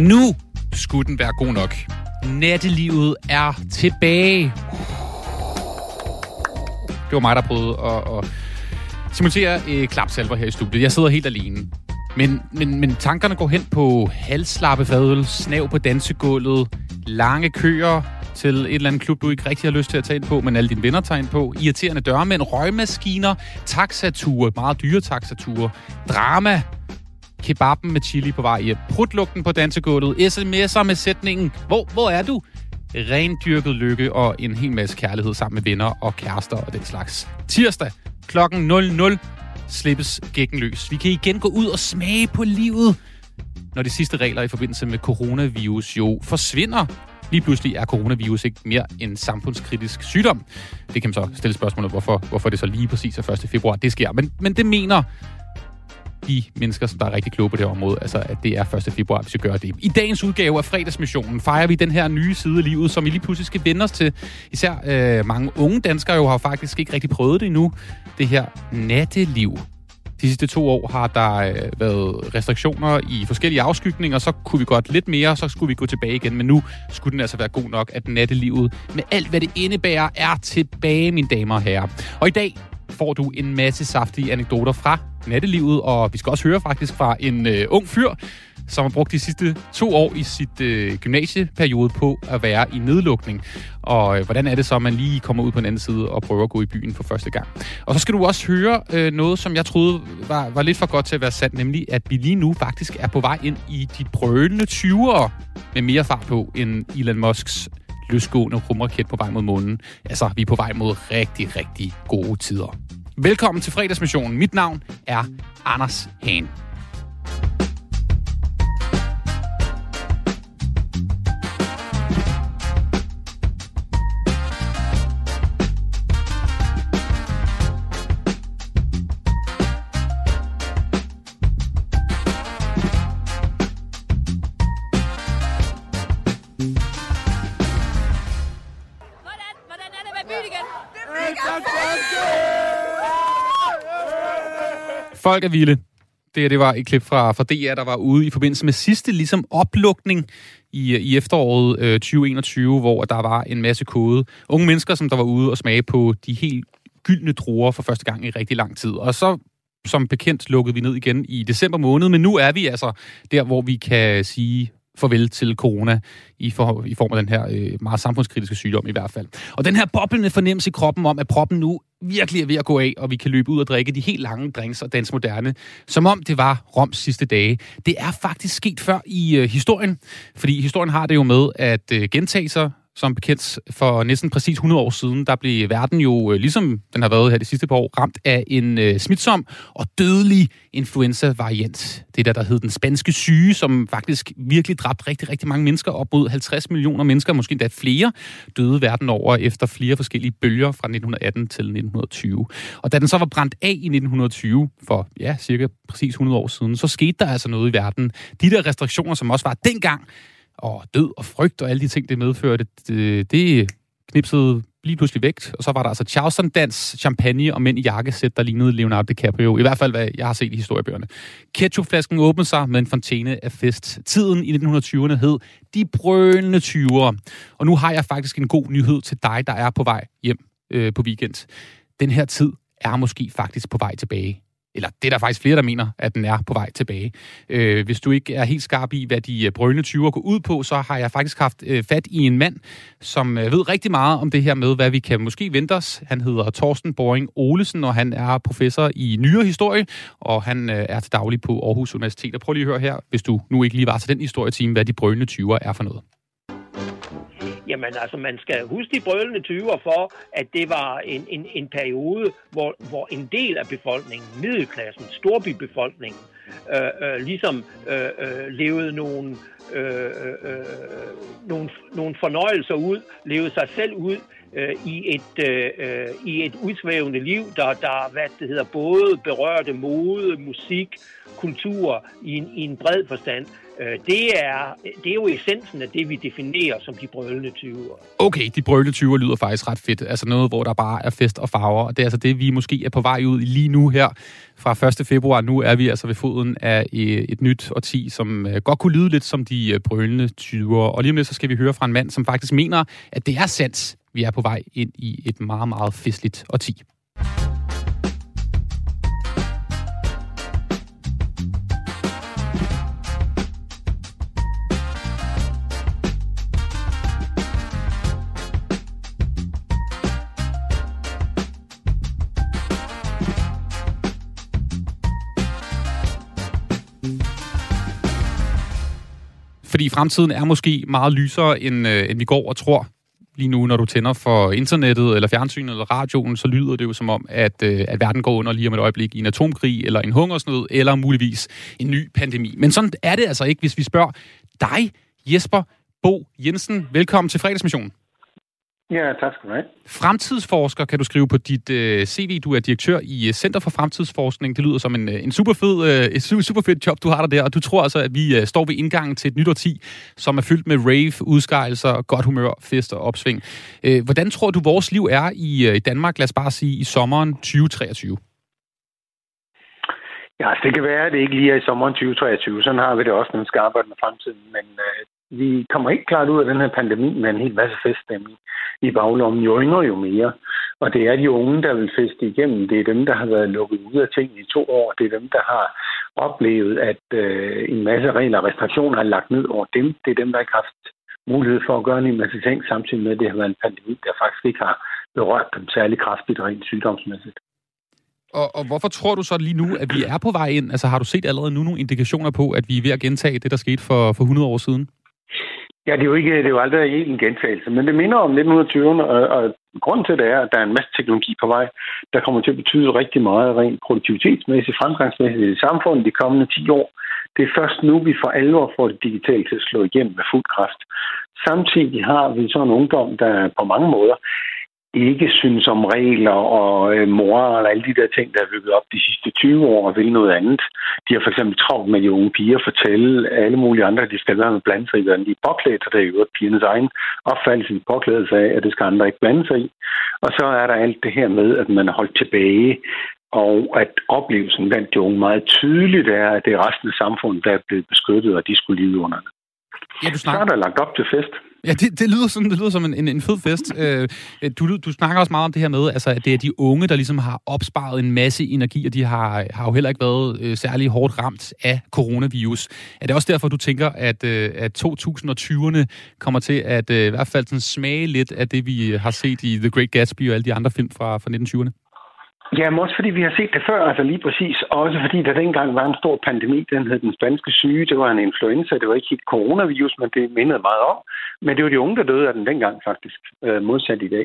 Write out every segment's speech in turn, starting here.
Nu skulle den være god nok. Nattelivet er tilbage. Det var mig, der prøvede at simulere klapsalver her i studiet. Jeg sidder helt alene. Men tankerne går hen på halslappefadøl, snav på dansegulvet, lange køer til et eller andet klub, du ikke rigtig har lyst til at tage ind på, men alle dine venner tager ind på, irriterende dørmænd, røgmaskiner, taxature, meget dyre taxature, drama, kebaben med chili på vej hjem, prutlugten på dansegulvet, sms'er med sætningen, hvor er du? Rendyrket lykke og en hel masse kærlighed sammen med venner og kærester og den slags. Tirsdag klokken 00 slippes gækken løs. Vi kan igen gå ud og smage på livet, når de sidste regler i forbindelse med coronavirus jo forsvinder. Lige pludselig er coronavirus ikke mere en samfundskritisk sygdom. Det kan man så stille spørgsmålet, hvorfor det så lige præcis er 1. februar, det sker. Men det mener de mennesker, som der er rigtig kloge på det område, altså at det er 1. februar, vi skal gøre det. I dagens udgave af Fredagsmissionen fejrer vi den her nye side af livet, som vi lige pludselig skal vende os til. Især mange unge danskere jo har faktisk ikke rigtig prøvet det endnu. Det her natteliv. De sidste 2 år har der været restriktioner i forskellige afskygninger, så kunne vi godt lidt mere, så skulle vi gå tilbage igen. Men nu skulle den altså være god nok, at nattelivet med alt, hvad det indebærer, er tilbage, mine damer og herrer. Og i dag får du en masse saftige anekdoter fra nattelivet, og vi skal også høre faktisk fra en ung fyr, som har brugt de sidste 2 år i sit gymnasieperiode på at være i nedlukning. Og hvordan er det så, at man lige kommer ud på den anden side og prøver at gå i byen for første gang. Og så skal du også høre noget, som jeg troede var lidt for godt til at være sandt, nemlig at vi lige nu faktisk er på vej ind i de brølende 20'ere med mere fart på end Elon Musks løsgående rumraket på vej mod månen. Altså, vi er på vej mod rigtig, rigtig gode tider. Velkommen til Fredagsmissionen. Mit navn er Anders Hahn. Folk er vilde. Det var et klip fra DR, der var ude i forbindelse med sidste ligesom oplukning i efteråret 2021, hvor der var en masse kode unge mennesker, som der var ude og smage på de helt gyldne druer for første gang i rigtig lang tid. Og så som bekendt lukkede vi ned igen i december måned, men nu er vi altså der, hvor vi kan sige farvel til corona i form af den her meget samfundskritiske sygdom i hvert fald. Og den her boblende fornemmelse i kroppen om, at proppen nu virkelig er ved at gå af, og vi kan løbe ud og drikke de helt lange drinks og danse moderne, som om det var Roms sidste dage. Det er faktisk sket før i historien, fordi historien har det jo med at gentage sig. Som bekendt for næsten præcis 100 år siden, der blev verden jo, ligesom den har været her de sidste par år, ramt af en smitsom og dødelig influenza-variant. Det der hed den spanske syge, som faktisk virkelig dræbte rigtig, rigtig mange mennesker. Op mod 50 millioner mennesker, måske endda flere, døde verden over efter flere forskellige bølger fra 1918 til 1920. Og da den så var brændt af i 1920, for cirka præcis 100 år siden, så skete der altså noget i verden. De der restriktioner, som også var dengang, og død og frygt og alle de ting, det medførte, det knipsede lige pludselig væk. Og så var der altså Charleston-dans, champagne og mænd i jakkesæt, der lignede Leonardo DiCaprio. I hvert fald, hvad jeg har set i historiebøgerne. Ketchupflasken åbnede sig med en fontæne af fest. Tiden i 1920'erne hed De brølende 20'ere. Og nu har jeg faktisk en god nyhed til dig, der er på vej hjem på weekend. Den her tid er måske faktisk på vej tilbage. Eller det er der faktisk flere, der mener, at den er på vej tilbage. Hvis du ikke er helt skarp i, hvad de brølende 20'ere går ud på, så har jeg faktisk haft fat i en mand, som ved rigtig meget om det her med, hvad vi kan måske vente os. Han hedder Torsten Boring Olesen, og han er professor i nyere historie, og han er til daglig på Aarhus Universitet. Og prøv lige at høre her, hvis du nu ikke lige var til den historietime, hvad de brølende 20'ere er for noget. Jamen altså, man skal huske de brølende 20'ere for, at det var en periode, hvor en del af befolkningen, middelklassen, storbybefolkningen, ligesom levede nogle fornøjelser ud, levede sig selv ud i et udsvævende liv, der både berørte mode, musik, kultur i en bred forstand. Det er jo essensen af det, vi definerer som de brølende 20'ere. Okay, de brølende 20'ere lyder faktisk ret fedt. Altså noget, hvor der bare er fest og farver. Og det er altså det, vi måske er på vej ud i lige nu her fra 1. februar. Nu er vi altså ved foden af et nyt årti, som godt kunne lyde lidt som de brølende 20'ere. Og lige om lidt, så skal vi høre fra en mand, som faktisk mener, at det er sandt. Vi er på vej ind i et meget, meget festligt årti. Fordi fremtiden er måske meget lysere, end vi går og tror. Lige nu, når du tænder for internettet, eller fjernsynet, eller radioen, så lyder det jo som om, at verden går under lige om et øjeblik i en atomkrig, eller en hungersnød, eller muligvis en ny pandemi. Men sådan er det altså ikke, hvis vi spørger dig, Jesper Bo Jensen. Velkommen til Fredagsmissionen. Ja, tak skal du have. Fremtidsforsker kan du skrive på dit CV. Du er direktør i Center for Fremtidsforskning. Det lyder som en super fed job, du har der. Og du tror altså, at vi står ved indgangen til et nyt årti, som er fyldt med rave, udskejelser, godt humør, fest og opsving. Hvordan tror du, vores liv er i Danmark, lad os bare sige, i sommeren 2023? Ja, det kan være, at det ikke lige er i sommeren 2023. Sådan har vi det også, når vi skal arbejde med fremtiden. Men vi kommer ikke klart ud af den her pandemi med en hel masse feststemning i baglommen. Jo yngre, jo mere. Og det er de unge, der vil feste igennem. Det er dem, der har været lukket ud af ting i 2 år. Det er dem, der har oplevet, at en masse regler og restriktioner er lagt ned over dem. Det er dem, der ikke har haft mulighed for at gøre en masse ting, samtidig med, at det har været en pandemi, der faktisk ikke har berørt dem særlig kraftigt rent sygdomsmæssigt. Og hvorfor tror du så lige nu, at vi er på vej ind? Altså har du set allerede nu nogle indikationer på, at vi er ved at gentage det, der skete for 100 år siden? Ja, det er jo aldrig helt en gentagelse, men det minder om 1920'erne, og grunden til det er, at der er en masse teknologi på vej, der kommer til at betyde rigtig meget rent produktivitetsmæssigt, fremgangsmæssigt i samfundet de kommende 10 år. Det er først nu, vi for alvor får det digitale til at slå igennem med fuld kraft. Samtidig har vi så en ungdom, der på mange måder ikke synes om regler og moral og alle de der ting, der er bygget op de sidste 20 år og vil noget andet. De har for eksempel travlt med de unge piger fortælle alle mulige andre, at de skal være med blande sig i, hvordan de er påklædt, og det er jo pigernes egen opfattelse påklædelse af, at det skal andre ikke blande sig i. Og så er der alt det her med, at man er holdt tilbage, og at oplevelsen blandt de unge meget tydeligt er, at det er resten af samfundet, der er blevet beskyttet, og de skulle lide under det. Ja, så er der lagt op til fest. Ja, det lyder som en fed fest. Du snakker også meget om det her med, altså, at det er de unge, der ligesom har opsparet en masse energi, og de har jo heller ikke været særlig hårdt ramt af coronavirus. Er det også derfor, du tænker, at 2020'erne kommer til at i hvert fald sådan smage lidt af det, vi har set i The Great Gatsby og alle de andre film fra 1920'erne? Ja, men også fordi vi har set det før, altså lige præcis. Også fordi der dengang var en stor pandemi, den hed den spanske syge, det var en influenza, det var ikke helt coronavirus, men det mindede meget om. Men det var de unge, der døde af den dengang faktisk, modsat i dag.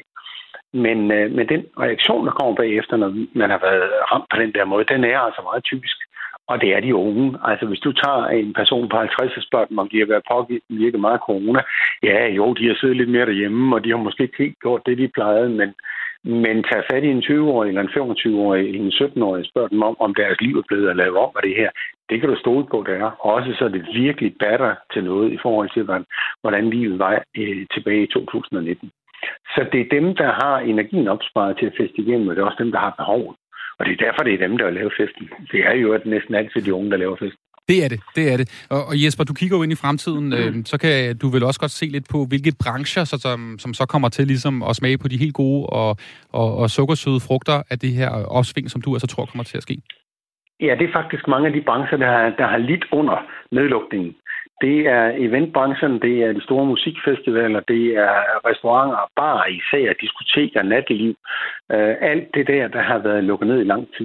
Men den reaktion, der kommer bagefter, når man har været ramt på den der måde, den er altså meget typisk. Og det er de unge. Altså hvis du tager en person på 50 og spørger dem, om de har været påvirket meget af corona, ja jo, de har siddet lidt mere derhjemme, og de har måske ikke helt gjort det, de plejede, men tag fat i en 20-årig eller en 25-årig eller en 17-årig og spørg dem om deres liv er blevet at lave om af det her. Det kan du stole på, det er. Også så er det virkelig batter til noget i forhold til, hvordan livet var tilbage i 2019. Så det er dem, der har energien opsparet til at feste igennem, og det er også dem, der har behovet. Og det er derfor, det er dem, der vil lave festen. Det er jo at næsten altid de unge, der laver festen. Det er det. Og Jesper, du kigger jo ind i fremtiden, så kan du vel også godt se lidt på, hvilke brancher, som så kommer til ligesom at smage på de helt gode og sukkersøde frugter af det her opsving, som du altså tror kommer til at ske. Ja, det er faktisk mange af de brancher, der har lidt under nedlukningen. Det er eventbranchen, det er de store musikfestivaler, det er restauranter, barer, især diskoteker, natteliv. Alt det der har været lukket ned i lang tid.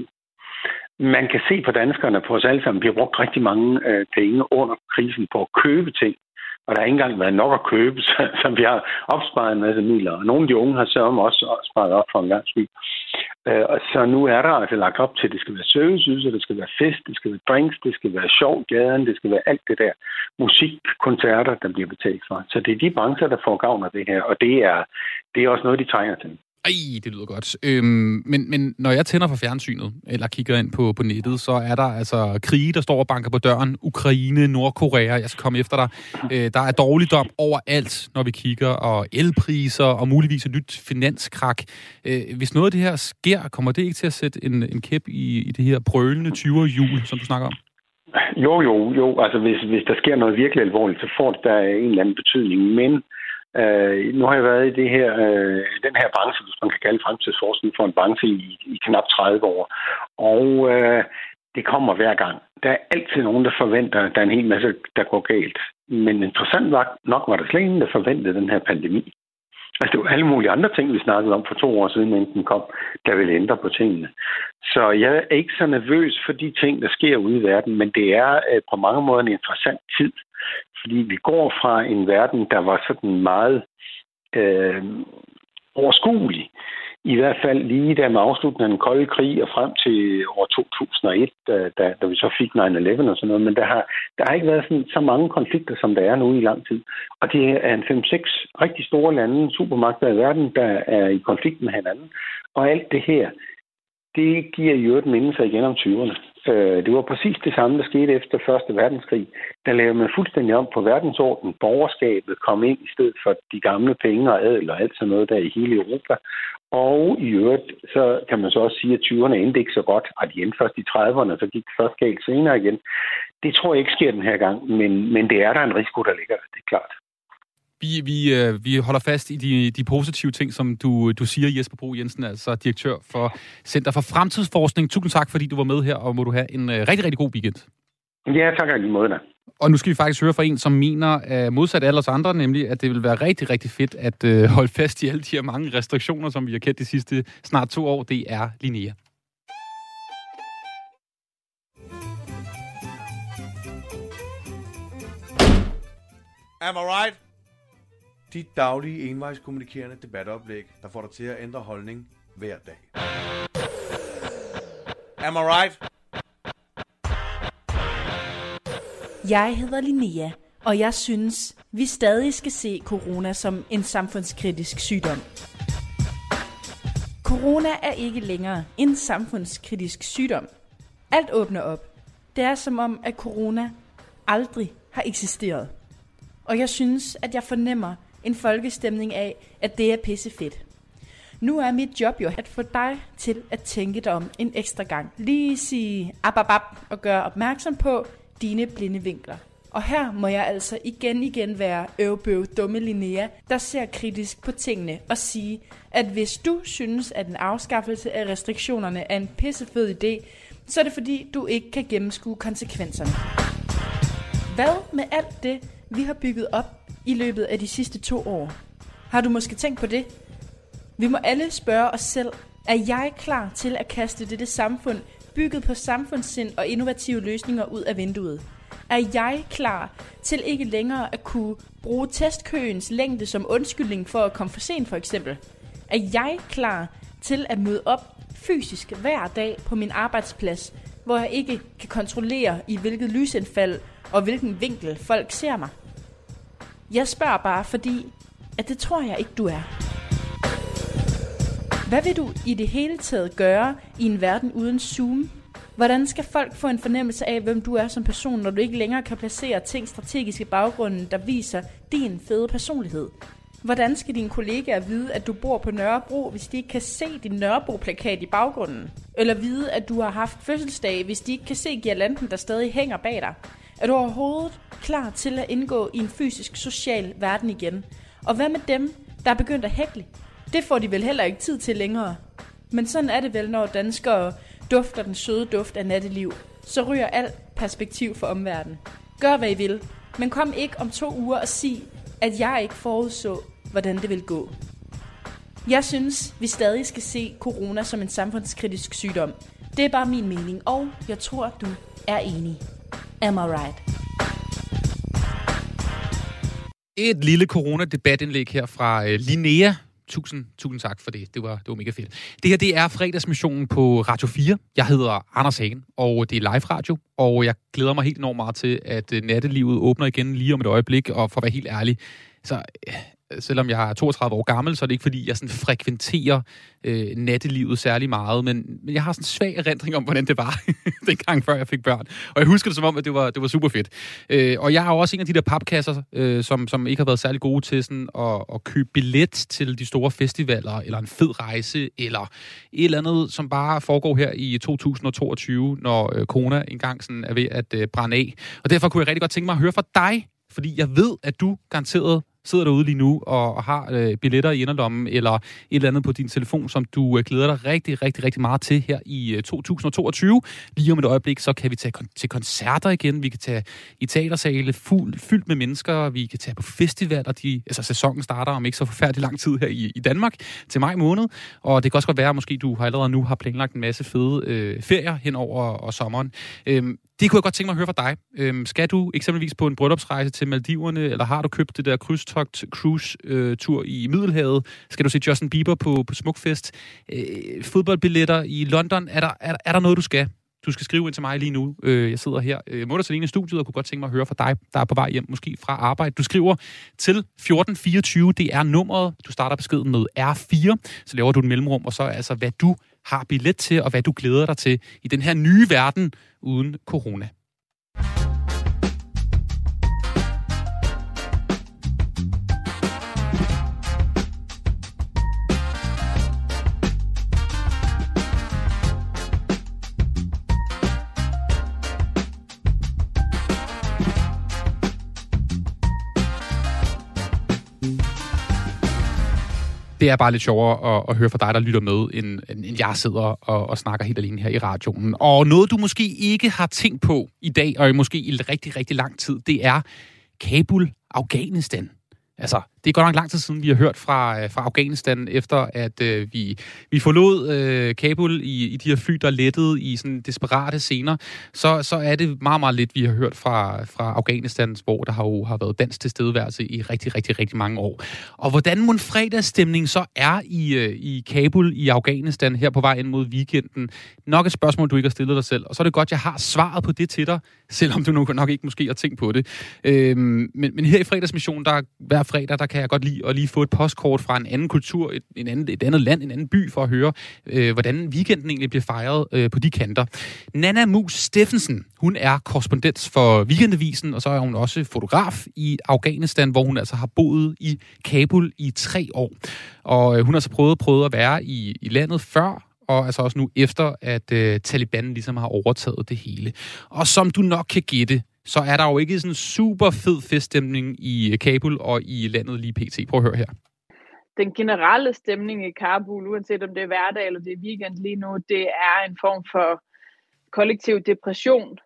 Man kan se på danskerne, på os alle sammen, vi har brugt rigtig mange penge under krisen på at købe ting. Og der har ikke engang været nok at købe, så vi har opsparet en masse midler. Og nogle af de unge har så også sparet op for en gang skyld. Og så nu er der altså lagt op til, at det skal være serviceydelser, det skal være fest, det skal være drinks, det skal være sjov gaden, det skal være alt det der musikkoncerter, der bliver betalt for. Så det er de brancher, der får gavn af det her, og det er også noget, de trænger til. Ej, det lyder godt. Men når jeg tænder for fjernsynet, eller kigger ind på nettet, så er der altså krige, der står og banker på døren. Ukraine, Nordkorea, jeg skal komme efter dig. Der er dårligdom overalt, når vi kigger, og elpriser, og muligvis et nyt finanskrak. Hvis noget af det her sker, kommer det ikke til at sætte en kæp i det her brølende 20'er-hjul, som du snakker om? Jo. Altså, hvis der sker noget virkelig alvorligt, så får det der en eller anden betydning. Men nu har jeg været i den her branche, hvis man kan kalde fremtidsforskning for en branche i knap 30 år. Og det kommer hver gang. Der er altid nogen, der forventer, at der er en hel masse, der går galt. Men interessant nok var der slet ingen, der forventede den her pandemi. Altså, det var alle mulige andre ting, vi snakkede om for 2 år siden, inden den kom, der ville ændre på tingene. Så jeg er ikke så nervøs for de ting, der sker ude i verden, men det er på mange måder en interessant tid. Fordi vi går fra en verden, der var sådan meget overskuelig. I hvert fald lige der med afslutningen af den kolde krig og frem til år 2001, da vi så fik 9/11 og sådan noget. Men der har ikke været så mange konflikter, som der er nu i lang tid. Og det er en 5-6 rigtig store lande, supermagter i verden, der er i konflikt med hinanden. Og alt det her, det giver jo et minde sig igen om 20'erne. Det var præcis det samme, der skete efter Første Verdenskrig. Der lavede man fuldstændig om på verdensordenen. Borgerskabet kom ind i stedet for de gamle penge og adel og alt sådan noget der i hele Europa. Og i øvrigt, så kan man så også sige, at 20'erne endte ikke så godt. Og de endte først i 30'erne, så gik det først galt senere igen. Det tror jeg ikke sker den her gang, men det er der en risiko, der ligger, det er klart. Vi holder fast i de positive ting, som du siger, Jesper Bro Jensen, altså direktør for Center for Fremtidsforskning. Tusind tak, fordi du var med her, og må du have en rigtig, rigtig god weekend. Ja, tak lige måde da. Og nu skal vi faktisk høre fra en, som mener modsat alle os andre, nemlig at det vil være rigtig, rigtig fedt at holde fast i alle de her mange restriktioner, som vi har kendt de sidste snart 2 år. Det er Linnea. Am I right? Dit daglige envejskommunikerende debatoplæg, der får dig til at ændre holdning hver dag. Am I right? Jeg hedder Linnea, og jeg synes, vi stadig skal se corona som en samfundskritisk sygdom. Corona er ikke længere en samfundskritisk sygdom. Alt åbner op. Det er som om, at corona aldrig har eksisteret. Og jeg synes, at jeg fornemmer en folkestemning af, at det er pissefedt. Nu er mit job jo at få dig til at tænke dig om en ekstra gang. Lige sige ab og gøre opmærksom på dine blinde vinkler. Og her må jeg altså igen være øvbøv dumme Linnea, der ser kritisk på tingene og sige, at hvis du synes, at en afskaffelse af restriktionerne er en pissefed idé, så er det fordi, du ikke kan gennemskue konsekvenserne. Hvad med alt det, vi har bygget op i løbet af de sidste 2 år? Har du måske tænkt på det? Vi må alle spørge os selv, er jeg klar til at kaste dette samfund, bygget på samfundssind og innovative løsninger, ud af vinduet? Er jeg klar til ikke længere at kunne bruge testkøens længde som undskyldning for at komme for sent, for eksempel? Er jeg klar til at møde op fysisk hver dag på min arbejdsplads, hvor jeg ikke kan kontrollere, i hvilket lysindfald og hvilken vinkel folk ser mig? Jeg spørger bare, fordi at det tror jeg ikke, du er. Hvad vil du i det hele taget gøre i en verden uden Zoom? Hvordan skal folk få en fornemmelse af, hvem du er som person, når du ikke længere kan placere ting strategisk i baggrunden, der viser din fede personlighed? Hvordan skal dine kollegaer vide, at du bor på Nørrebro, hvis de ikke kan se din Nørrebro-plakat i baggrunden? Eller vide, at du har haft fødselsdag, hvis de ikke kan se girlanden, der stadig hænger bag dig? Er du overhovedet klar til at indgå i en fysisk, social verden igen? Og hvad med dem, der er begyndt at hækle? Det får de vel heller ikke tid til længere. Men sådan er det vel, når danskere dufter den søde duft af natteliv. Så ryger alt perspektiv for omverdenen. Gør hvad I vil, men kom ikke om 2 uger og sig, at jeg ikke forudså, hvordan det vil gå. Jeg synes, vi stadig skal se corona som en samfundskritisk sygdom. Det er bare min mening, og jeg tror, du er enig. Am I right? Et lille corona-debatindlæg her fra Linnea. Tusind tak for det. Det var mega fedt. Det her, det er fredagsmissionen på Radio 4. Jeg hedder Anders Hagen, og det er live radio, og jeg glæder mig helt enormt meget til, at nattelivet åbner igen lige om et øjeblik, og for at være helt ærlig, så selvom jeg er 32 år gammel, så er det ikke fordi, jeg sådan frekventerer nattelivet særlig meget, men jeg har sådan en svag erindring om, hvordan det var dengang, før jeg fik børn. Og jeg husker det som om, at det var super fedt. Og jeg er jo også en af de der papkasser, som ikke har været særlig gode til sådan at købe billet til de store festivaler, eller en fed rejse, eller et eller andet, som bare foregår her i 2022, når corona engang sådan er ved at brænde af. Og derfor kunne jeg rigtig godt tænke mig at høre fra dig, fordi jeg ved, at du garanteret sidder derude lige nu og har billetter i inderlommen eller et eller andet på din telefon, som du glæder dig rigtig, rigtig, rigtig meget til her i 2022. Lige om et øjeblik, så kan vi tage til koncerter igen. Vi kan tage i teatersale fyldt med mennesker. Vi kan tage på festivaler. Sæsonen starter om ikke så forfærdelig lang tid her i Danmark til maj måned. Og det kan også godt være, at måske du allerede nu har planlagt en masse fede ferier hen over sommeren. Det kunne jeg godt tænke mig at høre fra dig. Skal du eksempelvis på en bryllupsrejse til Maldiverne, eller har du købt det der krydstogt-cruise-tur i Middelhavet? Skal du se Justin Bieber på Smukfest? Fodboldbilletter i London? Er der noget, du skal? Du skal skrive ind til mig lige nu. Jeg sidder her Mutter i studiet og kunne godt tænke mig at høre fra dig, der er på vej hjem, måske fra arbejde. Du skriver til 1424, det er nummeret. Du starter beskeden med R4, så laver du et mellemrum, og så altså, hvad du har billet til, og hvad du glæder dig til i den her nye verden uden corona. Det er bare lidt sjovere at høre fra dig, der lytter med, end jeg sidder og snakker helt alene her i radioen. Og noget, du måske ikke har tænkt på i dag, og måske i rigtig, rigtig lang tid, det er Kabul, Afghanistan. Altså, det er godt nok lang tid siden, vi har hørt fra Afghanistan, efter at vi forlod Kabul i de her fly, der lettede i sådan desperate scener. Så er det meget, meget lidt, vi har hørt fra Afghanistan, hvor der har været dansk tilstedeværelse i rigtig, rigtig, rigtig mange år. Og hvordan mon fredagsstemningen så er i Kabul i Afghanistan her på vej ind mod weekenden? Nok et spørgsmål, du ikke har stillet dig selv. Og så er det godt, jeg har svaret på det til dig, selvom du nok ikke måske har tænkt på det. Men her i fredagsmissionen, der hver fredag, der kan jeg godt lide at lige få et postkort fra en anden kultur, et andet land, en anden by, for at høre, hvordan weekenden egentlig bliver fejret på de kanter. Nanna Mus Steffensen, hun er korrespondent for Weekendavisen, og så er hun også fotograf i Afghanistan, hvor hun altså har boet i Kabul i 3 år. Og hun har så prøvet at være i landet før, og altså også nu efter, at Taliban ligesom har overtaget det hele. Og som du nok kan gætte, så er der jo ikke sådan en super fed feststemning i Kabul og i landet lige pt. Prøv at høre her. Den generelle stemning i Kabul, uanset om det er hverdag eller det er weekend lige nu, det er en form for kollektiv depression.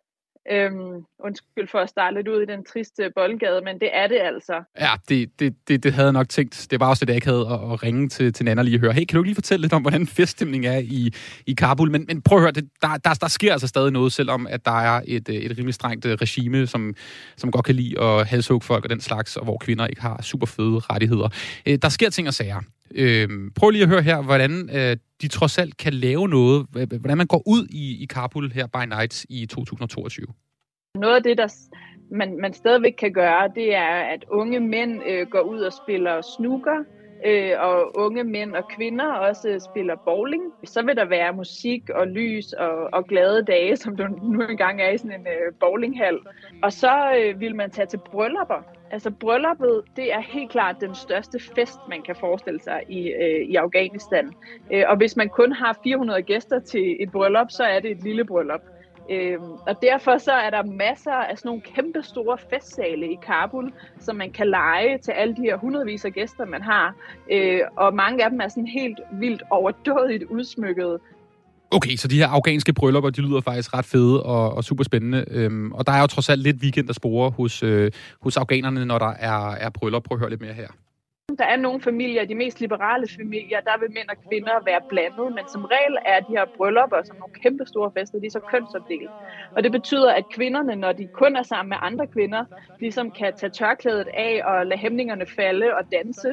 Undskyld for at starte lidt ud i den triste boldgade, men det er det altså. Ja, det havde jeg nok tænkt. Det var også det, jeg ikke havde at ringe til Nanna lige at høre. Hey, kan du lige fortælle lidt om, hvordan feststemningen er i Kabul? Men prøv at høre, der sker altså stadig noget, selvom at der er et rimelig strengt regime, som godt kan lide at halshugge folk og den slags, og hvor kvinder ikke har super fede rettigheder. Der sker ting og sager. Prøv lige at høre her, hvordan de trods alt kan lave noget, hvordan man går ud i Kabul her by night i 2022. Noget af det, der man stadigvæk kan gøre, det er, at unge mænd går ud og spiller snooker, og unge mænd og kvinder også spiller bowling. Så vil der være musik og lys og glade dage, som du nu engang er i sådan en bowlinghal. Og så vil man tage til bryllupper. Altså brylluppet, det er helt klart den største fest, man kan forestille sig i Afghanistan. Og hvis man kun har 400 gæster til et bryllup, så er det et lille bryllup. Og derfor så er der masser af sådan nogle kæmpe store festsale i Kabul, som man kan leje til alle de her hundredvis af gæster, man har. Og mange af dem er sådan helt vildt overdådigt udsmykkede. Okay, så de her afghanske bryllupper, de lyder faktisk ret fede og super spændende. Og der er jo trods alt lidt weekend at spore hos afghanerne, når der er bryllup. Prøv at høre lidt mere her. Der er nogle familier, de mest liberale familier, der vil mænd og kvinder være blandet, men som regel er de her bryllupper, som nogle kæmpe store fester, de er så kønsopdelt. Og det betyder, at kvinderne, når de kun er sammen med andre kvinder, ligesom kan tage tørklædet af og lade hæmningerne falde og danse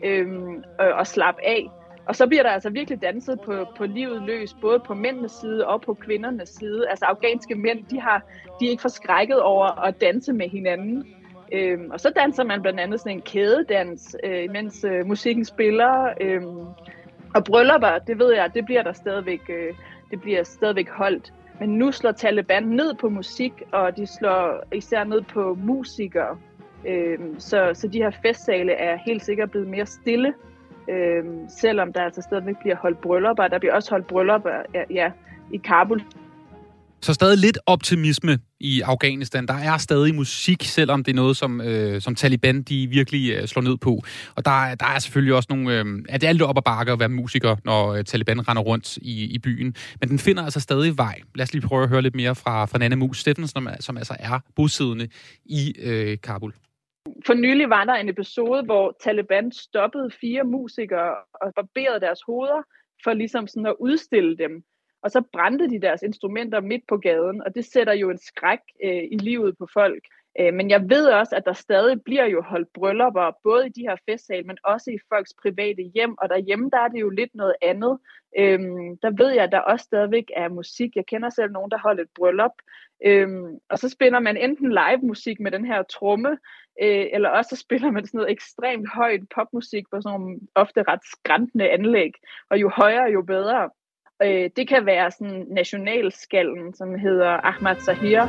og slappe af. Og så bliver der altså virkelig danset på livet løs, både på mændenes side og på kvindernes side. Altså afghanske mænd, de er ikke forskrækket over at danse med hinanden. Og så danser man blandt andet sådan en kædedans, mens musikken spiller. Og bryllupper, det ved jeg, det bliver stadigvæk holdt. Men nu slår Taliban ned på musik, og de slår især ned på musikere. Så de her festsale er helt sikkert blevet mere stille, selvom der altså stadigvæk bliver holdt bryllupper. Der bliver også holdt bryllupper i Kabul. Så stadig lidt optimisme i Afghanistan. Der er stadig musik, selvom det er noget, som Taliban de virkelig slår ned på. Og der er selvfølgelig også nogle... det er lidt op ad bakke at være musiker, når Taliban render rundt i byen. Men den finder altså stadig vej. Lad os lige prøve at høre lidt mere fra Nanna Mus Steffensen, som altså er bosiddende i Kabul. For nylig var der en episode, hvor Taliban stoppede 4 musikere og barberede deres hoveder for ligesom sådan at udstille dem. Og så brændte de deres instrumenter midt på gaden, og det sætter jo en skræk i livet på folk. Men jeg ved også, at der stadig bliver jo holdt bryllupper, både i de her festsale, men også i folks private hjem. Og derhjemme, der er det jo lidt noget andet. Der ved jeg, at der også stadigvæk er musik. Jeg kender selv nogen, der holder et bryllup. Og så spiller man enten live musik med den her tromme, eller også så spiller man sådan noget ekstremt højt popmusik på sådan nogle ofte ret skrantende anlæg. Og jo højere, jo bedre. Det kan være sådan nationalskallen, som hedder Ahmad Zahir.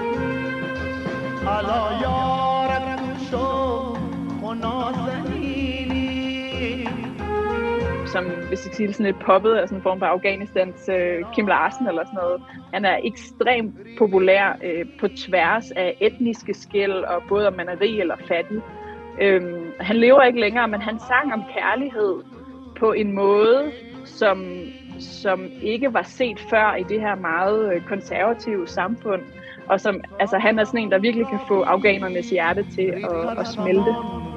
Som, hvis jeg siger sådan lidt poppet, er sådan en form for Afghanistans Kim Larsen eller sådan noget. Han er ekstremt populær på tværs af etniske skel, og både om man er rig eller fattig. Han lever ikke længere, men han sang om kærlighed på en måde, som ikke var set før i det her meget konservative samfund, og som, altså han er sådan en, der virkelig kan få afghanernes hjerte til at smelte.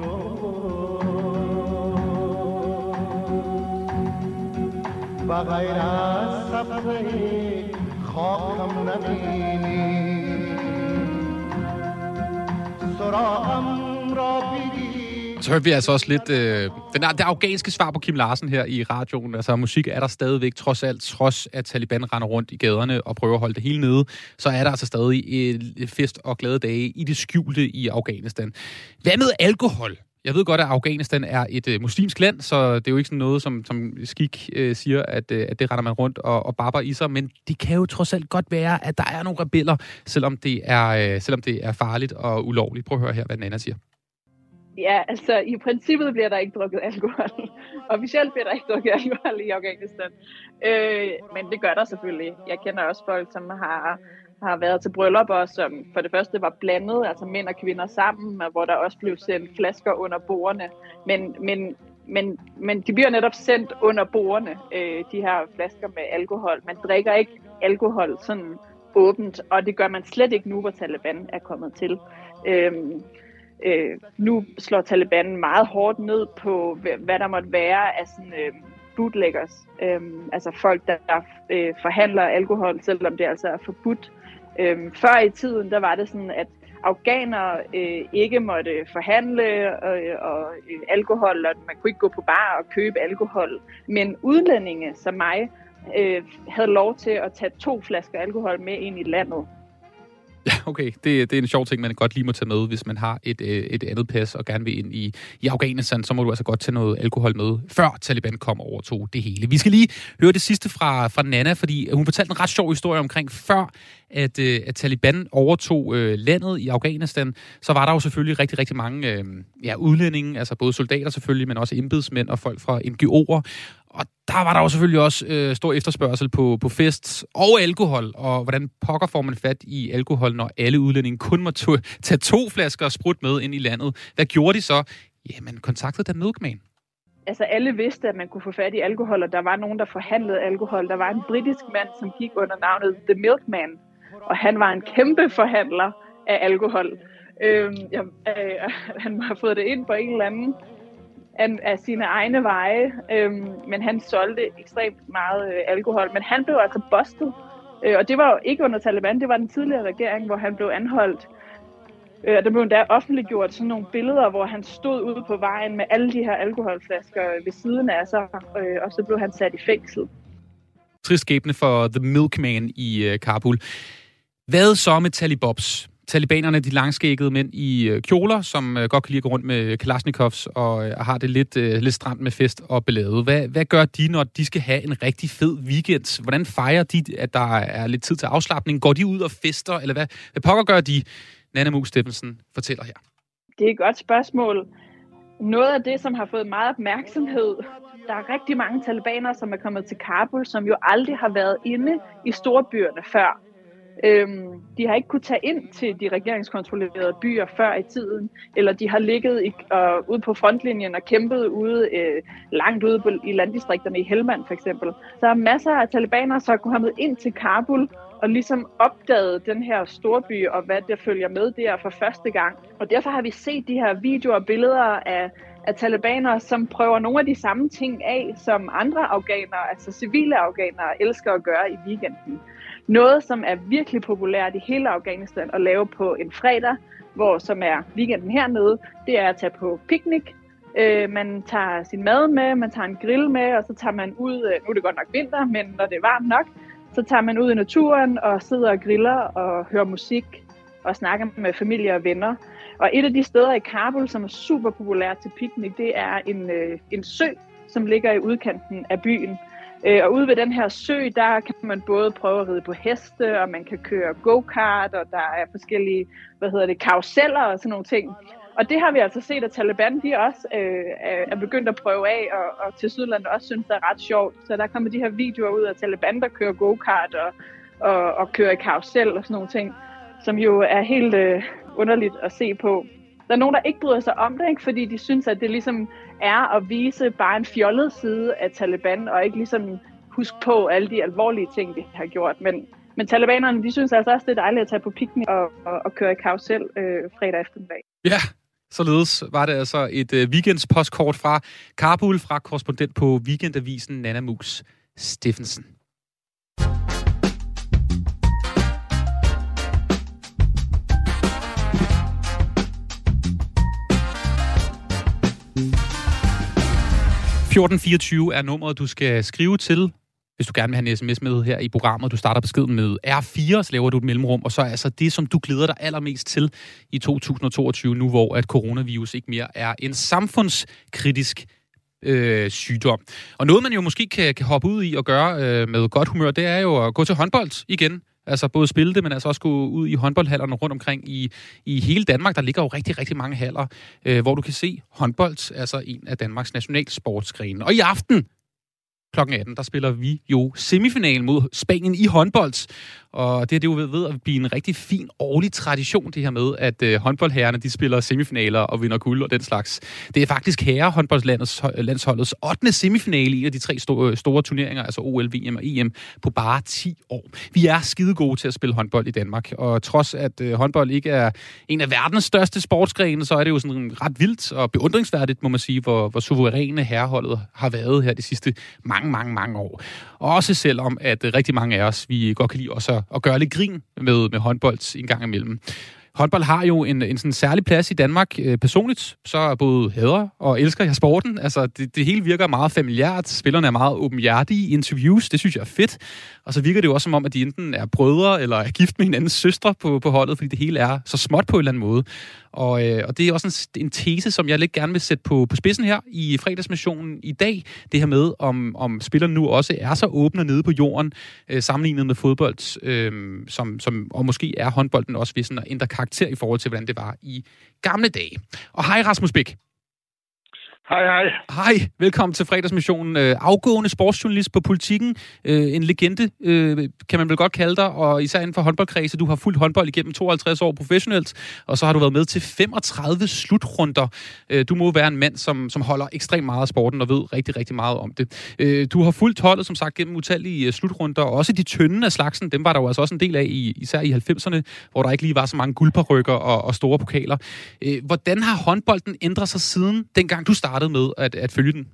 Så hørte vi altså også lidt det afghanske svar på Kim Larsen her i radioen. Altså musik er der stadigvæk, trods at Taliban render rundt i gaderne og prøver at holde det hele nede, så er der altså stadig fest og glade dage i det skjulte i Afghanistan. Hvad med alkohol? Jeg ved godt, at Afghanistan er et muslimsk land, så det er jo ikke sådan noget, som skik siger, at det render man rundt og barber i sig, men det kan jo trods alt godt være, at der er nogle rebeller, selvom det er farligt og ulovligt. Prøv at høre her, hvad Nanna siger. Ja, altså i princippet bliver der ikke drukket alkohol. Officielt bliver der ikke drukket alkohol i Afghanistan. Men det gør der selvfølgelig. Jeg kender også folk, som har været til bryllupper, som for det første var blandet, altså mænd og kvinder sammen, hvor der også blev sendt flasker under bordene. Men de bliver netop sendt under bordene, de her flasker med alkohol. Man drikker ikke alkohol sådan åbent, og det gør man slet ikke nu, hvor Taliban er kommet til. Nu slår Taliban meget hårdt ned på, hvad der måtte være af sådan bootleggers, altså folk, der forhandler alkohol, selvom det altså er forbudt. Før i tiden, der var det sådan, at afghanere ikke måtte forhandle alkohol, og man kunne ikke gå på bar og købe alkohol. Men udlændinge som mig havde lov til at tage 2 flasker alkohol med ind i landet. Ja, okay. Det er en sjov ting, man godt lige må tage med, hvis man har et andet pas og gerne vil ind i Afghanistan, så må du altså godt tage noget alkohol med, før Taliban kom og overtog det hele. Vi skal lige høre det sidste fra Nanna, fordi hun fortalte en ret sjov historie omkring før, at Taliban overtog landet i Afghanistan, så var der jo selvfølgelig rigtig, rigtig mange udlændinge, altså både soldater selvfølgelig, men også embedsmænd og folk fra NGO'er. Og der var der jo selvfølgelig også stor efterspørgsel på fest og alkohol, og hvordan pokker får man fat i alkohol, når alle udlændinge kun må tage 2 flasker sprut med ind i landet. Hvad gjorde de så? Jamen, kontaktede The Milkman. Altså, alle vidste, at man kunne få fat i alkohol, og der var nogen, der forhandlede alkohol. Der var en britisk mand, som gik under navnet The Milkman, og han var en kæmpe forhandler af alkohol. Han har fået det ind på en eller anden af sine egne veje, men han solgte ekstremt meget alkohol. Men han blev altså bustet, og det var jo ikke under Taliban, det var den tidligere regering, hvor han blev anholdt. Der blev endda offentliggjort sådan nogle billeder, hvor han stod ude på vejen med alle de her alkoholflasker ved siden af sig, og så blev han sat i fængsel. Trist skæbne for The Milkman i Kabul. Hvad så med Talibobs? Talibanerne, de langskæggede mænd i kjoler, som godt kan lide at gå rundt med Kalashnikovs og har det lidt stramt med fest og ballade. Hvad gør de, når de skal have en rigtig fed weekend? Hvordan fejrer de, at der er lidt tid til afslapning? Går de ud og fester, eller hvad pokker gør de? Nanna Mugh Steffensen fortæller her. Det er et godt spørgsmål. Noget af det, som har fået meget opmærksomhed, der er rigtig mange talibanere, som er kommet til Kabul, som jo aldrig har været inde i storbyerne før. De har ikke kunne tage ind til de regeringskontrollerede byer før i tiden, eller de har ligget ude på frontlinjen og kæmpet langt ude i landdistrikterne i Helmand for eksempel. Der er masser af talibanere, som er kommet ind til Kabul og ligesom opdaget den her storby og hvad der følger med der for første gang. Og derfor har vi set de her videoer og billeder af talibanere, som prøver nogle af de samme ting af, som andre afghanere, altså civile afghanere, elsker at gøre i weekenden. Noget, som er virkelig populært i hele Afghanistan at lave på en fredag, som er weekenden hernede, det er at tage på picnic. Man tager sin mad med, man tager en grill med, og så tager man ud, nu er det godt nok vinter, men når det er varmt nok, så tager man ud i naturen og sidder og griller og hører musik og snakker med familie og venner. Og et af de steder i Kabul, som er super populært til picnic, det er en sø, som ligger i udkanten af byen. Og ude ved den her sø, der kan man både prøve at ride på heste, og man kan køre go-kart, og der er forskellige, karuseller og sådan nogle ting. Og det har vi altså set, at Taliban, de også er begyndt at prøve af, og til Sydland også synes, det er ret sjovt. Så der kommer de her videoer ud af Taliban, der kører go-kart og kører i karusel og sådan nogle ting, som jo er helt underligt at se på. Der er nogen, der ikke bryder sig om det, ikke? Fordi de synes, at det ligesom er at vise bare en fjollet side af Taliban, og ikke ligesom huske på alle de alvorlige ting, de har gjort. Men talibanerne, de synes altså også, det er dejligt at tage på picnic og køre i karusel fredag eftermiddag. Ja, således var det altså et weekendpostkort fra Kabul, fra korrespondent på Weekendavisen Nanna Mugh Steffensen. er nummeret, du skal skrive til, hvis du gerne vil have en sms med her i programmet. Du starter beskeden med R4, så laver du et mellemrum, og så er altså det, som du glæder dig allermest til i 2022, nu hvor at coronavirus ikke mere er en samfundskritisk sygdom. Og noget, man jo måske kan hoppe ud i og gøre med godt humør, det er jo at gå til håndbold igen. Altså både spille det, men altså også gå ud i håndboldhallerne rundt omkring i hele Danmark. Der ligger jo rigtig, rigtig mange haller, hvor du kan se håndbold, altså en af Danmarks nationalsportsgrene. Og i aften kl. 18, der spiller vi jo semifinalen mod Spanien i håndbold. Og det er jo ved at blive en rigtig fin årlig tradition, det her med, at håndboldherrerne, de spiller semifinaler og vinder guld og den slags. Det er faktisk herrehåndboldslandsholdets 8. semifinale i en af de 3 store turneringer, altså OL, VM og EM, på bare 10 år. Vi er skide gode til at spille håndbold i Danmark, og trods at håndbold ikke er en af verdens største sportsgrene, så er det jo sådan ret vildt og beundringsværdigt, må man sige, hvor suveræne herreholdet har været her de sidste mange år. Også selvom at rigtig mange af os, vi godt kan lide også at gøre lidt grin med håndbold en gang imellem. Håndbold har jo en sådan særlig plads i Danmark. Personligt, så både hader og elsker jeg sporten. Altså, det hele virker meget familiært. Spillerne er meget åbenhjertige i interviews. Det synes jeg er fedt. Og så virker det jo også som om, at de enten er brødre eller er gift med hinandens søstre på holdet, fordi det hele er så småt på en eller anden måde. Og det er også en tese, som jeg lidt gerne vil sætte på spidsen her i fredagsmissionen i dag. Det her med, om spillerne nu også er så åbne nede på jorden, sammenlignet med fodbold, og måske er håndbolden også ved sådan at ændre karakter i forhold til, hvordan det var i gamle dage. Og hej Rasmus Bæk. Hej. Hej, velkommen til fredagsmissionen. Afgående sportsjournalist på Politikken. En legende, kan man vel godt kalde dig, og især inden for håndboldkredse. Du har fulgt håndbold igennem 52 år professionelt, og så har du været med til 35 slutrunder. Du må være en mand, som holder ekstremt meget af sporten og ved rigtig, rigtig meget om det. Du har fulgt holdet, som sagt, gennem utallige slutrunder, og også de tynde af slagsen, dem var der jo altså også en del af, især i 90'erne, hvor der ikke lige var så mange guldparykker og store pokaler. Hvordan har håndbolden ændret sig siden dengang du startede med at følge den?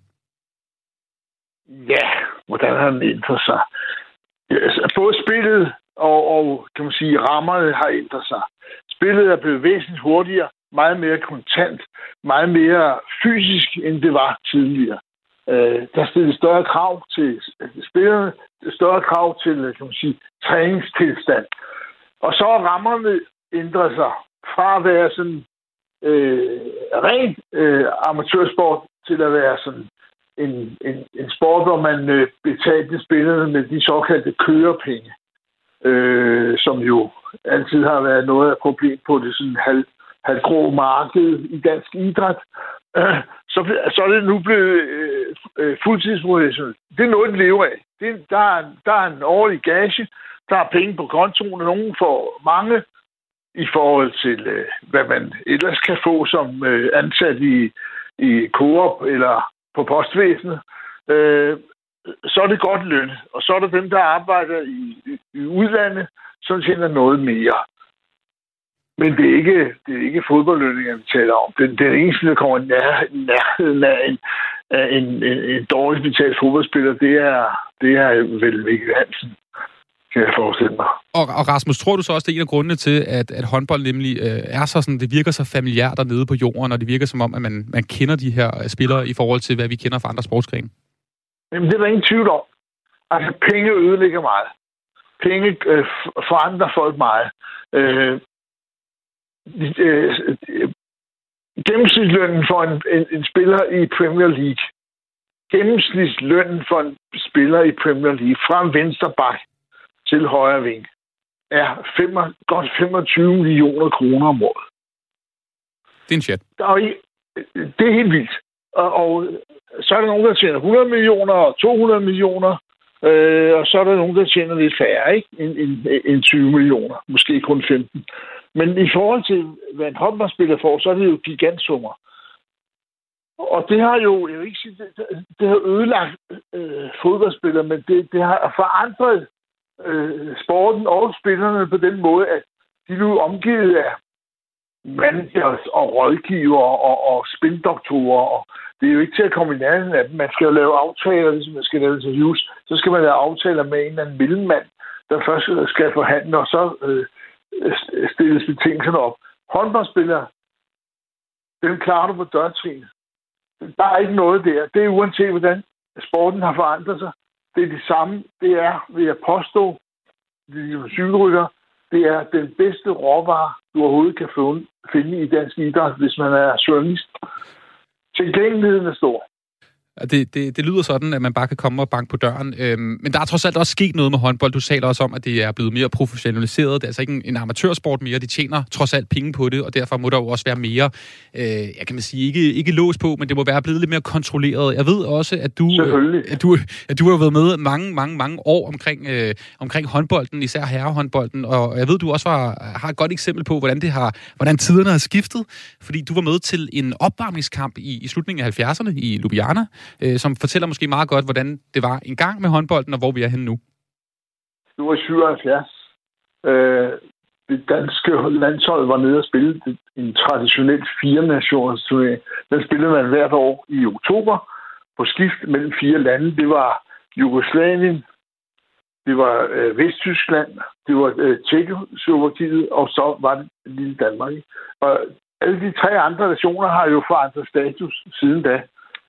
Ja, hvordan har den ændret sig? Både spillet og kan man sige, rammerne har ændret sig. Spillet er blevet væsentligt hurtigere, meget mere kontant, meget mere fysisk, end det var tidligere. Der stilles større krav til spillerne, større krav til, kan man sige, træningstilstand. Og så er rammerne ændret sig fra at være sådan ren amatørsport til at være sådan en sport, hvor man betalte spillerne med de såkaldte kørepenge, som jo altid har været noget af problem på det sådan halvgrå marked i dansk idræt. Så er det nu blevet fuldtidsprofessionelt. Det er noget, det lever af. Der er en årlig gage, der er penge på kontoen, og nogen får mange i forhold til, hvad man ellers kan få som ansat i Coop eller på postvæsenet. Så er det godt lønnet. Og så er der dem, der arbejder i udlandet, som tjener noget mere. Men det er ikke fodboldlønninger, vi taler om. Den eneste, der kommer nærheden af en dårligt betalt fodboldspiller, det er vel Mikkel Hansen, kan jeg forestille mig. Og Rasmus, tror du så også, det er en af grundene til, at håndbold nemlig er så sådan, det virker så familiært dernede på jorden, og det virker som om, at man kender de her spillere i forhold til, hvad vi kender fra andre sportsgrene? Jamen, det er der ingen tvivl om. Altså, penge ødelægger meget. Penge forandrer folk meget. Gennemsnitslønnen for en spiller i Premier League. Gennemsnitslønnen for en spiller i Premier League fra en venstre bak til højre ving er godt 25 millioner kroner om året. Det er en chat. Det er helt vildt. Og så er der nogen, der tjener 100 millioner og 200 millioner, og så er der nogen, der tjener lidt færre, ikke? End 20 millioner. Måske kun 15. Men i forhold til, hvad en håndboldspiller får, så er det jo gigantsummer. Og det har jo, jeg vil ikke sige, det har ødelagt fodboldspillere, men det har forandret sporten og spillerne på den måde, at de nu er omgivet af managers og rådgiver og spildoktorer, og det er jo ikke til at komme i nærheden af dem. Man skal jo lave aftaler, hvis man skal lave interviews, så skal man lave aftaler med en eller anden mellemmand, der først skal forhandle, og så stilles betingelserne op. Håndboldspillere, dem klarer du på dørtrin. Der er ikke noget der. Det er uanset, hvordan sporten har forandret sig. Det er det samme. Det er, vil jeg påstå, de cykelrytter, det er den bedste råvare, du overhovedet kan finde i dansk idræt, hvis man er journalist. Tilgængeligheden er stor. Det lyder sådan, at man bare kan komme og banke på døren. Men der er trods alt også sket noget med håndbold. Du taler også om, at det er blevet mere professionaliseret. Det er altså ikke en amatørsport mere. De tjener trods alt penge på det, og derfor må der jo også være mere, jeg kan sige, ikke lås på, men det må være blevet lidt mere kontrolleret. Jeg ved også, at du har været med mange år omkring håndbolden, især herrehåndbolden, og jeg ved, du også har et godt eksempel på, hvordan tiderne har skiftet, fordi du var med til en opvarmningskamp i slutningen af 70'erne i Ljubljana, som fortæller måske meget godt, hvordan det var en gang med håndbolden, og hvor vi er henne nu. Det var i 77. Det danske landshold var nede og spille en traditionel 4-nationers turnering. Den spillede man hvert år i oktober på skift mellem 4 lande. Det var Jugoslavien, det var Vesttyskland, det var Tjekkoslovakiet, og så var det lille Danmark. Og alle de 3 andre nationer har jo forandret status siden da.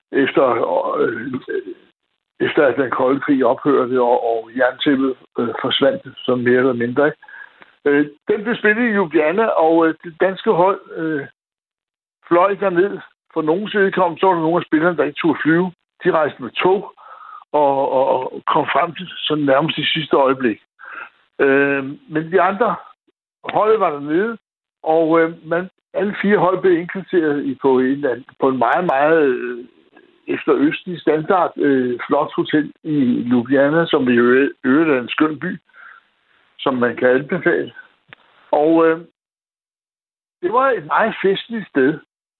Efter at den kolde krig ophørte, og jerntæppet forsvandt som mere eller mindre. Den blev spillet i Ljubljana, og det danske hold fløj derned. For nogen side så var der nogle af spillerne, der ikke turde flyve. De rejste med tog og kom frem til sådan nærmest i sidste øjeblik. Men de andre hold var dernede, og alle 4 hold blev indkvarteret på en meget, meget efter østlig standard flot hotel i Ljubljana, som i øvrigt er en skøn by, som man kan anbefale. Og det var et meget festligt sted.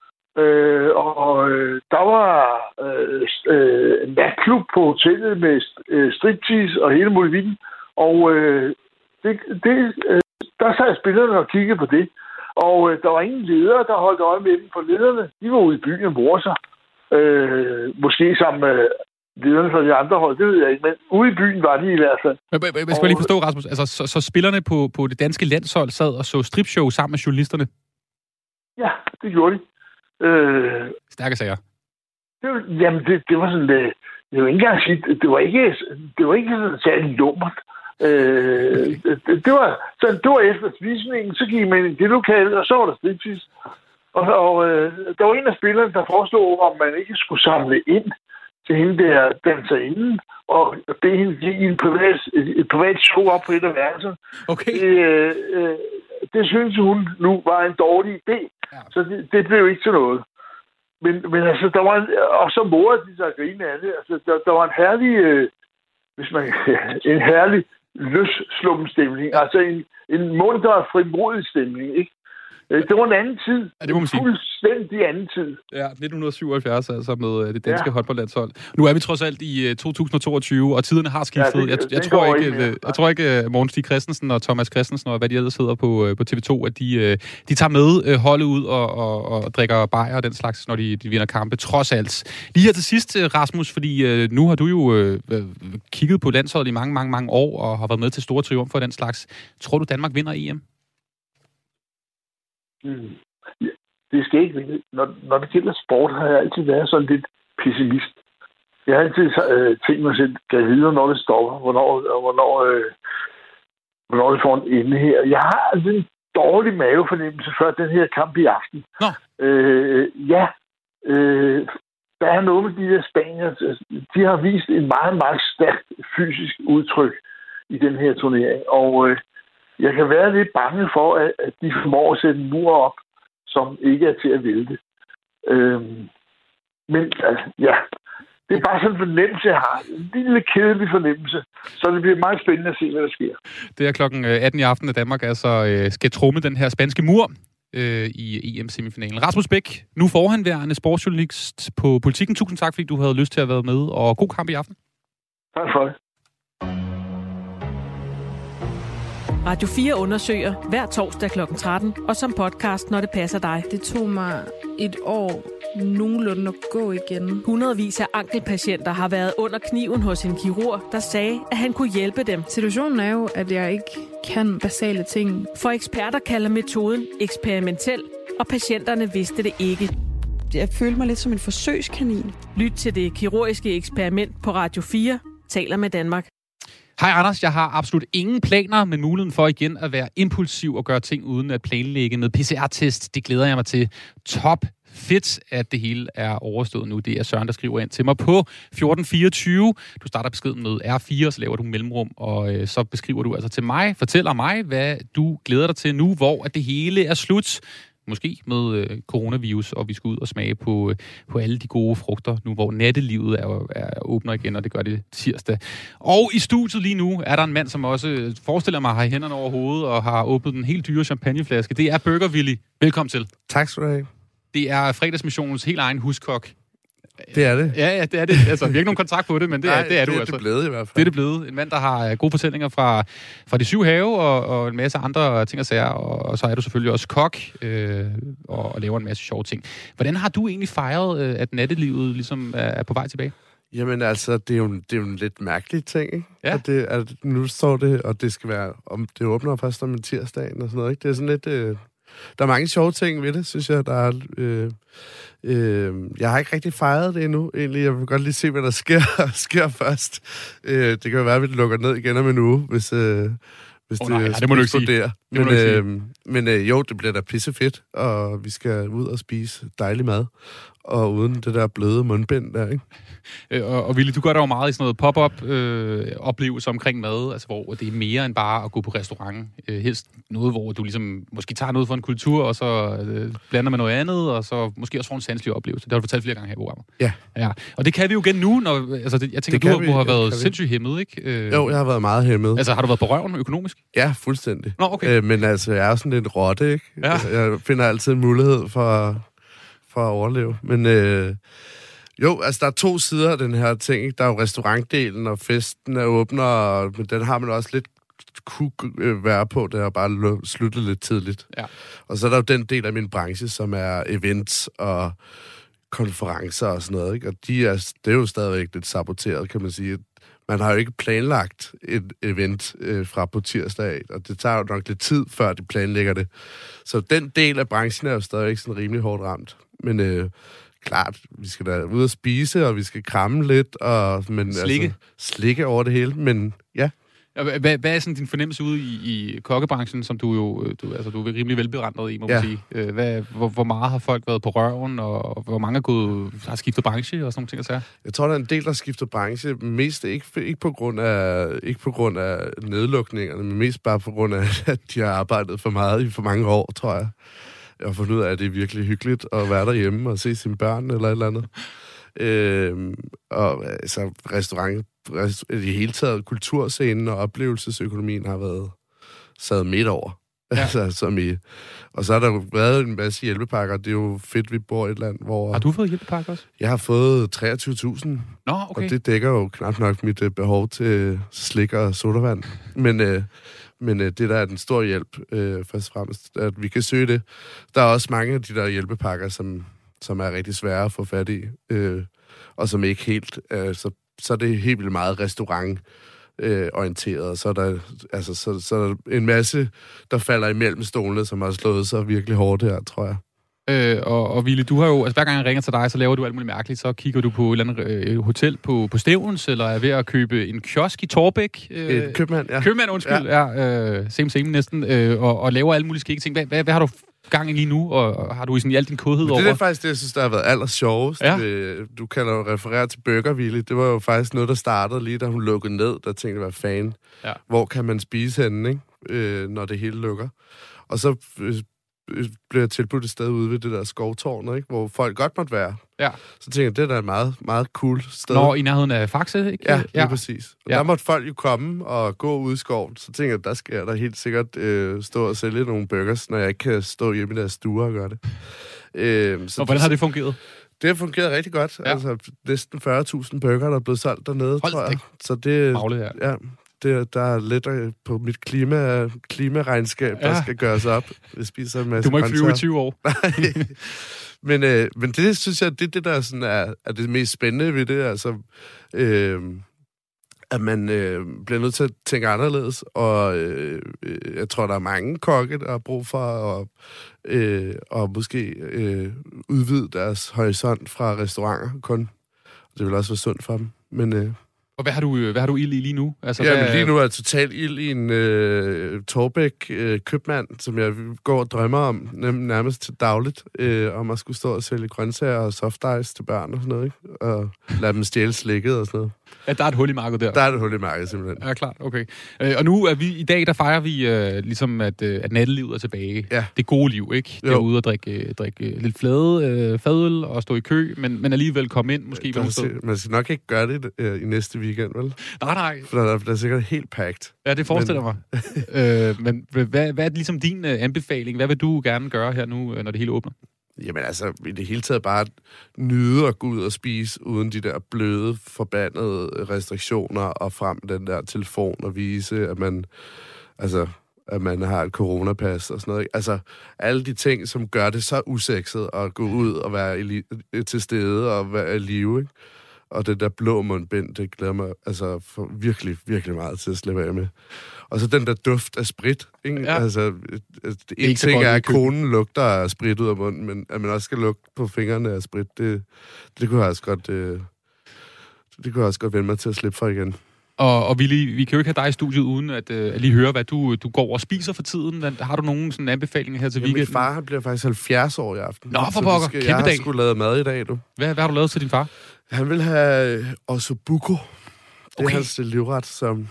Der var natklub på hotellet med striptease og hele muligheden. Og der sad spillerne og kiggede på det. Og der var ingen ledere, der holdt øje med dem, for lederne, de var ude i byen og morede sig. Måske sammen med lederne fra de andre hold, det ved jeg ikke, men ude i byen var de i hvert fald. Jeg skal lige forstå, Rasmus, altså, så spillerne på det danske landshold sad og så stripshow sammen med journalisterne? Ja, det gjorde de. Stærke sager. Det var sådan, jeg vil ikke engang sige, det var ikke sådan særligt lummert. Det var efter spisningen, så gik man i det lokale, og så var der striptease. Og der var en af spillerne, der foreslog, om man ikke skulle samle ind til hende der danserinde, og bede hende i et privat show op på et af værelserne. Okay. Det synes hun nu var en dårlig idé, så det blev ikke til noget. Men altså, der var og så morede de sig at grine af det. Altså, der var en herlig, en herlig løsslummenstemning. Altså en munter og frimodig stemning, ikke? Det var en anden tid. Ja, det må man sige. Fuldstændig anden tid. Ja, 1977 altså med det danske håndboldlandshold. Nu er vi trods alt i 2022, og tiderne har skiftet. Ja, jeg tror ikke Morten Stig Christensen og Thomas Christensen og hvad de ellers hedder på TV2, at de tager med holdet ud og drikker bajer og den slags, når de vinder kampe, trods alt. Lige her til sidst, Rasmus, fordi nu har du jo kigget på landsholdet i mange år og har været med til store triumfer og den slags. Tror du, Danmark vinder EM? Det skal ikke vinde. Når det gælder sport, har jeg altid været sådan lidt pessimist. Jeg har altid tænkt mig selv, kan videre, når det stopper, hvornår det får en ende her. Jeg har altså en dårlig mavefornemmelse før den her kamp i aften. Nå. Der er noget med de der spanier. De har vist en meget, meget stærkt fysisk udtryk i den her turnering. Og jeg kan være lidt bange for, at de formår at sætte en mur op, som ikke er til at vælte. Men altså, ja, det er bare sådan en fornemmelse, jeg har. En lille kedelig fornemmelse. Så det bliver meget spændende at se, hvad der sker. Det er klokken 18 i aften, at Danmark altså skal trumme den her spanske mur i EM-semifinalen. Rasmus Bæk, nu forhenværende sportsjournalist på Politikken. Tusind tak, fordi du havde lyst til at være med, og god kamp i aften. Tak for det. Radio 4 undersøger hver torsdag kl. 13, og som podcast, når det passer dig. Det tog mig et år nogenlunde at gå igen. Hundredvis af ankelpatienter har været under kniven hos en kirurg, der sagde, at han kunne hjælpe dem. Situationen er jo, at jeg ikke kan basale ting. For eksperter kalder metoden eksperimentel, og patienterne vidste det ikke. Jeg følte mig lidt som en forsøgskanin. Lyt til det kirurgiske eksperiment på Radio 4, taler med Danmark. Hej Anders, jeg har absolut ingen planer, men muligheden for igen at være impulsiv og gøre ting uden at planlægge med PCR-test, det glæder jeg mig til. Top fedt, at det hele er overstået nu. Det er Søren, der skriver ind til mig på 1424. Du starter beskeden med R4, så laver du mellemrum, og så beskriver du altså til mig, fortæller mig, hvad du glæder dig til nu, hvor at det hele er slut. Måske med coronavirus, og vi skal ud og smage på alle de gode frugter, nu hvor nattelivet er åbner igen, og det gør det tirsdag. Og i studiet lige nu er der en mand, som også forestiller mig har hænderne over hovedet og har åbnet en helt dyre champagneflaske. Det er Burger Willy. Velkommen til. Tak skal du have. Det er Fredagsmissionens helt egen huskok. Det er det. Ja, det er det. Altså, vi har ikke nogen kontrakt på det, men det er du altså. Det er det blevet i hvert fald. Det er det blevet. En mand, der har gode fortællinger fra de 7 have og en masse andre ting og sager, og så er du selvfølgelig også kok og laver en masse sjove ting. Hvordan har du egentlig fejret, at nattelivet ligesom er på vej tilbage? Jamen altså, det er jo en lidt mærkelig ting, ikke? Ja. At nu står det, og det skal være, det åbner først om tirsdagen og sådan noget, ikke? Det er sådan lidt... Der er mange sjove ting ved det, synes jeg. Der er, jeg har ikke rigtig fejret det endnu, egentlig. Jeg vil godt lige se, hvad der sker først. Det kan jo være, at vi lukker ned igen om en uge, hvis det må du ikke sige. Men jo, det bliver da pissefedt, og vi skal ud og spise dejlig mad, og uden det der bløde mundbind der, ikke? Og Willy, du gør der jo meget i sådan noget pop-up oplevelse omkring mad, altså hvor det er mere end bare at gå på restaurant. Helst noget, hvor du ligesom måske tager noget fra en kultur, og så blander med noget andet, og så måske også får en sanselig oplevelse. Det har du fortalt flere gange her i programmet. Ja. Og det kan vi jo igen nu, når jeg tænker, du har været sindssygt hæmmet, ikke? Jo, jeg har været meget hæmmet. Altså, har du været på røven økonomisk? Ja, fuldstændig. Nå, okay. Men altså, jeg er jo sådan lidt rotte, ikke? Ja. Jeg finder altid en mulighed for at overleve. Men jo, altså der er 2 sider af den her ting, ikke? Der er jo restaurantdelen, og festen er åbner, men den har man også lidt kunne være på, det er bare sluttet lidt tidligt. Ja. Og så er der jo den del af min branche, som er events og konferencer og sådan noget, ikke? Og det er jo stadigvæk lidt saboteret, kan man sige. Man har jo ikke planlagt et event fra på tirsdag, og det tager jo nok lidt tid, før de planlægger det. Så den del af branchen er jo stadigvæk sådan rimelig hårdt ramt. Men klart, vi skal da ud og spise, og vi skal kramme lidt, og slikke over det hele, men ja. Hvad er sådan din fornemmelse ude i kokkebranchen, som du er rimelig velberendet i, må man sige? Hvor meget har folk været på røven, og hvor mange har skiftet branche og sådan nogle ting? Jeg tror, der er en del, der skifter branche. Mest ikke på grund af nedlukningerne, men mest bare på grund af, at de har arbejdet for meget i for mange år, tror jeg. Jeg har fundet ud af, at det er virkelig hyggeligt at være derhjemme og se sine børn eller et eller andet. Og altså restaurant i det hele taget, kulturscenen og oplevelsesøkonomien har været sad midt over. Ja. Altså, og så har der jo været en masse hjælpepakker. Det er jo fedt, vi bor i et land, hvor... Har du fået hjælpepakker også? Jeg har fået 23.000. Nå, okay. Og det dækker jo knap nok mit behov til slik og sodavand. Men det der er den store hjælp, først og fremmest, at vi kan søge det. Der er også mange af de der hjælpepakker, som er rigtig svære at få fat i, og som ikke helt... Så er det helt vildt meget restaurant-orienteret. Så er der en masse, der falder imellem stolene, som har slået sig virkelig hårdt her, tror jeg. Og Ville, du har jo, altså hver gang jeg ringer til dig, så laver du alt muligt mærkeligt. Så kigger du på et eller andet hotel på Stevns, eller er ved at købe en kiosk i Torbæk. Købmand, ja. Købmand, undskyld. Ja. Same næsten. Og laver alle mulige skægge ting. Hvad har du gang i lige nu, og har du i sådan i al din kodhed over? Det er faktisk det, jeg synes, der har været allersjovest. Ja. Du kan jo referere til Burger Ville. Det var jo faktisk noget, der startede lige, da hun lukkede ned. Der tænkte jeg, hvad fanden. Ja. Hvor kan man spise henne, ikke? Når det hele lukker? Og så blev jeg tilbudt et sted ude ved det der skovtårn, ikke? Hvor folk godt måtte være. Ja. Så tænkte jeg, det er da et meget, meget cool sted. Nå, i nærheden af Faxe, ikke? Ja, lige præcis. Og der måtte folk jo komme og gå ud i skoven. Så tænkte jeg, der skal jeg da helt sikkert stå og sælge nogle burgers, når jeg ikke kan stå hjemme i deres stuer og gøre det. Og hvordan har det fungeret? Det har fungeret rigtig godt. Ja. Altså næsten 40.000 burger, der er blevet solgt dernede, tror jeg. Så det... Magle, ja. Der er lidt på mit klimaregnskab, der skal gøres op. Jeg spiser en masse. Du må ikke flyve i 20 år. men det synes jeg, det der sådan er det mest spændende ved det, altså, at man bliver nødt til at tænke anderledes, og jeg tror, der er mange kokke, der har brug for at måske udvide deres horisont fra restauranter kun. Det vil også være sundt for dem, men... Og hvad har du ild i lige nu? Altså, lige nu er jeg totalt ild i en Torbæk købmand, som jeg går og drømmer om nærmest til dagligt, om at skulle stå og sælge grøntsager og soft ice til børn og sådan noget, ikke? Og lade dem stjæle slikket og sådan noget. Ja, der er et hul i markedet der. Der er et hul i markedet, simpelthen. Ja, klart, okay. Og nu er i dag, der fejrer vi ligesom, at nattelivet er tilbage. Ja. Det gode liv, ikke? Derude og drikke lidt flade fadøl og stå i kø, men alligevel komme ind, måske. Man skal nok ikke gøre det i næste weekend, vel? Nej. For der er sikkert helt packed. Ja, det forestiller mig. Men hvad er ligesom din anbefaling? Hvad vil du gerne gøre her nu, når det hele åbner? Jamen altså, i det hele taget bare nyde at gå ud og spise, uden de der bløde, forbandede restriktioner, og frem den der telefon og vise, at man har et coronapas og sådan noget. Altså, alle de ting, som gør det så usekset at gå ud og være til stede og være i live, ikke? Og det der blå mundbind, det glæder mig altså for virkelig, virkelig meget til at slippe af med. Og så den der duft af sprit, ikke? Ja. Altså, en ting er, at konen lugter af sprit ud af munden, men at man også skal lugte på fingrene af sprit, det kunne jeg også godt, det kunne jeg også godt vende mig til at slippe for igen. Og vi kan jo ikke have dig i studiet uden at lige høre, hvad du går og spiser for tiden. Har du nogen sådan anbefalinger her til weekenden? Min far bliver faktisk 70 år i aften. Nå, for pokker. Kæmpe dag. Jeg har sgu lavet mad i dag, du. Hvad har du lavet til din far? Han vil have ossobuco. Det er hans livret, som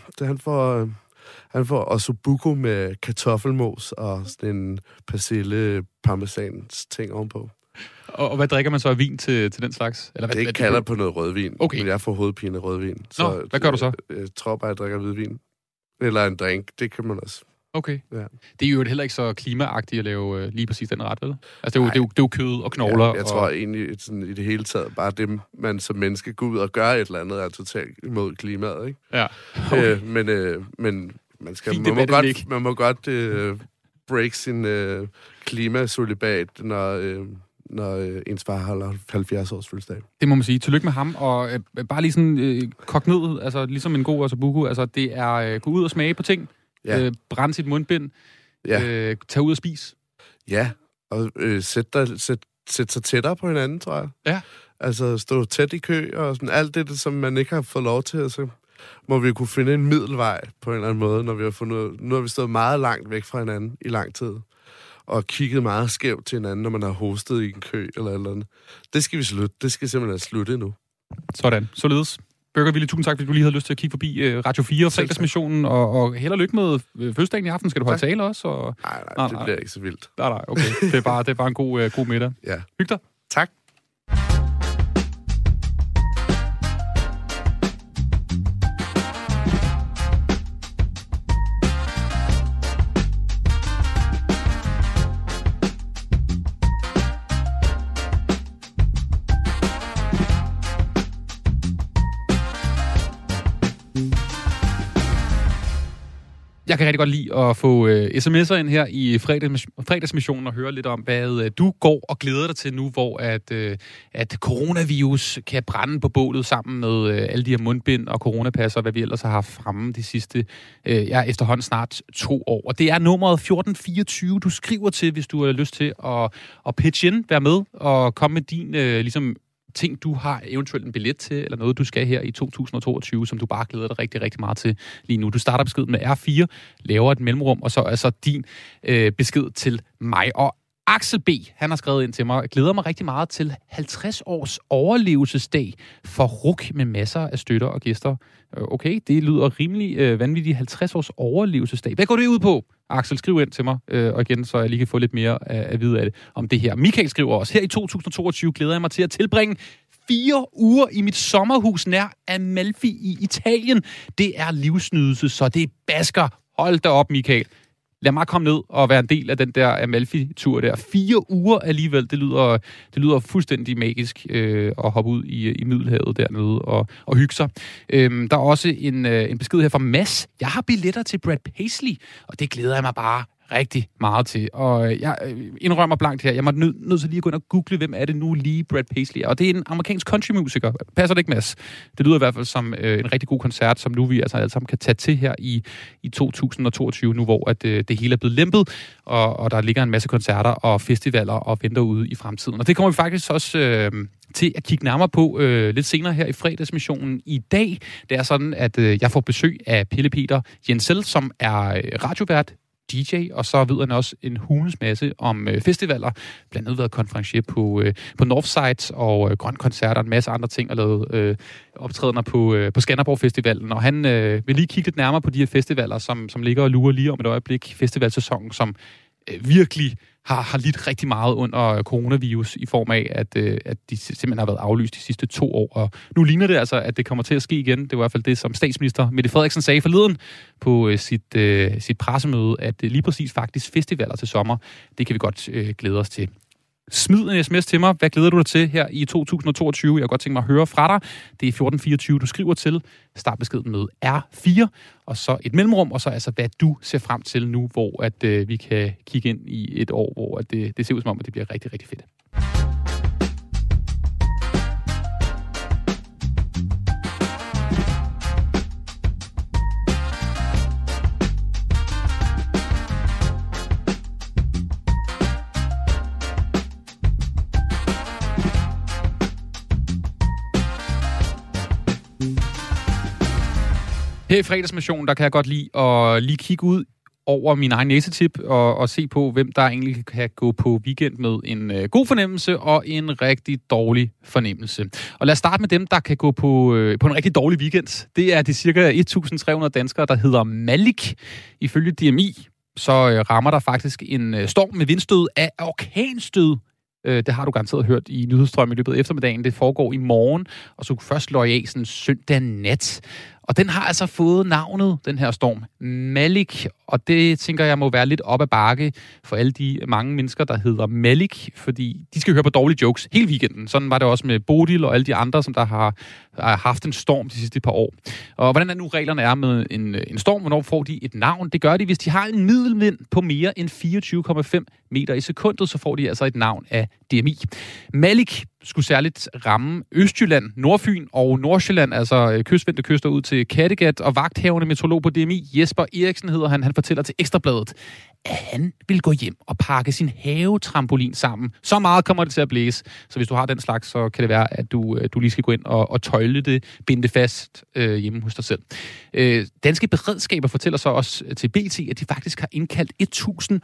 han får ossobuco med kartoffelmos og sådan en persille parmesans ting ovenpå. Og hvad drikker man så af vin til den slags? Eller hvad, det kalder på noget rødvin, men jeg får hovedpine af rødvin. Så hvad gør du så? Jeg tror bare, jeg drikker hvidvin. Eller en drink, det kan man også. Okay. Ja. Det er jo heller ikke så klimaagtigt at lave lige præcis den ret, vel? Altså, det er jo kød og knogler. Ja, jeg tror egentlig sådan, i det hele taget, bare det, man som menneske går ud og gør et eller andet, er totalt imod klimaet, ikke? Ja. Okay. Men man må godt break sin klimasolibat, når ens far holder 70 års fødselsdag. Det må man sige. Tillykke med ham, og bare lige sådan kok ned, altså ligesom en god ossobuco, altså det er gå ud og smage på ting, brænde sit mundbind, tage ud og spise. Ja, og sætte sig tættere på hinanden, tror jeg. Ja. Altså stå tæt i kø, og sådan alt det, som man ikke har fået lov til, altså må vi kunne finde en middelvej på en eller anden måde, når vi har fundet... Nu har vi stået meget langt væk fra hinanden i lang tid, og kigget meget skævt til hinanden, når man har hostet i en kø eller et eller andet. Det skal vi slutte. Det skal simpelthen slutte nu. Sådan. Således. Burger Willy, tusind tak, fordi du lige havde lyst til at kigge forbi Radio 4 og fredagsmissionen, og held og lykke med fødselsdagen i aften. Skal du holde tale også? Og... Nej, det bliver ikke så vildt. Nej, okay. Det er bare en god middag. Ja. Hyg dig. Tak. Jeg kan rigtig godt lide at få sms'er ind her i fredagsmissionen og høre lidt om, hvad du går og glæder dig til nu, hvor at coronavirus kan brænde på bålet sammen med alle de her mundbind og coronapasser, hvad vi ellers har haft fremme de sidste efterhånden snart 2 år. Og det er nummeret 1424, du skriver til, hvis du har lyst til at pitch in, være med og komme med din ligesom ting, du har eventuelt en billet til, eller noget, du skal her i 2022, som du bare glæder dig rigtig, rigtig meget til lige nu. Du starter beskeden med R4, laver et mellemrum, og så er så din besked til mig. Og Axel B., han har skrevet ind til mig, glæder mig rigtig meget til 50 års overlevelsesdag for RUK med masser af støtter og gæster. Okay, det lyder rimelig vanvittigt. 50 års overlevelsesdag. Hvad går det ud på? Axel, skriv ind til mig, og igen, så jeg lige kan få lidt mere at vide af det, om det her. Michael skriver også, her i 2022 glæder jeg mig til at tilbringe 4 uger i mit sommerhus nær Amalfi i Italien. Det er livsnydelse, så det er basker. Hold da op, Michael. Lad mig komme ned og være en del af den der Amalfi-tur der. 4 uger alligevel, det lyder fuldstændig magisk at hoppe ud i Middelhavet dernede og hygge sig. Der er også en besked her fra Mads. Jeg har billetter til Brad Paisley, og det glæder jeg mig bare rigtig meget til. Og jeg indrømmer blankt her, jeg må nødt til lige at gå ind og google, hvem er det nu lige Brad Paisley er. Og det er en amerikansk countrymusiker. Passer det ikke, Mads? Det lyder i hvert fald som en rigtig god koncert, som nu vi altså alle sammen kan tage til her i 2022, nu hvor at, det hele er blevet lempet, og der ligger en masse koncerter og festivaler og venter ude i fremtiden. Og det kommer vi faktisk også til at kigge nærmere på lidt senere her i fredagsmissionen i dag. Det er sådan, at jeg får besøg af Pelle Peter Jensel, som er radiovært, DJ, og så ved han også en hulens masse om festivaler, blandt andet været konferencier på Northside og Grøn Koncert og en masse andre ting, og lavet optrædener på Skanderborg Festivalen, og han vil lige kigge lidt nærmere på de her festivaler, som ligger og lurer lige om et øjeblik. Festivalsæsonen, som virkelig har lidt rigtig meget under coronavirus i form af, at de simpelthen har været aflyst de sidste 2 år. Og nu ligner det altså, at det kommer til at ske igen. Det var i hvert fald det, som statsminister Mette Frederiksen sagde forleden på sit pressemøde, at lige præcis faktisk festivaler til sommer, det kan vi godt glæde os til. Smid en sms til mig. Hvad glæder du dig til her i 2022? Jeg har godt tænkt mig at høre fra dig. Det er 1424, du skriver til. Start beskeden med R4, og så et mellemrum, og så altså, hvad du ser frem til nu, hvor at vi kan kigge ind i et år, hvor at det ser ud som om, at det bliver rigtig, rigtig fedt. Her i fredagsmissionen, der kan jeg godt lide at lige kigge ud over min egen næsetip og se på, hvem der egentlig kan gå på weekend med en god fornemmelse og en rigtig dårlig fornemmelse. Og lad os starte med dem, der kan gå på en rigtig dårlig weekend. Det er de cirka 1.300 danskere, der hedder Malik. Ifølge DMI, så rammer der faktisk en storm med vindstød af orkanstød. Det har du garanteret hørt i nyhedsstrømmen i løbet af eftermiddagen. Det foregår i morgen, og så først løg af sådan søndag nat. Og den har altså fået navnet, den her storm, Malik. Og det, tænker jeg, må være lidt op ad bakke for alle de mange mennesker, der hedder Malik, fordi de skal høre på dårlige jokes hele weekenden. Sådan var det også med Bodil og alle de andre, som der har haft en storm de sidste par år. Og hvordan er nu reglerne er med en storm? Hvornår får de et navn? Det gør de, hvis de har en middelvind på mere end 24,5 meter i sekundet, så får de altså et navn af DMI. Malik skulle særligt ramme Østjylland, Nordfyn og Nordsjælland, altså kystvendte kyster ud til Kattegat, og vagthavende meteorolog på DMI, Jesper Eriksen hedder han fortæller til Ekstrabladet, at han vil gå hjem og pakke sin havetrampolin sammen. Så meget kommer det til at blæse. Så hvis du har den slags, så kan det være, at du lige skal gå ind og tøjle det, binde det fast hjemme hos dig selv. Danske beredskaber fortæller så også til BT, at de faktisk har indkaldt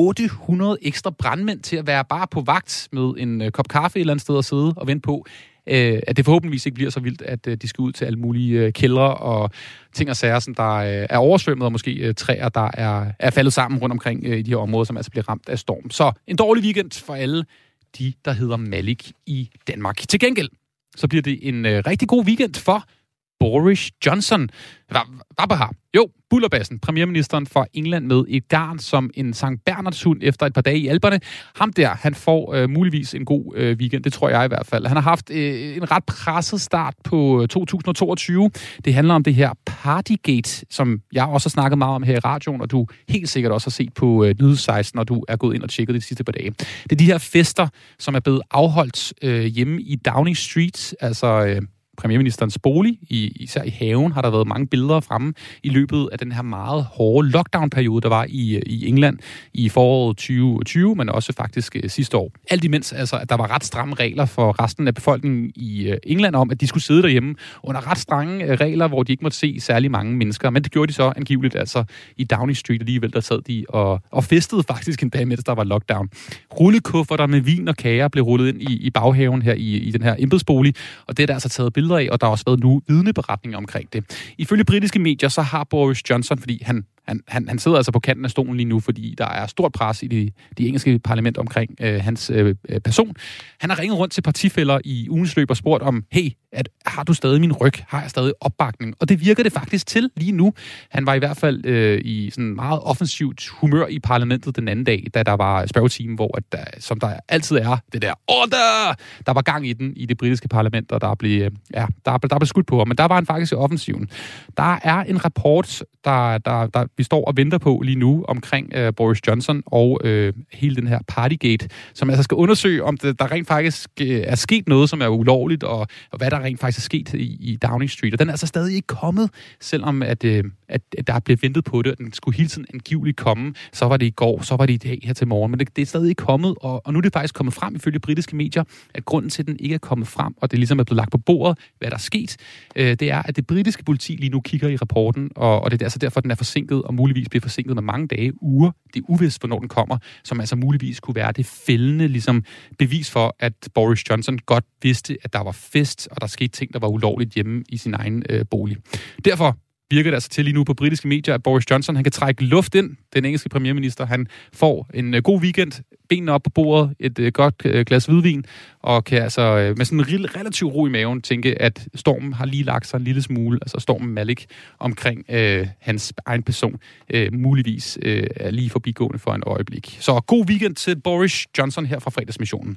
1.800 ekstra brandmænd til at være bare på vagt med en kop kaffe et eller andet sted og sidde og vente på, at det forhåbentligvis ikke bliver så vildt, at de skal ud til alle mulige kældre og ting og sager, som der er oversvømmet, og måske træer, der er faldet sammen rundt omkring i de her områder, som altså bliver ramt af storm. Så en dårlig weekend for alle de, der hedder Malik i Danmark. Til gengæld, så bliver det en rigtig god weekend for Boris Johnson. Hvad har? Jo, bullerbassen, premierministeren fra England med et garn som en Sankt Bernards hund efter et par dage i Alperne. Ham der, han får muligvis en god weekend, det tror jeg i hvert fald. Han har haft en ret presset start på 2022. Det handler om det her Partygate, som jeg også har snakket meget om her i radioen, og du helt sikkert også har set på Nyheds16, når du er gået ind og tjekket de sidste par dage. Det er de her fester, som er blevet afholdt hjemme i Downing Street, altså premierministerens bolig, især i haven, har der været mange billeder fremme i løbet af den her meget hårde lockdown-periode, der var i England i foråret 2020, men også faktisk sidste år. Alt imens, altså, at der var ret stramme regler for resten af befolkningen i England om, at de skulle sidde derhjemme under ret strenge regler, hvor de ikke måtte se særlig mange mennesker. Men det gjorde de så angiveligt, altså i Downing Street alligevel, der sad de og festede faktisk en dag, mens der var lockdown. Rullekufferter med vin og kager blev rullet ind i baghaven her i den her embedsbolig, og det er der altså taget billeder af, og der har også været nu vidneberetninger omkring det. Ifølge britiske medier, så har Boris Johnson, fordi han sidder altså på kanten af stolen lige nu, fordi der er stort pres i det engelske parlament omkring hans person. Han har ringet rundt til partifæller i ugens løb og spurgt om, hey, har du stadig min ryg? Har jeg stadig opbakning? Og det virker det faktisk til lige nu. Han var i hvert fald i sådan meget offensivt humør i parlamentet den anden dag, da der var spørgetime, hvor som der altid er, det der order, der var gang i den i det britiske parlament, og der blev skudt på ham, men der var han faktisk i offensiven. Der er en rapport, der vi står og venter på lige nu omkring Boris Johnson og hele den her Partygate, som altså skal undersøge, om der rent faktisk er sket noget, som er ulovligt, og hvad der rent faktisk er sket i Downing Street. Og den er altså stadig ikke kommet, selvom at der blev ventet på det, og den skulle hele tiden angiveligt komme. Så var det i går, så var det i dag her til morgen, men det er stadig ikke kommet, og nu er det faktisk kommet frem ifølge britiske medier, at grunden til, at den ikke er kommet frem, og det ligesom er blevet lagt på bordet, hvad der er sket, det er, at det britiske politi lige nu kigger i rapporten, og det er altså derfor, den er forsinket, og muligvis bliver forsinket med mange dage, uger. Det er uvist, hvornår den kommer, som altså muligvis kunne være det fældende ligesom bevis for, at Boris Johnson godt vidste, at der var fest, og der skete ting, der var ulovligt hjemme i sin egen bolig. Derfor virker det altså til lige nu på britiske medier, at Boris Johnson, han kan trække luft ind, den engelske premierminister. Han får en god weekend, benene op på bordet, et godt glas hvidvin, og kan altså med sådan en relativt ro i maven tænke, at stormen har lige lagt sig en lille smule, altså stormen Malik, omkring hans egen person, muligvis er lige forbigående for en øjeblik. Så god weekend til Boris Johnson her fra fredagsmissionen.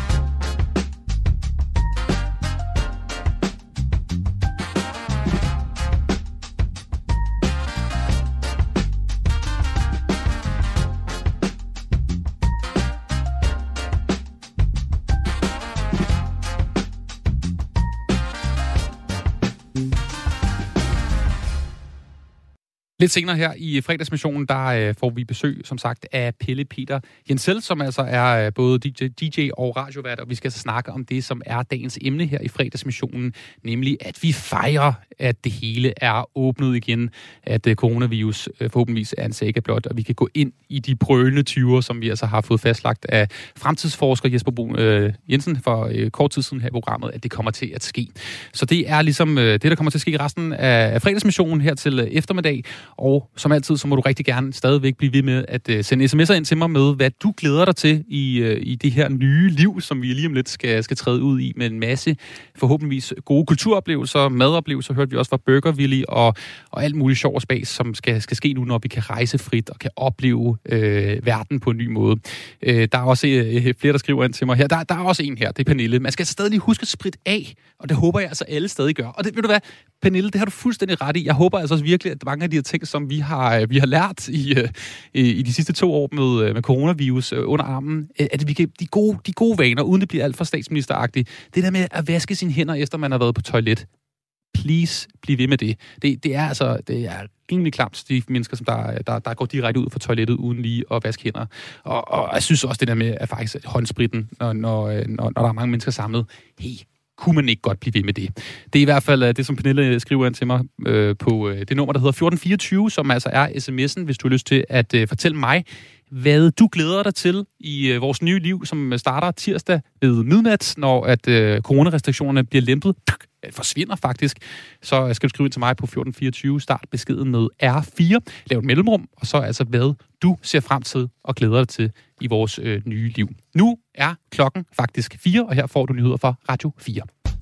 Lidt senere her i fredagsmissionen, der får vi besøg, som sagt, af Pelle Peter Jensel, som altså er både DJ og radiovært, og vi skal så snakke om det, som er dagens emne her i fredagsmissionen, nemlig at vi fejrer, at det hele er åbnet igen, at coronavirus forhåbentligvis er en saga blot, og vi kan gå ind i de brølende 20'er, som vi altså har fået fastlagt af fremtidsforsker Jesper Bo Jensen for kort tid siden her i programmet, at det kommer til at ske. Så det er ligesom det, der kommer til at ske i resten af fredagsmissionen her til eftermiddag. Og som altid, så må du rigtig gerne stadigvæk blive ved med at sende sms'er ind til mig med, hvad du glæder dig til i det her nye liv, som vi lige om lidt skal træde ud i, med en masse forhåbentligvis gode kulturoplevelser, madoplevelser, hørte vi også fra Burgervilly, og alt muligt sjov og spas, som skal ske nu, når vi kan rejse frit og kan opleve verden på en ny måde. Der er også flere, der skriver ind til mig her. Der er også en her, det er Pernille. Man skal stadig lige huske at spritte af, og det håber jeg altså alle stadig gør. Og det, ved du hvad, Pernille, det har du fuldstændig ret i. Jeg håber altså også virkelig, at mange af de her ting, som vi har lært i de sidste 2 år med coronavirus under armen, at vi kan de gode vaner, uden det bliver alt for statsministeragtigt, det der med at vaske sine hænder, efter man har været på toilet. please bliv ved med det. Det er rimelig klamt, de mennesker, som der går direkte ud fra toilettet uden lige at vaske hænder. Og jeg synes også det der med, at faktisk håndspritten, når der er mange mennesker samlet, kunne man ikke godt blive ved med det. Det er i hvert fald det, som Pernille skriver ind til mig på det nummer, der hedder 1424, som altså er sms'en, hvis du har lyst til at fortælle mig, hvad du glæder dig til i vores nye liv, som starter tirsdag ved midnat, når at coronarestriktionerne bliver lempet, forsvinder faktisk. Så skal du skrive ind til mig på 1424, start beskeden med R4, lav et mellemrum, og så altså hvad du ser frem til og glæder dig til i vores nye liv. Nu er klokken faktisk 4, og her får du nyheder fra Radio 4.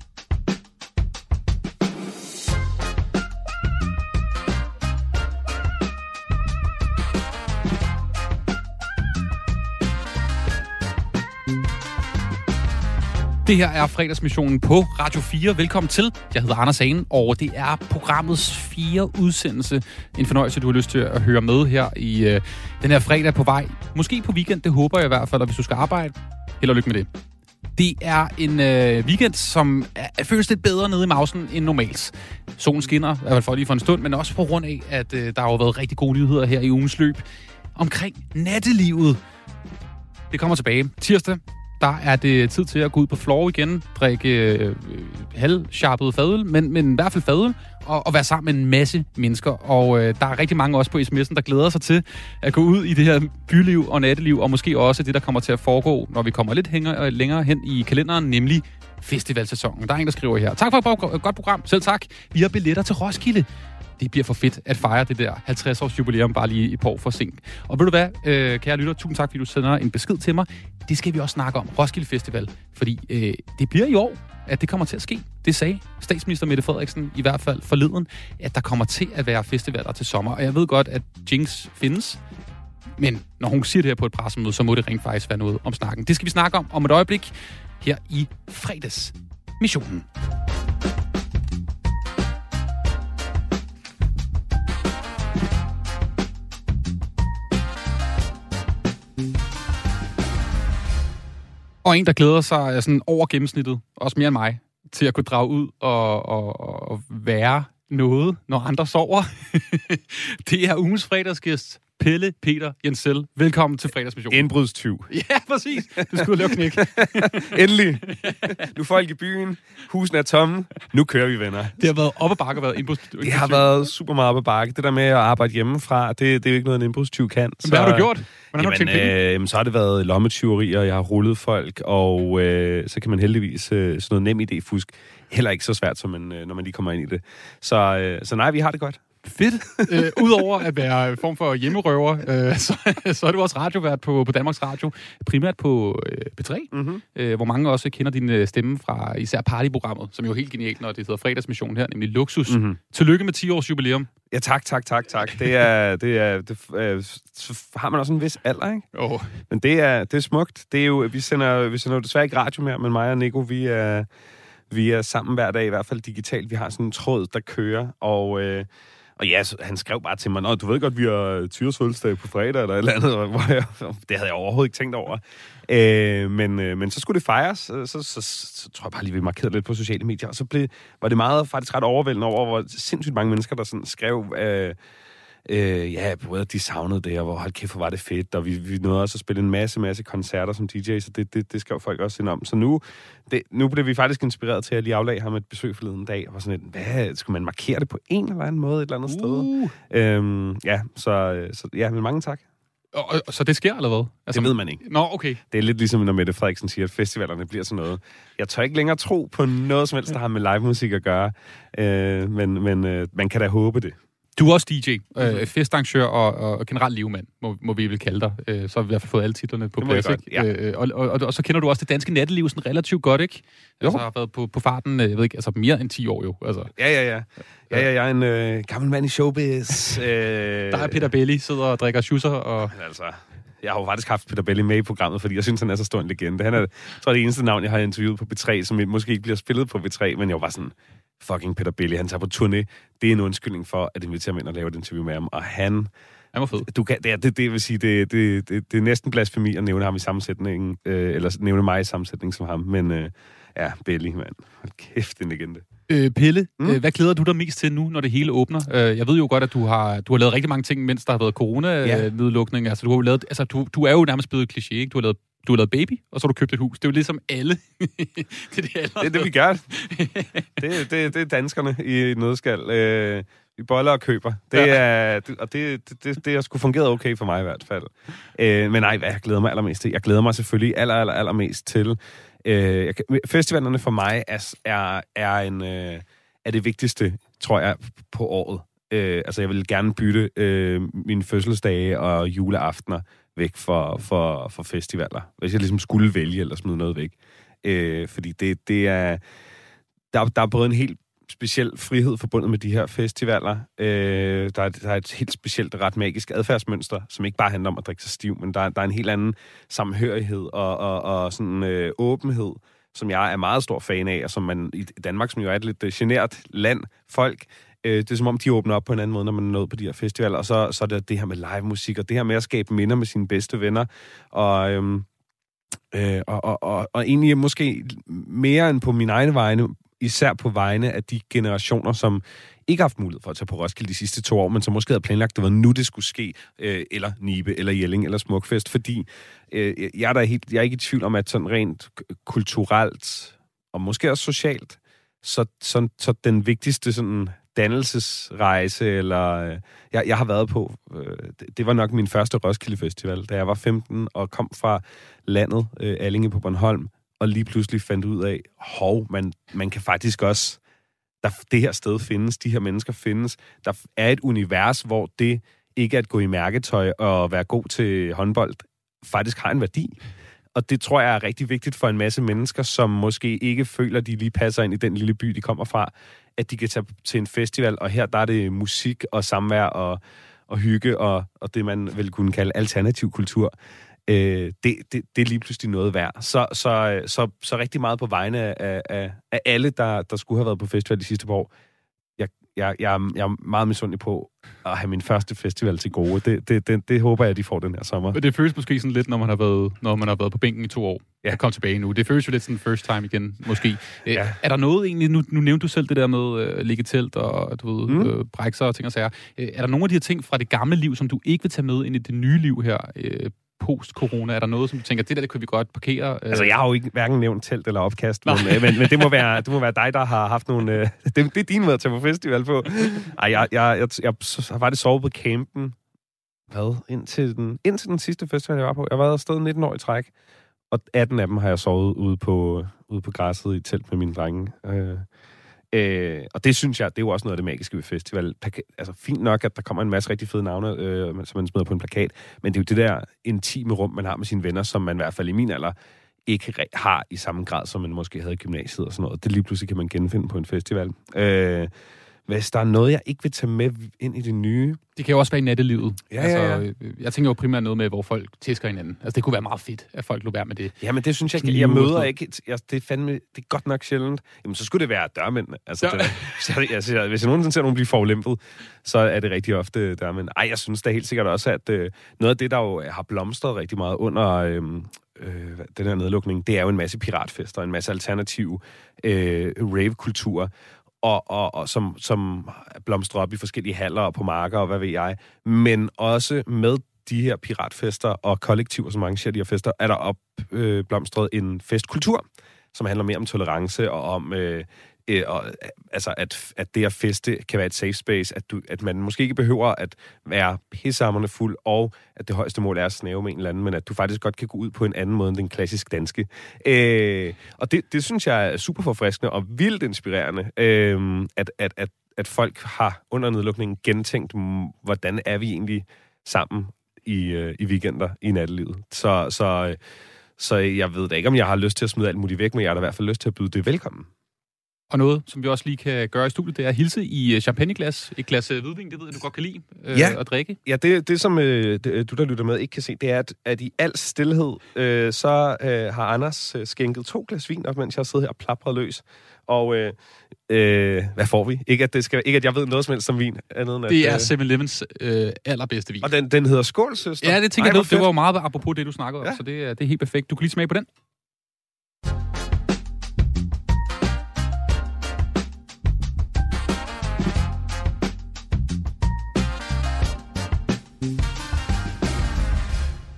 Det her er fredagsmissionen på Radio 4. Velkommen til. Jeg hedder Anders Hane, og det er programmets 4. udsendelse. En fornøjelse, du har lyst til at høre med her i den her fredag på vej. Måske på weekend, det håber jeg i hvert fald, og hvis du skal arbejde, held og lykke med det. Det er en weekend, som føles lidt bedre nede i mausen end normalt. Solen skinner, i hvert fald lige for en stund, men også på grund af, at der har jo været rigtig gode nyheder her i ugens løb omkring nattelivet. Det kommer tilbage tirsdag. Der er det tid til at gå ud på floor igen, drikke halvsharpet fadøl, men i hvert fald fadøl, og være sammen med en masse mennesker. Og der er rigtig mange også på sms'en, der glæder sig til at gå ud i det her byliv og natteliv, og måske også det, der kommer til at foregå, når vi kommer lidt længere hen i kalenderen, nemlig festivalsæsonen. Der er en, der skriver her: Tak for et godt program. Selv tak. Vi har billetter til Roskilde. Det bliver for fedt at fejre det der 50-års jubilæum bare lige et par år for sent. Og ved du hvad, kære lytter, tusind tak, fordi du sender en besked til mig. Det skal vi også snakke om, Roskilde Festival. Fordi det bliver i år, at det kommer til at ske. Det sagde statsminister Mette Frederiksen i hvert fald forleden, at der kommer til at være festivaler til sommer. Og jeg ved godt, at jinx findes, men når hun siger det her på et pressemøde, så må det rent faktisk være noget om snakken. Det skal vi snakke om et øjeblik her i fredagsmissionen. Og en, der glæder sig sådan over gennemsnittet, også mere end mig, til at kunne drage ud og være noget, når andre sover. Det er ugens fredagsgæst, Pelle Peter Jensel. Velkommen til fredagsmissionen. Indbrudstyv. Ja, præcis. Du skulle lave knæk. Endelig. Nu er folk i byen. Husene er tomme. Nu kører vi, venner. Det har været op ad bakke og været indbrudstyv. Det har været super meget op ad bakke. Det der med at arbejde hjemmefra, det er jo ikke noget, en indbrudstyv kan. Så, hvad har du gjort? Hvordan har du tænkt penge? Så har det været lommetyverier, jeg har rullet folk, og så kan man heldigvis sådan noget nem idéfusk. Heller ikke så svært, som når man lige kommer ind i det. Så nej, vi har det godt. Fedt. Udover at være en form for hjemmerøver, så er du også radiovært på Danmarks Radio, primært på P3, hvor mange også kender din stemme fra især partyprogrammet, som jo er helt genialt, når det hedder fredagsmission her, nemlig Luksus. Tillykke med 10 års jubilæum. Ja, tak. Det så har man også en vis alder, ikke? Men det er smukt. Det er jo, vi sender jo desværre ikke radio mere, men mig og Nico, vi er sammen hver dag, i hvert fald digitalt. Vi har sådan en tråd, der kører, og ja, han skrev bare til mig, nå, du ved godt, vi har Tyres fødselsdag på fredag, eller et eller andet, det havde jeg overhovedet ikke tænkt over. Men så skulle det fejres, så tror jeg bare lige, vi markerede lidt på sociale medier, og så var det meget faktisk ret overvældende over, hvor sindssygt mange mennesker, der sådan skrev, både de savnede det, og hvor hold kæft, hvor var det fedt, og vi nåede også at spille en masse koncerter som DJ, så det skrev folk også ind om. Så nu blev vi faktisk inspireret til at lige aflage ham et besøg forleden dag, og var sådan hvad, skulle man markere det på en eller anden måde et eller andet sted? Men mange tak. Og så det sker, eller hvad? Altså, det ved man ikke. Nå, okay. Det er lidt ligesom, når Mette Frederiksen siger, at festivalerne bliver sådan noget. Jeg tør ikke længere tro på noget som helst, der har med live musik at gøre, men man kan da håbe det. Du er også DJ, festarrangør og generelt livmand, må vi vel kalde dig. Så har vi i hvert fald fået alle titlerne på plads, ikke? Og så kender du også det danske natteliv sådan relativt godt, ikke? Altså har været på farten, jeg ved ikke, altså mere end 10 år jo. Altså. Ja, jeg er en gammel mand i showbiz. Der er Peter Belli, sidder og drikker schusser og... Altså, jeg har jo faktisk haft Peter Belli med i programmet, fordi jeg synes, han er så stor en legende. Han er, tror det eneste navn, jeg har interviewet på B3, som måske ikke bliver spillet på B3, men jeg var bare sådan... Fucking Peter Belli, han tager på turné. Det er en undskyldning for at invitere mig ind og lave et interview med ham. Og han var fed. Det vil sige, det er næsten blasfemi at nævne ham i sammensætningen, eller nævne mig i sammensætning som ham. Men Belli, mand. Hold kæft, en legende. Pelle, hvad glæder du dig mest til nu, når det hele åbner? Jeg ved jo godt, at du har lavet rigtig mange ting, mens der har været corona-nedlukning. Altså, du er jo nærmest blevet kliché, ikke? Du har lavet baby, og så har du købt et hus. Det er jo ligesom alle. det er det, vi gør. det er danskerne i nødskal. Vi boller og køber. Det har sgu fungeret okay for mig i hvert fald. Men nej, hvad jeg glæder mig allermest til? Jeg glæder mig selvfølgelig allermest til. Festivalerne for mig er det vigtigste, tror jeg, på året. Altså, jeg vil gerne bytte mine fødselsdage og juleaftener væk for festivaler. Hvis jeg ligesom skulle vælge eller smide noget væk. Fordi det er... Der er både en helt speciel frihed forbundet med de her festivaler. Der er et helt specielt ret magisk adfærdsmønster, som ikke bare handler om at drikke sig stiv, men der er en helt anden samhørighed og sådan åbenhed, som jeg er meget stor fan af, og som man i Danmark, som jo er et lidt genert land, folk, det er som om, de åbner op på en anden måde, når man er nået på de her festivaler, og så er det her med live musik, og det her med at skabe minder med sine bedste venner, og egentlig måske mere end på mine egne vegne, især på vegne af de generationer, som ikke har haft mulighed for at tage på Roskilde de sidste 2 år, men som måske havde planlagt, at det var nu, det skulle ske, eller Nibe, eller Jelling, eller Smukfest, fordi jeg er ikke i tvivl om, at sådan rent kulturelt, og måske også socialt, så den vigtigste sådan dannelsesrejse, eller jeg har været på, det var nok min første Roskilde Festival, da jeg var 15 og kom fra landet, Allinge på Bornholm, og lige pludselig fandt ud af, man kan faktisk også, det her sted findes, de her mennesker findes. Der er et univers, hvor det ikke at gå i mærketøj og være god til håndbold, faktisk har en værdi. Og det tror jeg er rigtig vigtigt for en masse mennesker, som måske ikke føler, de lige passer ind i den lille by, de kommer fra, at de kan tage til en festival, og her der er det musik og samvær og hygge og det, man vil kunne kalde alternativ kultur. Det er lige pludselig noget værd. Så rigtig meget på vegne af alle, der skulle have været på festival de sidste par år. Jeg er meget misundelig på at have min første festival til gode. Det håber jeg, de får den her sommer. Men det føles måske sådan lidt, når man har været på bænken i 2 år. Ja. Og kom tilbage nu. Det føles jo lidt sådan first time igen, måske. Ja. Er der noget egentlig, nu nævnte du selv det der med ligge telt og du ved, brække sig og ting og sager. Er der nogle af de her ting fra det gamle liv, som du ikke vil tage med ind i det nye liv her, post-corona? Er der noget, som du tænker, det kunne vi godt parkere? Altså, jeg har jo ikke hverken nævnt telt eller opkast, men det må være dig, der har haft nogle... det er din måde at tage på festival på. Ej, jeg har faktisk sovet på campen. Indtil den sidste festival, jeg var på. Jeg har været afsted 19 år i træk, og 18 af dem har jeg sovet ude på græsset i et telt med mine drenge. Og det synes jeg, det er jo også noget af det magiske ved festival. Altså fint nok, at der kommer en masse rigtig fede navne, som man smider på en plakat, men det er jo det der intime rum, man har med sine venner, som man i hvert fald i min alder ikke har i samme grad, som man måske havde i gymnasiet og sådan noget. Det lige pludselig kan man genfinde på en festival. Hvis der er noget, jeg ikke vil tage med ind i det nye... Det kan jo også være i nattelivet. Ja. Jeg tænker jo primært noget med, hvor folk tæsker hinanden. Altså, det kunne være meget fedt, at folk lå være med det. Ja, men det synes jeg ikke. Jeg møder ikke... Det er godt nok sjældent. Jamen, så skulle det være dørmændene. Altså, hvis jeg nogensinde ser nogen blive forulempet, så er det rigtig ofte dørmænd. Ej, jeg synes da helt sikkert også, at noget af det, der jo har blomstret rigtig meget under... den her nedlukning, det er jo en masse piratfester, en masse alternative rave-kulturer, og som blomstrer op i forskellige haller og på marker og hvad ved jeg. Men også med de her piratfester og kollektiver, som arrangerer de her fester, er der blomstret en festkultur, som handler mere om tolerance og om altså at det at feste kan være et safe space, at man måske ikke behøver at være pissehamrende fuld, og at det højeste mål er at snæve med en eller anden, men at du faktisk godt kan gå ud på en anden måde end den klassisk danske. Og det synes jeg er super forfriskende og vildt inspirerende, at folk har under nedlukningen gentænkt, hvordan er vi egentlig sammen i weekender i nattelivet. Så jeg ved da ikke, om jeg har lyst til at smide alt muligt væk, men jeg har da i hvert fald lyst til at byde det velkommen. Og noget, som vi også lige kan gøre i studiet, det er at hilse i champagneglas. Et glas hvidvin, det ved jeg, du godt kan lide at drikke. Ja, det som du, der lytter med, ikke kan se, det er, at i al stilhed, så har Anders skænket 2 glas vin op, mens jeg sidder her og plaprer løs. Og hvad får vi? Ikke at jeg ved noget som helst om vin. Andet end det er 7-Elevens allerbedste vin. Og den hedder Skål, søster? Ja, det tænker jeg, det var meget apropos det, du snakkede om, så det er helt perfekt. Du kan lige smage på den.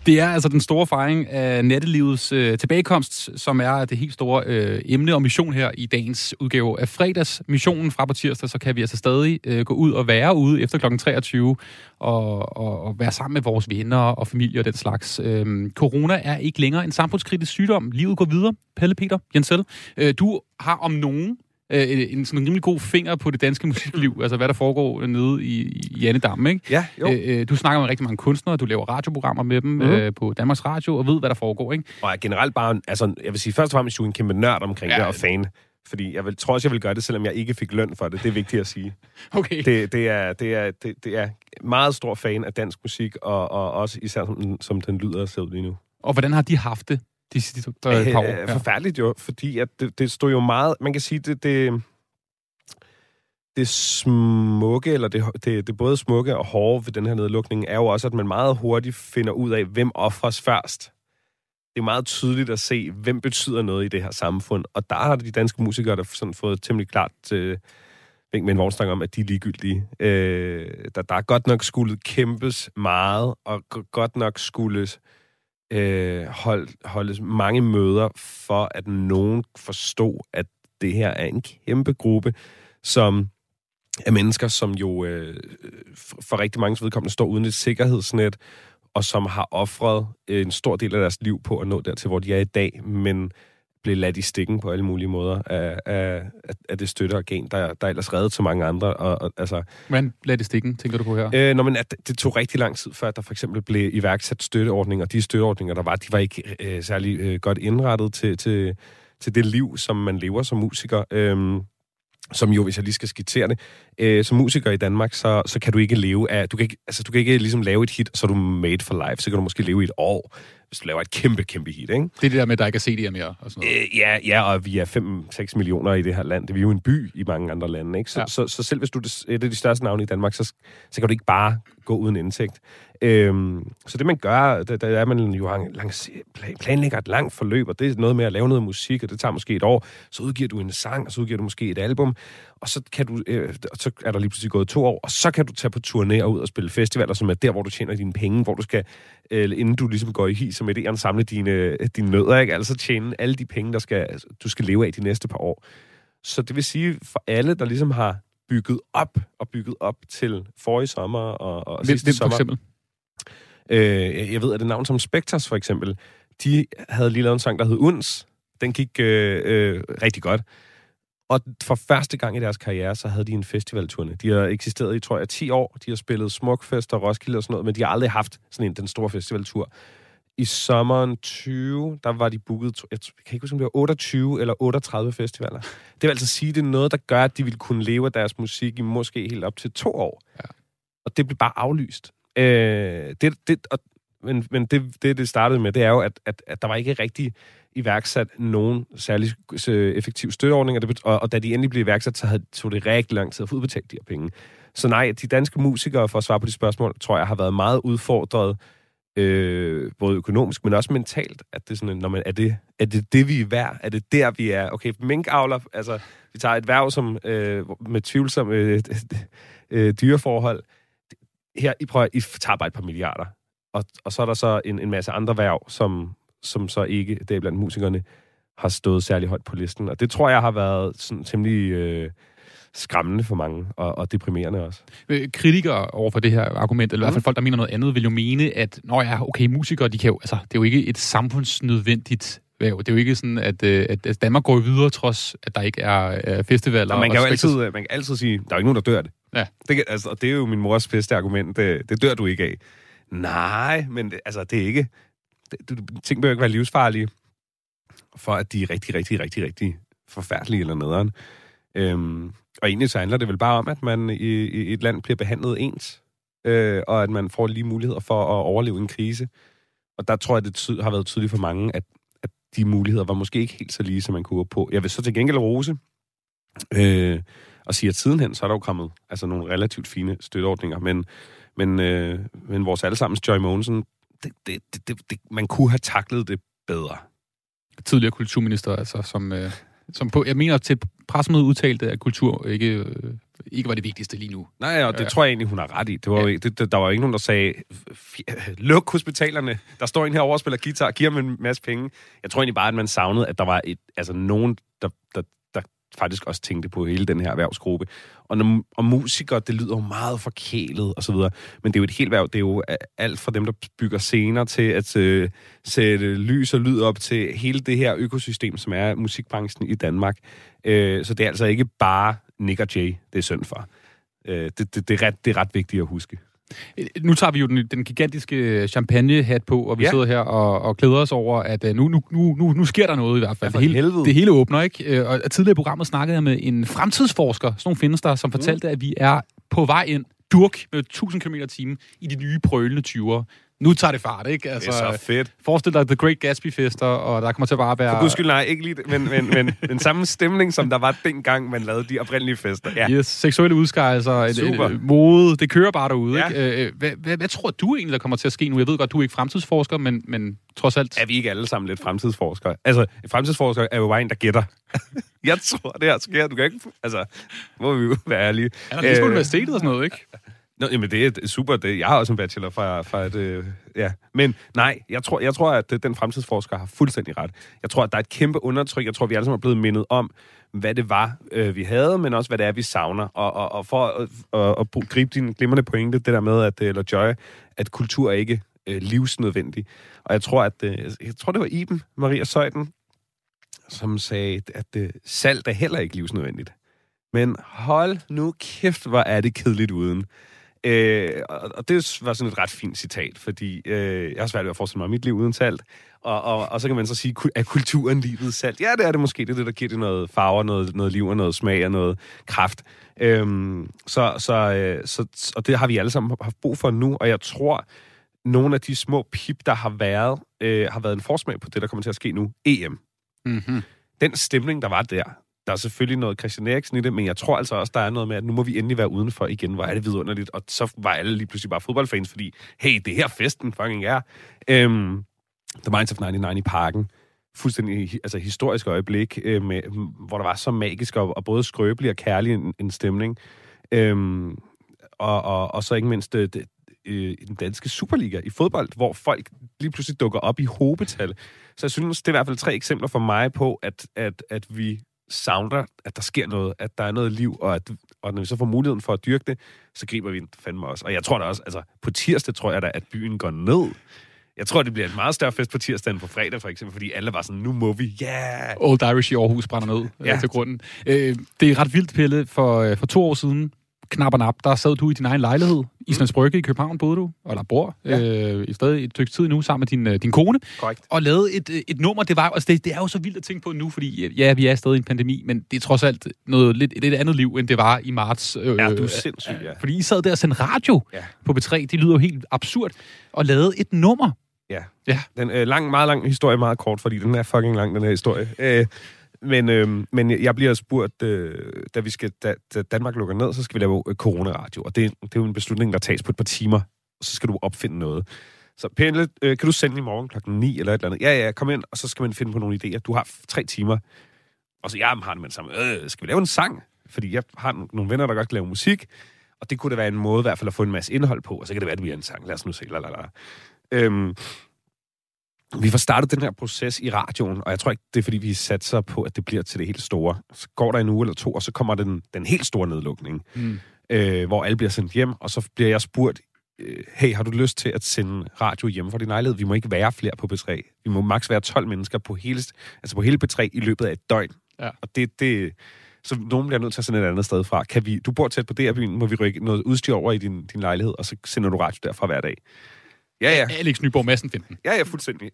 Det er altså den store fejring af nattelivets tilbagekomst, som er det helt store emne og mission her i dagens udgave af fredagsmissionen. Fra på tirsdag, så kan vi altså stadig gå ud og være ude efter kl. 23 og være sammen med vores venner og familie og den slags. Corona er ikke længere en samfundskritisk sygdom. Livet går videre. Pelle Peter Jensel, du har om nogen en sådan rimelig god finger på det danske musikliv, altså hvad der foregår nede i Annedam, ikke? Ja, jo. Du snakker med rigtig mange kunstnere, du laver radioprogrammer med dem på Danmarks Radio, og ved, hvad der foregår, ikke? Og jeg generelt bare, altså, jeg vil sige, først og fremmest, du er en kæmpe nørd omkring det, og fan. Fordi jeg tror også, jeg vil gøre det, selvom jeg ikke fik løn for det. Det er vigtigt at sige. Okay. Det er meget stor fan af dansk musik, og også især som den lyder og ser ud lige nu. Og hvordan har de haft det de sidste par år? Ja. Forfærdeligt jo, fordi at det stod jo meget... Man kan sige, det smukke, eller det både smukke og hårde ved den her nedlukning, er jo også, at man meget hurtigt finder ud af, hvem offres først. Det er meget tydeligt at se, hvem betyder noget i det her samfund. Og der har de danske musikere, der sådan fået temmelig klart vink med en vognstang om, at de er ligegyldige. Der er godt nok skulle kæmpes meget, og godt nok skulle holdes mange møder for, at nogen forstod, at det her er en kæmpe gruppe, som er mennesker, som jo for rigtig mange vedkommende står uden et sikkerhedsnet, og som har ofret en stor del af deres liv på at nå dertil, hvor de er i dag, men blev ladt i stikken på alle mulige måder af det støtteorgan, der ellers reddede så mange andre. Altså, hvordan ladt i stikken, tænker du på her? Men at det tog rigtig lang tid, før der for eksempel blev iværksat støtteordninger, og de støtteordninger, der var, de var ikke særlig godt indrettet til det liv, som man lever som musiker. Som jo, hvis jeg lige skal skitsere det, som musiker i Danmark, så kan du ikke leve af... Du kan ikke ligesom lave et hit, så er du made for life. Så kan du måske leve i et år, hvis du laver et kæmpe hit, ikke? Det er det der med, at der ikke er CD'er mere og sådan noget. Ja, og vi er 5-6 millioner i det her land. Det er jo en by i mange andre lande, ikke? Så selv hvis du er et af de største navne i Danmark, så kan du ikke bare gå uden indtægt. Så det man gør, der er man jo planlægger et langt forløb, og det er noget med at lave noget musik, og det tager måske et år. Så udgiver du en sang, og så udgiver du måske et album, og så kan du, så er der lige pludselig gået 2 år, og så kan du tage på turné og ud og spille festivaler, som er der, hvor du tjener dine penge, hvor du skal, inden du ligesom går i hi som idéerne, samle dine nødder, ikke? Altså tjene alle de penge, du skal leve af de næste par år. Så det vil sige, for alle, der ligesom har bygget op til forrige sommer og sidste sommer. For eksempel? Jeg ved, at det navn som Spectres for eksempel, de havde lige lavet en sang, der hed Uns. Den gik rigtig godt. Og for første gang i deres karriere, så havde de en festivalturné. De har eksisteret i, tror jeg, 10 år. De har spillet Smukfest og Roskilde og sådan noget, men de har aldrig haft sådan den store festivaltur. I sommeren 20, der var de booket, jeg kan ikke huske, om det var 28 eller 38 festivaler. Det vil altså sige, det er noget, der gør, at de ville kunne leve af deres musik i måske helt op til 2 år. Ja. Og det blev bare aflyst. Men det startede med, det er jo, at der var ikke rigtig iværksat nogen særlig effektiv støtteordning, og da de endelig blev iværksat, så tog det rigtig lang tid at få udbetalt de her penge. Så nej, de danske musikere, for at svare på de spørgsmål, tror jeg, har været meget udfordret, både økonomisk, men også mentalt, at det er sådan, er det vi er værd? Er det der, vi er? Okay, minkavler, altså, vi tager et værv som med tvivlsomme dyreforhold. Her, I tager bare et par milliarder. Og så er der så en masse andre værv, som så ikke, det er blandt musikerne, har stået særlig højt på listen. Og det tror jeg har været sådan temmelig skræmmende for mange, og deprimerende også. Kritikere over for det her argument, eller i hvert fald folk, der mener noget andet, vil jo mene, at musikere, de kan jo, altså, det er jo ikke et samfundsnødvendigt værv. Det er jo ikke sådan, at Danmark går videre, trods at der ikke er festivaler. Og man kan altid sige, der er jo ikke nogen, der dør det. Ja. Det er jo min mors bedste argument. Det dør du ikke af. Nej, men det er ikke... Ting bør ikke være livsfarlige, for at de er rigtig, rigtig, rigtig, rigtig forfærdelige eller nederen. Og egentlig så handler det vel bare om, at man i et land bliver behandlet ens, og at man får lige muligheder for at overleve en krise. Og der tror jeg, det har været tydeligt for mange, at de muligheder var måske ikke helt så lige, som man kunne på. Jeg vil så til gengæld rose og sige, at sidenhen, så er der jo kommet nogle relativt fine støtteordninger, men vores allesammens Joy Mogensen, man kunne have taklet det bedre. Tidligere kulturminister, altså, som på, jeg mener, til pressemødet udtalte, at kultur ikke ikke var det vigtigste lige nu. Nej, og det tror jeg egentlig, hun har ret i. Det var jo, der var jo ikke nogen, der sagde, luk hospitalerne, der står en herovre og spiller guitar, giver dem en masse penge. Jeg tror egentlig bare, at man savnede, at der var nogen, der faktisk også tænkte på hele den her erhvervsgruppe. Og musikere, det lyder jo meget forkælet og så videre. Men det er jo et helt erhverv. Det er jo alt fra dem, der bygger scener til at sætte lys og lyd op til hele det her økosystem, som er musikbranchen i Danmark. Så det er altså ikke bare Nick og Jay, det er synd for. Det er ret vigtigt at huske. Nu tager vi jo den gigantiske champagnehat på, og vi sidder her og glæder os over, at nu sker der noget i hvert fald. Det hele åbner, ikke? Og tidligere i programmet snakkede jeg med en fremtidsforsker, sådan nogle findes der, som fortalte, at vi er på vej ind, durk med 1000 km/t i de nye brølende 20'ere. Nu tager det fart, ikke? Altså, det er så fedt. Forestil dig The Great Gatsby-fester, og der kommer til at bare være... For guds skyld, nej, ikke lige men den samme stemning, som der var dengang, man lavede de oprindelige fester. Ja. Yes, seksuelle udskejelser, mode, det kører bare derude, ikke? Hvad tror du egentlig, der kommer til at ske nu? Jeg ved godt, du er ikke fremtidsforsker, men trods alt... Er vi ikke alle sammen lidt fremtidsforskere? Altså, fremtidsforsker er jo bare en, der gætter. Jeg tror, det her sker. Du kan ikke... Altså, må vi jo være ærlige. Er der på universitetet og sådan noget, ikke? Nå, jamen det er super. Jeg har også en bachelor fra et... ja. Men nej, jeg tror, at den fremtidsforsker har fuldstændig ret. Jeg tror, at der er et kæmpe undertryk. Jeg tror, vi alle sammen er blevet mindet om, hvad det var, vi havde, men også, hvad det er, vi savner. Og for at gribe din glimrende pointe, det der med, at Joy, at kultur er ikke livsnødvendig. Og jeg tror, det var Iben Maria Zeuthen, som sagde, at salt er heller ikke livsnødvendigt. Men hold nu kæft, hvor er det kedeligt uden. Og det var sådan et ret fint citat, fordi jeg har svært ved at forestille mig mit liv uden salt. Og så kan man så sige, er kulturen livet salt? Ja, det er det måske. Det er det, der giver det noget farver, noget liv og noget smag og noget kraft. Og det har vi alle sammen haft brug for nu, og jeg tror, nogle af de små pip, der har været en forsmag på det, der kommer til at ske nu. EM. Mm-hmm. Den stemning, der var der er selvfølgelig noget Christian Eriksen i det, men jeg tror altså også, der er noget med, at nu må vi endelig være udenfor igen. Hvor er det vidunderligt? Og så var alle lige pludselig bare fodboldfans, fordi, hey, det her festen fucking er. The Minds of 99 i Parken. Fuldstændig historisk øjeblik, hvor der var så magisk og både skrøbelig og kærlig en stemning. Og så ikke mindst den danske Superliga i fodbold, hvor folk lige pludselig dukker op i hobetal. Så jeg synes, det er i hvert fald 3 eksempler for mig på, at vi savner, at der sker noget, at der er noget liv, og når vi så får muligheden for at dyrke det, så griber vi fandme også. Og jeg tror da også, på tirsdag tror jeg da, at byen går ned. Jeg tror, det bliver en meget større fest på tirsdag end på fredag, for eksempel, fordi alle var sådan, nu må vi, Old Irish i Aarhus brænder ned til grunden. Det er ret vildt, Pelle. For 2 år siden, knap og nap, der sad du i din egen lejlighed. Islands Brygge i København boede du, eller bor, i stadig et stykke tid nu, sammen med din kone. Korrekt. Og lavede et nummer. Det er jo så vildt at tænke på nu, fordi vi er stadig i en pandemi, men det er trods alt et andet liv, end det var i marts. Du er sindssyg, Fordi I sad der og sendte radio på B3. Det lyder jo helt absurd. Og lavede et nummer. Ja. Den meget lang historie, meget kort, fordi den er fucking lang, den her historie. Men jeg bliver spurgt, da Danmark lukker ned, så skal vi lave coronaradio. Og det er jo en beslutning, der tages på et par timer, og så skal du opfinde noget. Så Pelle, kan du sende i morgen klokken 9 eller et eller andet? Ja, kom ind, og så skal man finde på nogle idéer. Du har 3 timer. Og så jeg har det med sammen. Skal vi lave en sang? Fordi jeg har nogle venner, der godt kan lave musik, og det kunne da være en måde i hvert fald at få en masse indhold på, og så kan det være, at det bliver en sang. Lad os nu se. Vi får startet den her proces i radioen, og jeg tror ikke, det er fordi, vi satser på, at det bliver til det helt store. Så går der en uge eller 2, og så kommer den helt store nedlukning, hvor alle bliver sendt hjem, og så bliver jeg spurgt, hey, har du lyst til at sende radio hjem fra din lejlighed? Vi må ikke være flere på B3. Vi må maks være 12 mennesker på hele B3 i løbet af et døgn. Ja. Og det så nogen bliver nødt til at sende et andet sted fra. Du bor tæt på DR-byen, må vi rykke noget udstyr over i din lejlighed, og så sender du radio derfra hver dag. Ja. Alex Nyborg Madsen finder den. Ja, fuldstændig.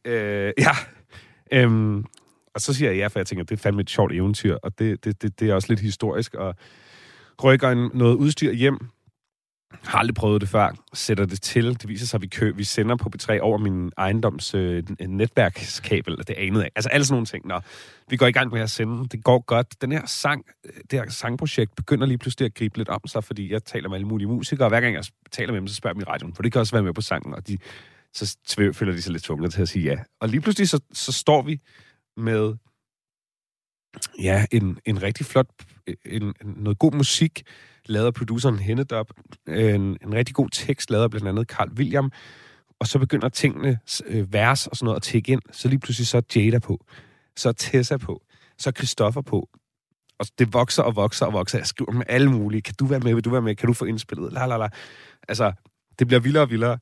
Og så siger jeg ja, for jeg tænker, det er fandme et sjovt eventyr, og det er også lidt historisk, og rykker noget udstyr hjem. Har aldrig prøvet det før. Sætter det til. Det viser sig, at vi sender på B3 over min ejendoms netværkskabel. Det anede jeg. Altså alle sådan nogle ting. Når vi går i gang med at sende. Det går godt. Det her sangprojekt begynder lige pludselig at gribe lidt om sig, fordi jeg taler med alle mulige musikere, og hver gang jeg taler med dem, så spørger jeg dem i radioen, for det kan også være med på sangen, og så føler de sig lidt tvunget til at sige ja. Og lige pludselig så står vi med en rigtig flot, noget god musik, lavet af produceren Hennedop. En rigtig god tekst, lavet af blandt andet Carl William. Og så begynder tingene, vers og sådan noget, at tække ind. Så lige pludselig så er Jada på. Så er Tessa på. Så er Christoffer på. Og det vokser og vokser og vokser. Jeg skriver med alle mulige. Kan du være med? Vil du være med? Kan du få indspillet? La. Altså, det bliver vildere og vildere.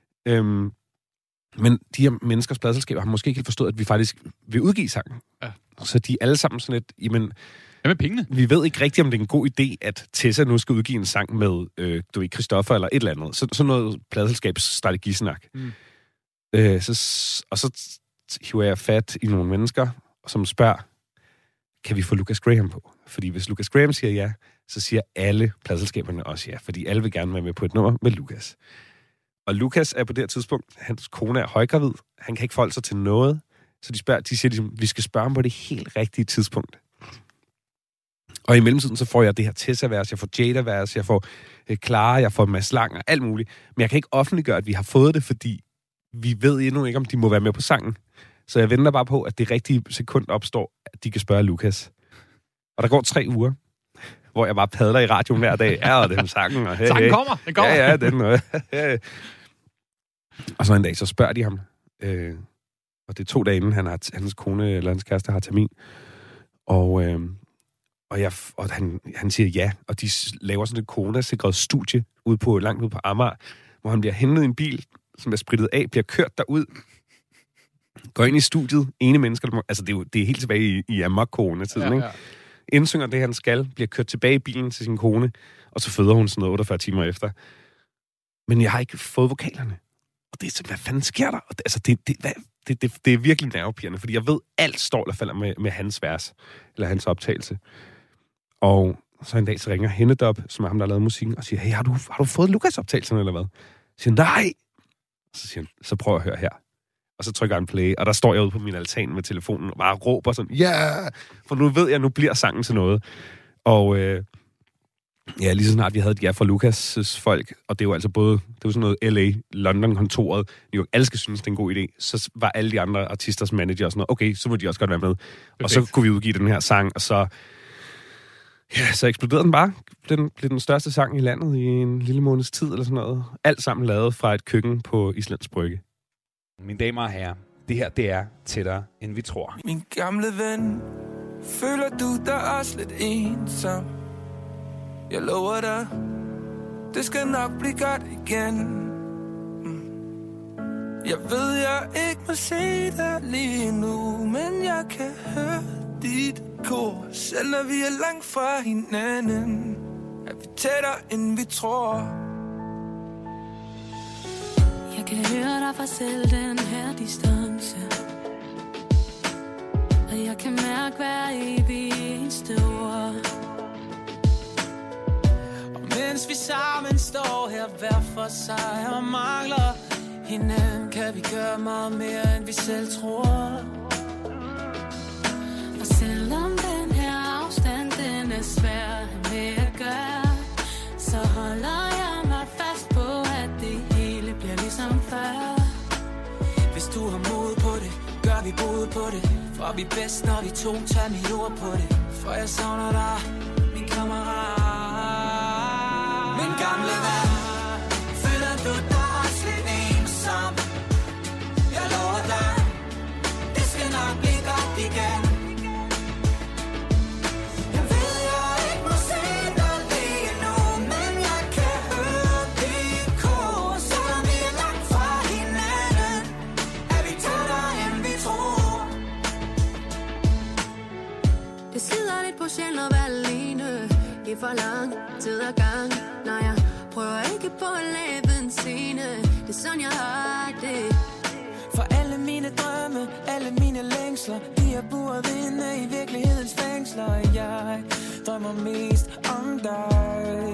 Men de her menneskers pladeselskaber har måske ikke helt forstået, at vi faktisk vil udgive sangen. Ja. Så de er alle sammen sådan lidt, jamen... Hvad med pengene? Vi ved ikke rigtigt, om det er en god idé, at Tessa nu skal udgive en sang med, Christoffer eller et eller andet. Sådan noget pladeselskabsstrategisnak. Så hiver jeg fat i nogle mennesker, som spørger, kan vi få Lucas Graham på? Fordi hvis Lucas Graham siger ja, så siger alle pladeselskaberne også ja, fordi alle vil gerne være med på et nummer med Lucas. Og Lucas er på det her tidspunkt, hans kone er højgravid, han kan ikke forholde sig til noget, så de siger ligesom, vi skal spørge ham på det helt rigtige tidspunkt. Og i mellemtiden, så får jeg det her Tessa-vers, jeg får Jada-vers, jeg får Clara, jeg får Mads Lang og alt muligt. Men jeg kan ikke offentliggøre, at vi har fået det, fordi vi ved endnu ikke, om de må være med på sangen. Så jeg venter bare på, at det rigtige sekund opstår, at de kan spørge Lucas. Og der går 3 uger, hvor jeg bare padler i radioen hver dag. Ja, og den sangen. Og sangen kommer, den kommer. Ja, den. Og så en dag, så spørger de ham. Og det er 2 dage inden, hans kone eller hans kæreste har termin. Og han siger ja, og de laver sådan et coronasikret studie langt ude på Amager, hvor han bliver hentet i en bil, som er spritet af, bliver kørt derud, går ind i studiet, ene mennesker, altså det er helt tilbage i amok-corona-tiden, ikke? Indsynger det, han skal, bliver kørt tilbage i bilen til sin kone, og så føder hun sådan noget 48 timer efter. Men jeg har ikke fået vokalerne. Og det er sådan, hvad fanden sker der? Det er virkelig nervepirrende, fordi jeg ved, alt står eller falder med hans vers, eller hans optagelse. Og så en dag, så ringer Hennedop, som er ham, der har lavet musikken, og siger, hey, har du fået Lucas-optagelsen, eller hvad? Så siger nej! Så siger han, så prøv at høre her. Og så trykker han play, og der står jeg ude på min altan med telefonen, og bare råber sådan, ja! Yeah! For nu ved jeg, nu bliver sangen til noget. Og lige så snart vi havde et ja fra Lucas' folk, og det er jo altså både, det var sådan noget LA, London-kontoret, New York, alle skal synes, det er en god idé, så var alle de andre artisters manager og sådan noget, okay, så må de også godt være med. Perfekt. Og så kunne vi udgive den her sang, og så eksploderede den bare. Den blev den største sang i landet i en lille måneds tid, eller sådan noget. Alt sammen lavet fra et køkken på Islands Brygge. Mine damer og herrer, det her, det er tættere, end vi tror. Min gamle ven, føler du dig også lidt ensom? Jeg lover dig, det skal nok blive godt igen. Jeg ved, jeg ikke må se dig lige nu, men jeg kan høre dit kor. Selv når vi er langt fra hinanden, er vi tættere, end vi tror. Jeg kan høre dig fra selv den her distance, og jeg kan mærke hver evig eneste ord. Mens vi sammen står her hver for sig og mangler hinanden, kan vi gøre meget mere, end vi selv tror. Og selvom den her afstand, den er svær med at gøre, så holder jeg mig fast på, at det hele bliver ligesom før. Hvis du har mod på det, gør vi bod på det. For vi er bedst, når vi to tager mit ord på det. For jeg savner dig, min kammerat. Min gamle ven, føler du dig også lidt ensom? Jeg lover dig, det skal nok blive godt igen. Jeg ved, jeg ikke må se dig lige nu, men jeg kan høre dit kor. Selvom vi er langt fra hinanden, er vi tættere, end vi tror. Det sidder lidt på sjælen at være alene i for lang tid ad gang. Nej, jeg prøver ikke på at lave en scene. Det er sådan, jeg har det. For alle mine drømme, alle mine længsler, de er buret inde i virkelighedens fængsler. Jeg drømmer mest om dig.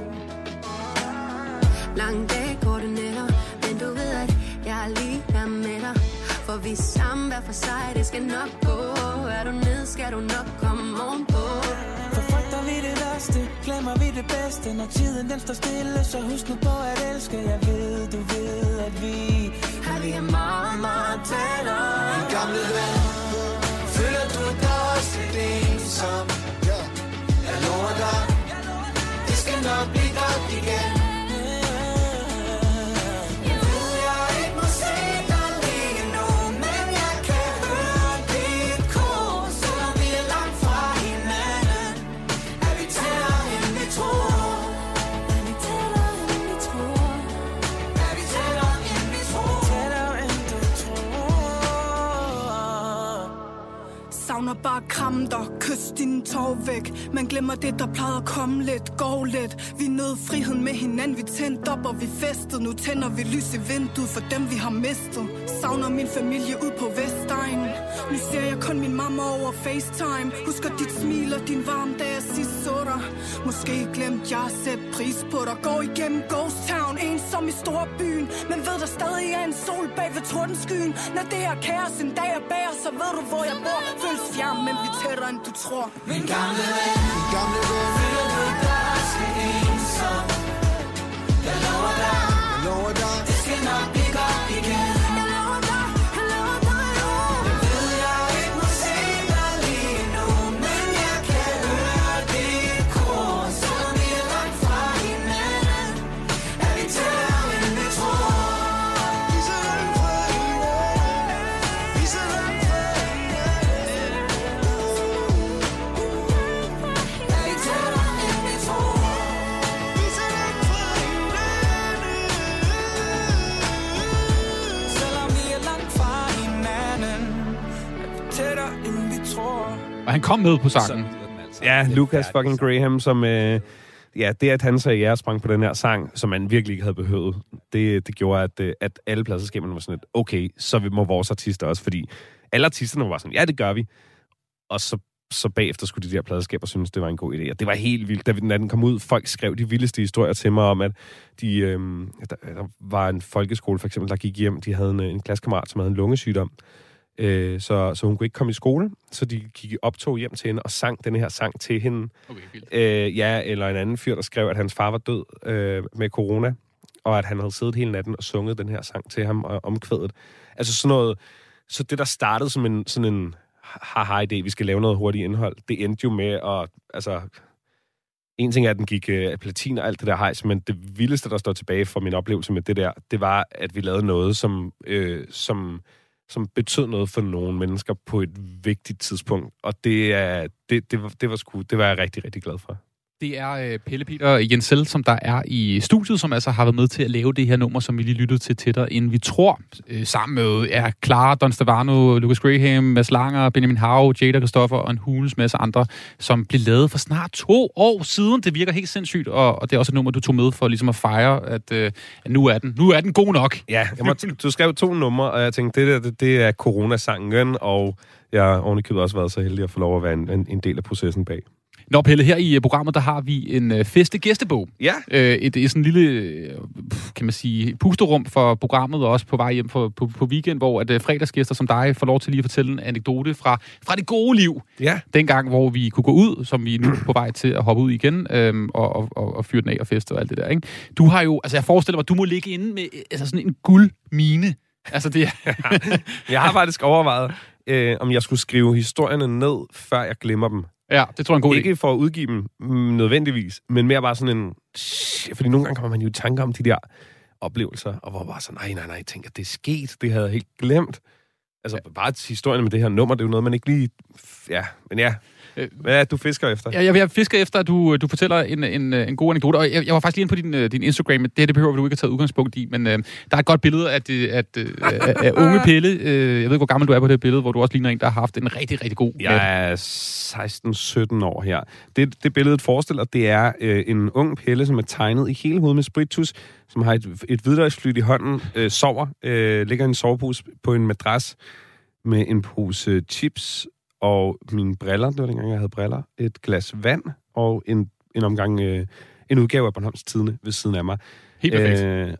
Lange dage, korte nætter, men du ved, at jeg er lige her med dig. For vi er sammen hver for sig, det skal nok gå. Er du nede, skal du nok komme ovenpå. For frygter vi det værste, glemmer vi det bedste. Når tiden den står stille, så husk nu på at elske. Jeg ved, du ved, at vi er meget, meget tættere. Min gamle ven, føler du dig også lidt ensom? Jeg lover dig, det skal bare kramme dig, kys dine tår væk. Man glemmer det, der plejede at komme lidt, går lidt. Vi nød friheden med hinanden, vi tændte op og vi festede. Nu tænder vi lys i vinduet for dem, vi har mistet. Savner min familie ud på Vestegnen. Nu ser jeg kun min mamma over FaceTime. Husker dit smil og din varme, da jeg sidst så dig. Måske glemte jeg at sætte pris på dig. Går igennem Ghost Town, ensom i storbyen. Men ved der stadig er en sol bag ved tordenskyen. Når det her kaos en dag er bag, så ved du hvor jeg bor. Føles fjern, men vi tættere end du tror. Min gamle ven, føler du dig til ensom. Jeg lover dig, det skal nok blive godt igen. Og han kom med på sangen. Ja, Lucas fucking Graham, som... det, at han sagde ja og sprang på den her sang, som man virkelig ikke havde behøvet, det gjorde, at alle pladselskaberne var sådan lidt, okay, så må vores artister også, fordi alle artisterne var sådan, ja, det gør vi. Og så bagefter skulle de der pladselskaber synes, det var en god idé. Og det var helt vildt. Da den kom ud, folk skrev de vildeste historier til mig om, at der var en folkeskole, for eksempel, der gik hjem. De havde en klassekammerat, som havde en lungesygdom. Så hun kunne ikke komme i skole, så de gik optog hjem til hende og sang denne her sang til hende. Okay, eller en anden fyr, der skrev, at hans far var død med corona, og at han havde siddet hele natten og sunget den her sang til ham og omkvædet. Altså sådan noget. Så det, der startede som sådan en haha-idé, vi skal lave noget hurtigt indhold, det endte jo med at... Altså, en ting er, at den gik platin og alt det der hejs, men det vildeste, der står tilbage fra min oplevelse med det der, det var, at vi lavede noget, som betød noget for nogle mennesker på et vigtigt tidspunkt. Og det var jeg rigtig, rigtig glad for. Det er Pelle Peter Jensel, som der er i studiet, som altså har været med til at lave det her nummer, som vi lige lyttede til tættere, end vi tror. Sammen med Clara, Don Stefano, Lucas Graham, Mads Langer, Benjamin Hav, Jada Christoffer og en hulens masse andre, som blev lavet for snart 2 år siden. Det virker helt sindssygt, og det er også et nummer, du tog med for ligesom at fejre, at nu er den god nok. Ja, du skrev 2 numre, og jeg tænkte, det er coronasangen, og jeg har ovenikøbet også været så heldig at få lov at være en del af processen bag. Nå, Pelle, her i programmet, der har vi en feste gæstebog. Ja. Et sådan lille, kan man sige, pusterum for programmet, og også på vej hjem på weekend, hvor at fredagsgæster som dig får lov til lige at fortælle en anekdote fra det gode liv. Ja. Dengang, hvor vi kunne gå ud, som vi er nu på vej til at hoppe ud igen, og fyre den af og feste og alt det der, ikke? Du har jo, altså jeg forestiller mig, du må ligge inde med altså sådan en guldmine. Altså det Jeg har faktisk overvejet, om jeg skulle skrive historierne ned, før jeg glemmer dem. Ja, det tror jeg er en god idé. Ikke for at udgive dem nødvendigvis, men mere bare sådan en... Fordi nogle gange kommer man jo i tanker om de der oplevelser, og hvor bare sådan, nej, jeg tænker, det er sket, det havde jeg helt glemt. Altså, bare historien med det her nummer, det er jo noget, man ikke lige... Ja, men ja... Hvad er du fisker efter? Ja, jeg fisker efter, at du fortæller en god anekdote. Og jeg var faktisk lige inde på din Instagram. Det behøver du ikke at tage udgangspunkt i, men der er et godt billede af unge Pelle. Jeg ved ikke, hvor gammel du er på det billede, hvor du også ligner en, der har haft en rigtig, rigtig god... Jeg er 16-17 år her. Det billedet forestiller, det er en ung Pelle, som er tegnet i hele hovedet med spiritus, som har et hvidløgsflyt i hånden, sover, ligger i en sovepose på en madras med en pose chips og mine briller, det var dengang, jeg havde briller, et glas vand og en omgang, en udgave af Bornholms Tidende ved siden af mig. Helt perfekt.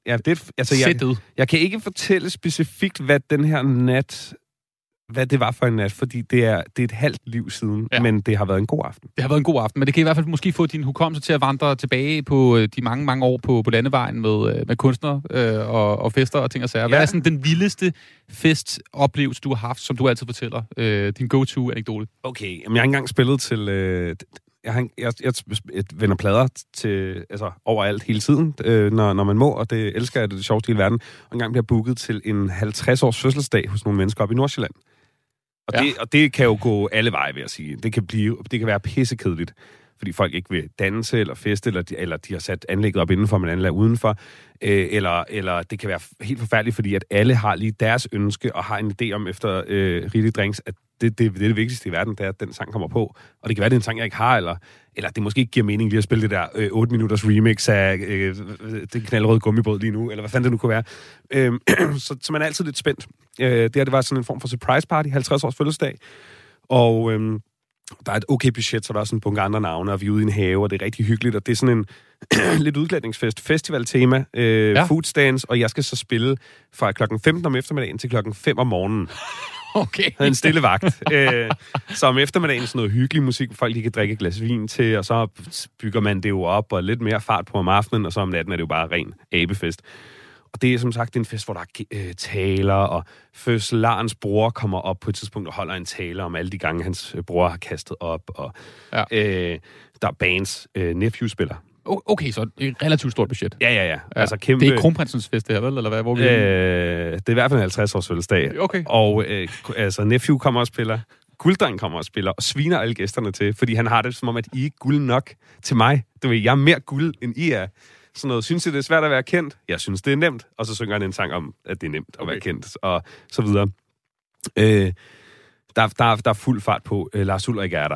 Jeg kan ikke fortælle specifikt, hvad den her nat, hvad det var for en nat, fordi det er et halvt liv siden, men det har været en god aften. Det har været en god aften, men det kan i hvert fald måske få din hukommelse til at vandre tilbage på de mange, mange år på landevejen med kunstnere og fester og ting og sager. Hvad er sådan den vildeste festoplevelse, du har haft, som du altid fortæller? Din go-to-anekdote? Okay, jeg har engang spillet til... Jeg vender plader til overalt hele tiden, når man må, og det elsker jeg, det er det sjoveste i hele verden. Og engang bliver booket til en 50-års fødselsdag hos nogle mennesker op i Nordsjælland. Og det kan jo gå alle veje, vil jeg sige. Det kan være pissekedeligt, fordi folk ikke vil danse eller feste, eller de har sat anlægget op indenfor, men anlægget udenfor. Eller det kan være helt forfærdeligt, fordi at alle har lige deres ønske og har en idé om efter rigelige drinks, at det vigtigste i verden, det er, at den sang kommer på. Og det kan være, det er en sang, jeg ikke har, eller det måske ikke giver mening lige at spille det der 8 minutters remix af det knaldrøde gummibåd lige nu, eller hvad fanden det nu kunne være. Så man er altid lidt spændt. Det var sådan en form for surprise party, 50 års fødselsdag. Og der er et okay budget, så der er sådan en bunke andre navne, og vi er ude i en have, og det er rigtig hyggeligt, og det er sådan en lidt udklædningsfest, festivaltema, foodstands, og jeg skal så spille fra klokken 15 om eftermiddagen til klokken 5 om morgenen. Okay. En stille vagt. Så om eftermiddagen sådan noget hyggelig musik, hvor folk lige kan drikke et glas vin til, og så bygger man det jo op, og lidt mere fart på om aftenen, og så om natten er det jo bare ren abefest. Og det er som sagt en fest, hvor der er taler, og fødselarens bror kommer op på et tidspunkt og holder en tale om alle de gange, hans bror har kastet op, og der er bands. Nephew spiller. Okay, så et relativt stort budget. Ja. Altså, kæmpe... Det er ikke kronprinsens fest, det her, vel? Eller hvad? Hvor det er i hvert fald en 50-års fødselsdag. Okay. Og altså, Nephew kommer og spiller, Gulddreng kommer og spiller, og sviner alle gæsterne til, fordi han har det som om, at I er guld nok til mig. Du ved, jeg er mere guld, end I er. Sådan noget, synes I, det er svært at være kendt? Jeg synes, det er nemt. Og så synger han en sang om, at det er nemt at være kendt, og så videre. Der er fuld fart på. Lars Ulrik er der.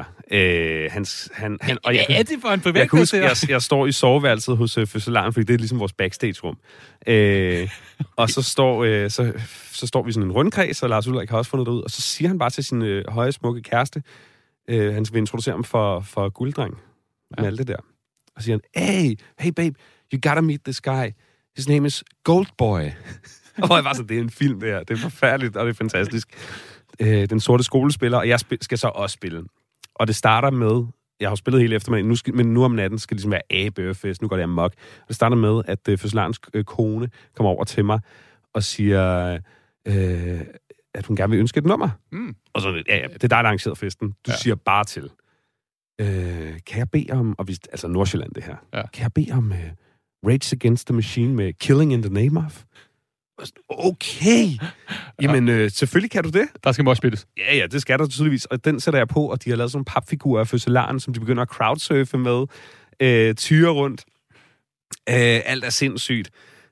Er det for en privat? Jeg står i soveværelset hos fødselaren, fordi det er ligesom vores backstage-rum. Og så står vi sådan en rundkreds, og Lars Ulrik har også fundet det ud, og så siger han bare til sin høje, smukke kæreste, han vil introducere ham for Gulddreng, med alt det der. Og siger han, hey babe, you gotta meet this guy. His name is Goldboy. Og jeg var så, det er en film, det her. Det er forfærdeligt, og det er fantastisk. Den sorte skolespiller, og jeg skal så også spille. Og det starter med, jeg har spillet hele eftermiddagen, men nu om natten skal det ligesom være abøfest, nu går det amok. Og det starter med, at fødselarens kone kommer over til mig og siger, at hun gerne vil ønske et nummer. Og så, det er dig, der arrangerer festen. Du siger bare til. Kan jeg bede om, og altså Nordsjælland det her, kan jeg bede om Rage Against the Machine med Killing in the Name of? Okay! Jamen, selvfølgelig kan du det. Der skal også spilles. Ja, det skal der tydeligvis. Og den sætter jeg på, og de har lavet sådan en papfigur af fødselaren, som de begynder at crowdsurfe med. Tyre rundt. Alt er sindssygt.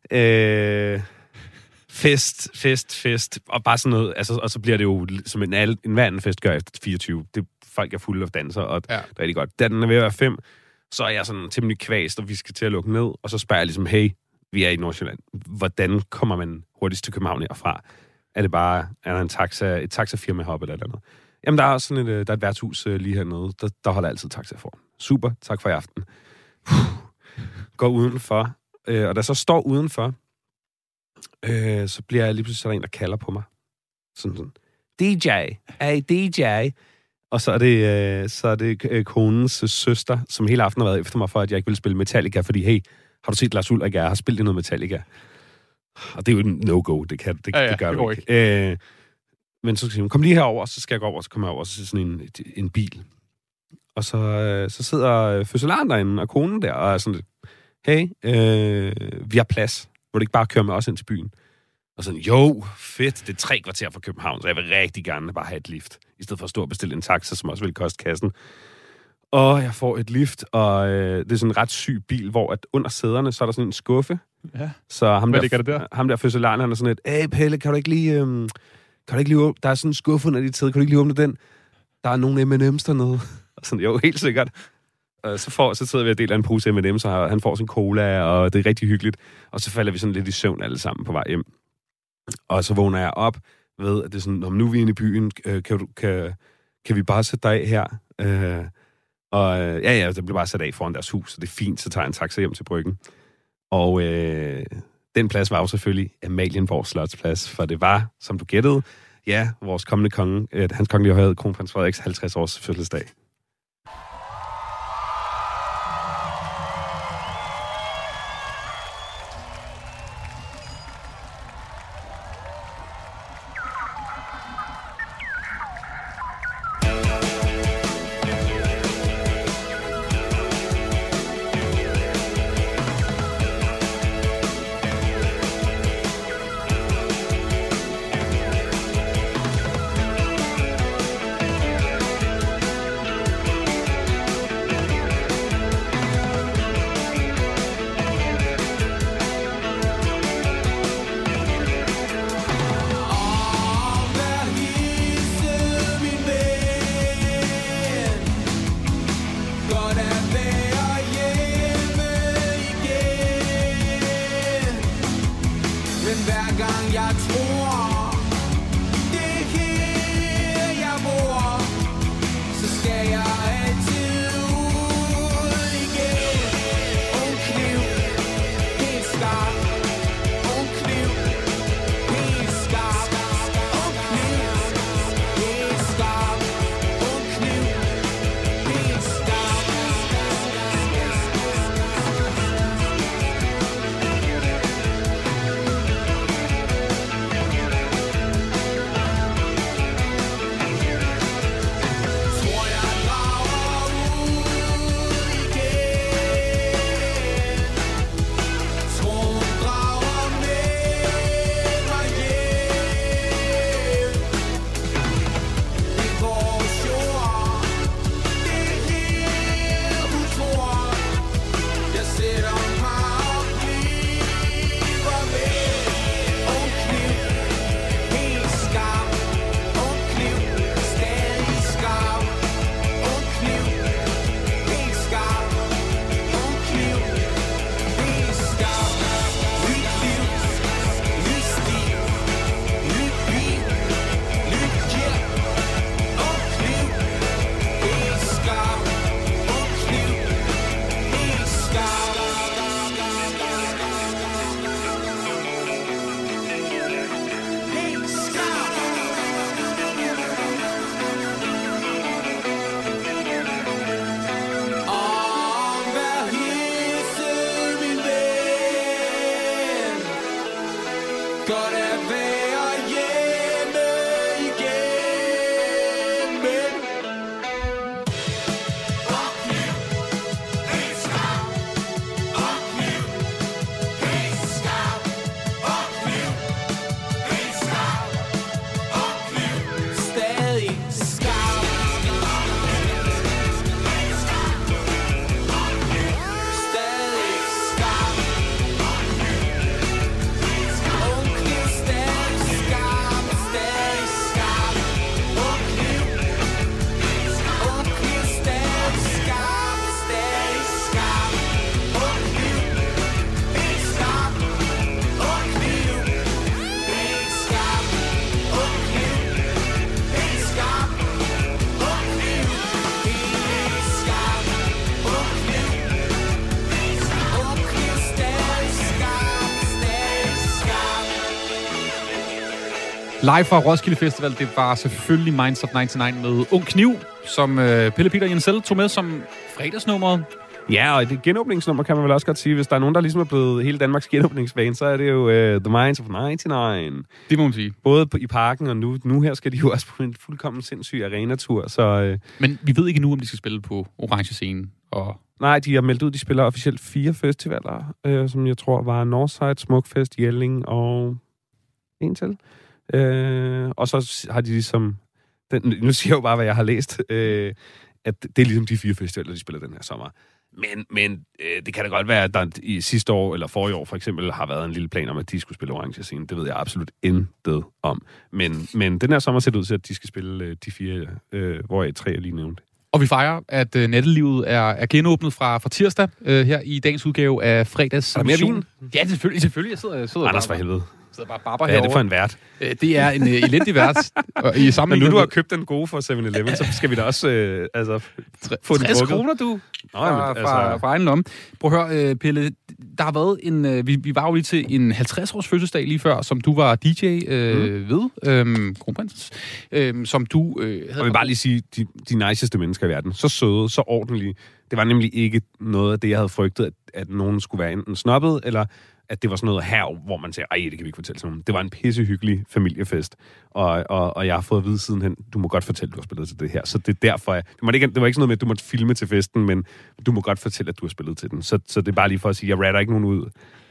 Fest. Og bare sådan noget. Altså, og så bliver det jo, som en hver anden fest gør efter 24. Folk er fulde af danser, og det er rigtig godt. Da den er ved at være 5, så er jeg sådan temmelig kvæst, og vi skal til at lukke ned. Og så spørger jeg ligesom, hey, vi er i Nordsjælland. Hvordan kommer man hurtigst til København herfra? Er der et taxafirma heroppe eller noget? Jamen, der er sådan der er et værtshus lige hernede. Der holder altid taxa for. Super, tak for i aften. Går udenfor. Og da så står udenfor, så bliver jeg lige pludselig sådan en, der kalder på mig. Sådan. DJ. Hey, DJ. Og så er det konens søster, som hele aften har været efter mig for, at jeg ikke vil spille Metallica, fordi, hey, har du set Lars Ulrik? Jeg har spillet i noget Metallica. Og det er jo en no-go, det gør du ikke. Men så skal jeg kom lige herover, og så skal jeg gå over, og så kommer jeg over, og så er sådan en bil. Og så sidder fødselaren derinde, og konen der, og er sådan lidt, hey, vi har plads. Må du ikke bare køre med os ind til byen? Og sådan, jo, fedt, det er 3 kvarter fra København, så jeg vil rigtig gerne bare have et lift, i stedet for at stå og bestille en taxa, som også vil koste kassen. Og jeg får et lift, og det er sådan en ret syg bil, hvor at under sæderne, så er der sådan en skuffe. Ja. Så ham der fødselaren, han er sådan et, hey Pelle, kan du ikke lige åbne? Der er sådan en skuffe under dit sæde, kan du ikke lige åbne den? Der er nogle M&M's dernede. Og sådan, jo, helt sikkert. Og så sidder vi og deler en pose M&M's, så han får sin cola, og det er rigtig hyggeligt. Og så falder vi sådan lidt i søvn alle sammen på vej hjem. Og så vågner jeg op ved, at det er sådan, nu er vi inde i byen, kan vi bare sætte dig af her? Det bliver bare sat af foran deres hus, så det er fint, så tager jeg en taxa hjem til Bryggen. Og den plads var jo selvfølgelig Amalienborg Slotsplads, for det var, som du gættede, vores kommende konge, hans kongelige højhed, kronprins Frederiks 50-års fødselsdag. gang jeg tror, det er her jeg bor, så skal jeg altid ud igen. Ung kniv, helt skarp. Ung kniv, helt skarp. Ung kniv, helt skarp. Ung kniv, helt skarp. Tror jeg drager ud igen. Troen drager med mig hjem. Det er vores jord, det er her du tror. Jeg sætter mig og bliver ved. Ung kniv, helt skarp. Ung kniv, stadig skarp. Ung kniv, helt skarp. Ung kniv, helt skarp. Nyt liv, ny stil, nyt bil, nyt gear. Ung kniv, helt skarp. Ung kniv, helt skarp. Helt skarp. Og vær hilsen, min ven. Godt at være hjemme igen, men Ung kniv, helt skarp. Ung kniv, helt skarp. Ung kniv, helt skarp. Ung kniv, stadig skarp. Stadig skarp. Ung kniv, stadig skarp. Stadig skarp. Ung kniv. Ung kniv, stadig skarp. Stadig skarp. Ung kniv, helt skarp. Ung kniv, helt skarp. Ung kniv, helt skarp. Ung kniv, helt skarp. Ung kniv, ung kniv, stadig skarp. Stadig skarp. Live fra Roskilde Festival, det var selvfølgelig Minds of 99 med Ung Kniv, som Pelle Peter Jensel tog med som fredagsnummeret. Ja, og det genåbningsnummer kan man vel også godt sige. Hvis der er nogen, der ligesom er blevet hele Danmarks genåbningsbane, så er det jo The Minds of 99. Det må man sige. Både i parken og nu her skal de jo også på en fuldkommen sindssyg arenatur. Så, Men vi ved ikke nu, om de skal spille på Orange Scene. Og nej, de har meldt ud, de spiller officielt 4 festivaler, som jeg tror var Northside, Smukfest, Jelling og en til. Og så har de ligesom... Nu siger jeg jo bare, hvad jeg har læst. At det er ligesom de 4 festivaler, de spiller den her sommer. Men det kan da godt være, at der i sidste år eller forrige år for eksempel har været en lille plan om, at de skulle spille Orange Scene. Det ved jeg absolut intet om. Men den her sommer ser det ud til, at de skal spille de 4, hvoraf 3 jeg lige nævnte. Og vi fejrer, at nattelivet er genåbnet fra tirsdag her i dagens udgave af fredags. Er der mere vin? Ja, selvfølgelig. Jeg sidder Anders for helvede. sidder bare barber herovre. herovre. Hvad er det for en vært? Det er en elendig vært. I Men nu du har købt den gode for 7-Eleven, så skal vi da også få den 60 drukket. kroner, du, Nå, jamen, fra egen lomme. Prøv at høre, Pelle, der har været en... Vi var jo lige til en 50-års fødselsdag lige før, som du var DJ ved, Kronprins, som du havde... Og vi bare lige sige, de niceste mennesker i verden, så søde, så ordentlige. Det var nemlig ikke noget af det, jeg havde frygtet, at nogen skulle være enten snobbet, eller at det var sådan noget her, hvor man siger, ej, det kan vi ikke fortælle til nogen. Det var en pissehyggelig familiefest, og jeg har fået at vide sidenhen, du må godt fortælle, at du har spillet til det her. Så det er derfor, det var ikke sådan noget med, at du måtte filme til festen, men du må godt fortælle, at du har spillet til den. Så det er bare lige for at sige, jeg ratter ikke nogen ud.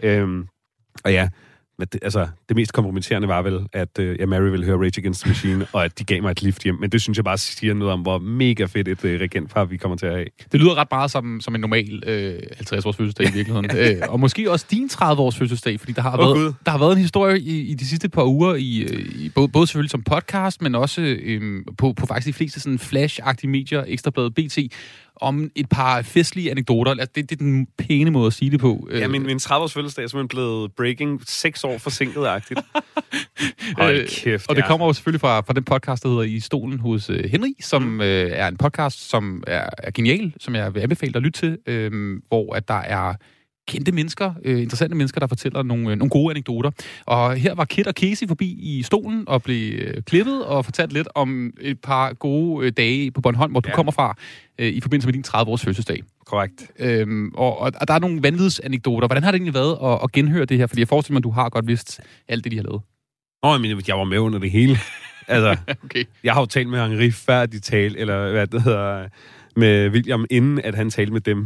Og ja, det mest kompromitterende var vel, at Mary ville høre Rage Against the Machine, og at de gav mig et lift hjem. Men det synes jeg bare siger noget om, hvor mega fedt et regentpar vi kommer til at have. Det lyder ret meget som en normal 50-års fødselsdag i virkeligheden. Og måske også din 30-års fødselsdag, fordi der har været en historie i de sidste par uger, både selvfølgelig som podcast, men også på faktisk de fleste sådan flash-agtige medier, Ekstrabladet, BT, om et par festlige anekdoter. Altså, det er den pæne måde at sige det på. Ja, min 30-års fødselsdag er simpelthen blevet breaking 6 år forsinket-agtigt. Hold kæft, og det kommer jo selvfølgelig fra den podcast, der hedder I stolen hos Henry, som er en podcast, som er genial, som jeg vil anbefale dig at lytte til, hvor at der er kendte mennesker, interessante mennesker, der fortæller nogle gode anekdoter. Og her var Kit og Casey forbi i stolen og blev klippet og fortalt lidt om et par gode dage på Bornholm, hvor du kommer fra, i forbindelse med din 30-års fødselsdag. Korrekt. Og der er nogle vanvidsanekdoter. Hvordan har det egentlig været at genhøre det her? Fordi jeg forestiller mig, at du har godt vidst alt det, de har lavet. Jeg var med under det hele. Altså, okay. Jeg har jo talt med Henri før de talte, eller hvad det hedder, med William, inden at han talte med dem.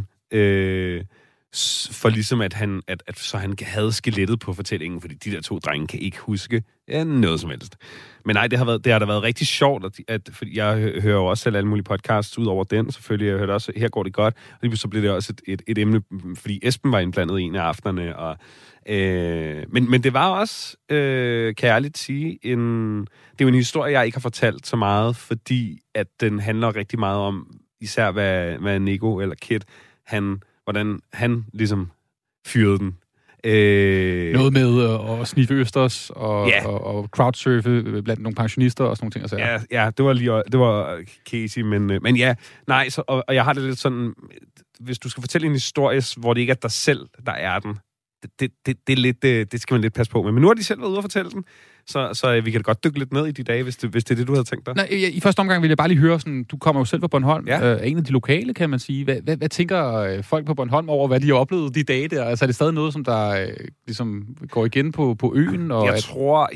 For ligesom så han havde skelettet på fortællingen, fordi de der 2 drenge kan ikke huske noget som helst. Men nej, det har da været rigtig sjovt, fordi jeg hører jo også selv alle mulige podcasts ud over den, selvfølgelig. Jeg hørte også, her går det godt, og så blev det også et emne, fordi Esben var indblandet i en af aftenerne, og men det var også, kan jeg ærligt sige, det er jo en historie, jeg ikke har fortalt så meget, fordi at den handler rigtig meget om, især hvad Nico eller Kit, hvordan han ligesom fyrede den. Noget med at sniffe østers og crowdsurfe blandt nogle pensionister og sådan nogle ting. Ja, det var Casey, men ja, nej, og jeg har det lidt sådan, hvis du skal fortælle en historie, hvor det ikke er dig selv, der er den, det er lidt, det skal man lidt passe på med. Men nu har de selv været ude at fortælle den, så vi kan da godt dykke lidt ned i de dage, hvis det er det, du havde tænkt dig. Nej, i første omgang vil jeg bare lige høre, sådan, du kommer jo selv fra Bornholm, en af de lokale, kan man sige. Hvad tænker folk på Bornholm over, hvad de har oplevet de dage der? Altså er det stadig noget, som der ligesom går igen på øen? Og jeg tror,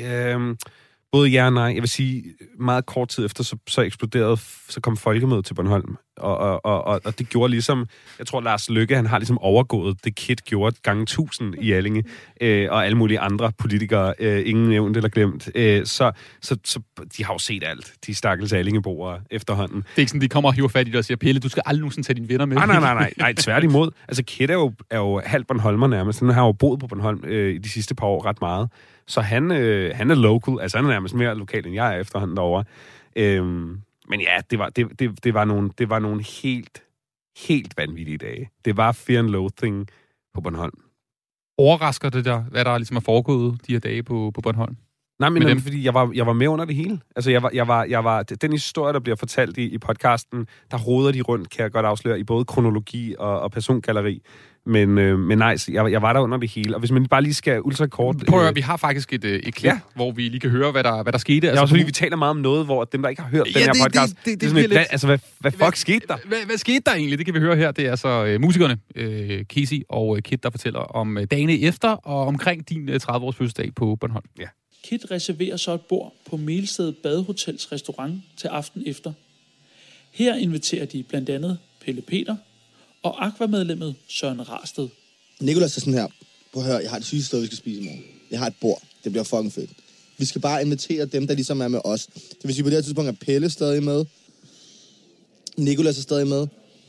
både ja og nej. Jeg vil sige, meget kort tid efter, så eksploderede, så kom folkemødet til Bornholm. Og det gjorde ligesom, jeg tror, Lars Løkke, han har ligesom overgået det Kit gjorde gange 1000 i Allinge, og alle mulige andre politikere, ingen nævnt eller glemt. Så de har jo set alt, de stakkels Allingeboere efterhånden. Det er ikke sådan, de kommer og hiver fat i dig og siger, Pelle, du skal aldrig nogensinde tage dine venner med. Nej, tværtimod. Altså, Kit er jo halvt Bornholmer nærmest. Han har jo boet på Bornholm i de sidste par år ret meget. Så han er local, altså han er nærmest mere lokal, end jeg er efterhånden derovre. Men ja, det var nogle helt vanvittige dage. Det var fear and loathing på Bornholm. Overrasker det der, hvad der ligesom er foregået de her dage på Bornholm? Nej, men fordi jeg var med under det hele. Altså, jeg var den historie, der bliver fortalt i podcasten, der roder de rundt, kan jeg godt afsløre, i både kronologi og persongalleri. Men nej, jeg var der under det hele. Og hvis man bare lige skal ultrakort... Prøv at høre, vi har faktisk et klip, hvor vi lige kan høre, hvad der skete. Ja, også fordi vi taler meget om noget, hvor dem, der ikke har hørt den her podcast... Det er sådan lidt... Altså, hvad fuck skete der? Hvad skete der egentlig? Det kan vi høre her. Det er altså musikerne, Casey og Kit, der fortæller om dagene efter og omkring din 30-års fødselsdag på Bornholm. Ja. Kit reserverer så et bord på Melsted Badehotels restaurant til aften efter. Her inviterer de blandt andet Pelle Peter og Aqua-medlemmet Søren Rarsted. Nicolas er sådan her. Prøv at høre, jeg har det sygeste sted, vi skal spise i morgen. Jeg har et bord. Det bliver fucking fedt. Vi skal bare invitere dem, der ligesom er med os. Det vil sige, på det her tidspunkt er Pelle stadig med. Nicolas er stadig med.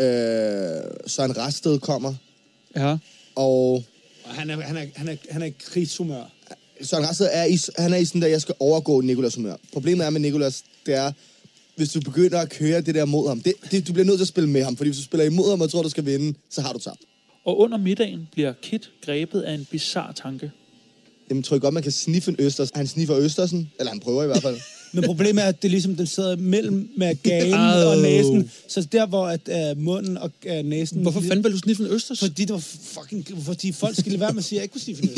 Søren Rarsted kommer. Ja. Og han er i krigshumør. Søren Rarsted er i sådan der, jeg skal overgå Nicolas humør. Problemet er med Nicolas, det er, hvis du begynder at køre det der mod ham, du bliver nødt til at spille med ham, fordi hvis du spiller imod ham og tror, du skal vinde, så har du tabt. Og under middagen bliver Kit grebet af en bizarre tanke. Jamen, tror jeg godt, man kan sniffe en østers. Han sniffer østersen, eller han prøver i hvert fald. Men problemet er, at det ligesom, den sidder mellem gagen og næsen. Så der, hvor at, munden og næsen... Hvorfor fanden vil du sniffe en østers? Fordi folk skal lade være med at sige, at jeg ikke kunne sniffe en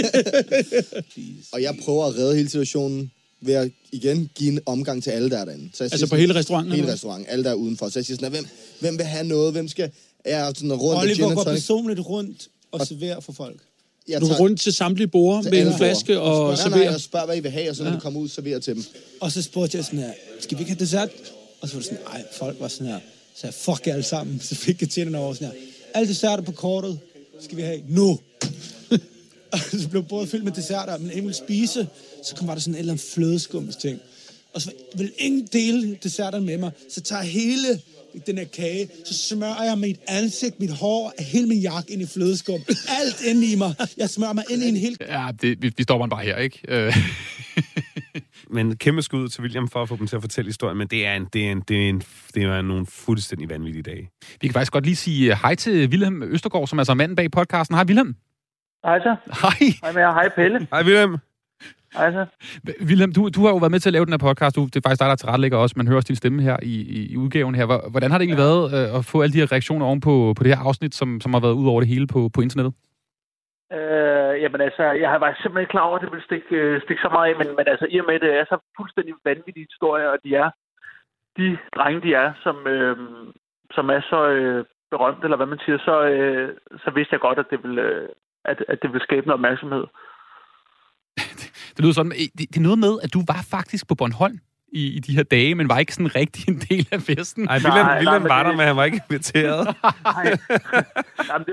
østers. Og jeg prøver at redde hele situationen ved at igen give en omgang til alle, der er derinde. Så altså på hele restauranten? Hele restauranten, alle der er udenfor. Så jeg siger sådan, hvem vil have noget? Hvem skal... Jeg er sådan rundt... Oliver går personligt rundt og serverer for folk. Du går rundt til samtlige borde med en flaske og serverer? Jeg spørger, hvad I vil have, og så når de kommer ud, serverer til dem. Og så spurgte jeg sådan her, skal vi ikke have dessert? Og så var det sådan, ej, folk var sådan her. Så jeg, fuck jer alle sammen. Så fik jeg tjenerne over sådan her. Alle desserter på kortet skal vi have nu. Og så blev bordet fyldt med desserter, men ingen ville spise. Så var der sådan en eller anden flødeskummes ting. Og så ville ingen dele desserterne med mig. Så tager hele den her kage, så smører jeg mit ansigt, mit hår, hele min jakke ind i flødeskum. Alt ind i mig. Jeg smører mig ind i en hel... Ja, vi stopper bare her, ikke? Men kæmpe skud til William for at få dem til at fortælle historien, men det er nogle fuldstændig vanvittige dage. Vi kan faktisk godt lige sige hej til Wilhelm Østergaard, som er så manden bag podcasten. Hej, Wilhelm. Hej så. Hej. Hej med jer. Hej Pelle. Hej, Wilhelm. Hej så. Wilhelm, du har jo været med til at lave den her podcast. Det er faktisk dig, der tilrettelægger også. Man hører også din stemme her i udgaven her. Hvordan har det egentlig været at få alle de her reaktioner oven på det her afsnit, som har været ud over det hele på internettet? Jamen altså, jeg var simpelthen klar over, at det ville stikke så meget af, men altså i og med, det er så fuldstændig vanvittige historier, og de drenge, de er, som er så berømt, eller hvad man siger, så vidste jeg godt, at det ville skabe noget opmærksomhed. Det lyder sådan, det er noget med, at du var faktisk på Bornholm i de her dage, men var ikke sådan rigtig en del af festen. Nej, Wilhelm var der, men han var ikke inviteret. Nej. Jamen,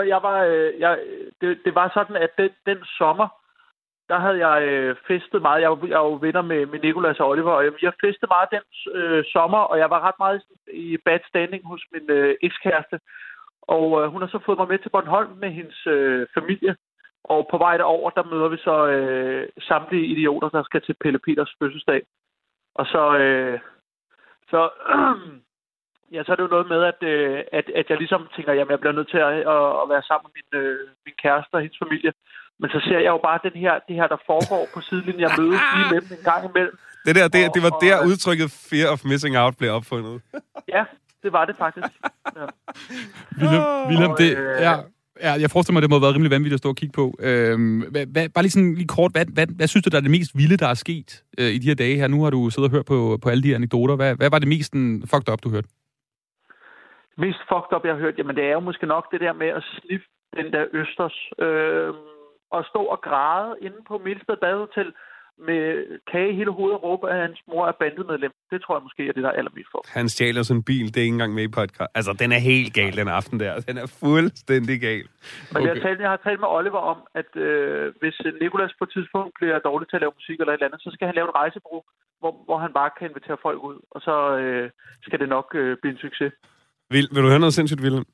det var sådan, at den sommer, der havde jeg festet meget. Jeg var jo venner med Nicolas og Oliver, og jeg festede meget den sommer, og jeg var ret meget i bad standing hos min ekskæreste. Og hun har så fået mig med til Bornholm med hendes familie. Og på vej derover, der møder vi så samtlige idioter, der skal til Pelle Peters fødselsdag. Og så er det jo noget med, at jeg ligesom tænker, jamen jeg bliver nødt til at være sammen med min kæreste og hendes familie. Men så ser jeg jo bare det her, der foregår på sidelinjen. Jeg mødes lige med dem en gang imellem. Det var der udtrykket fear of missing out blev opfundet. Ja, det var det faktisk. Ja. Wilhelm, Ja, jeg forestiller mig, det må have været rimelig vanvittigt at stå og kigge på. Bare lige kort, hvad synes du, der er det mest vilde, der er sket i de her dage her? Nu har du siddet og hørt på alle de anekdoter. Hvad var det mest fucked up, du hørte? Mest fucked up, jeg har hørt? Jamen, det er jo måske nok det der med at sniffe den der østers. Og stå og græde inde på Milsted Badehotel med kage i hele hovedet og råbe, at hans mor er bandemedlem. Det tror jeg måske er det, der er allermest for. Han stjæler sådan en bil, det er ikke engang med i podcast. Altså, den er helt gal, den aften der. Den er fuldstændig gal. Okay. Jeg har talt med Oliver om, at hvis Nicolas på et tidspunkt bliver dårlig til at lave musik eller et eller andet, så skal han lave et rejsebureau, hvor han bare kan invitere folk ud, og så skal det nok blive en succes. Vil du høre noget sindssygt, Wilhelm?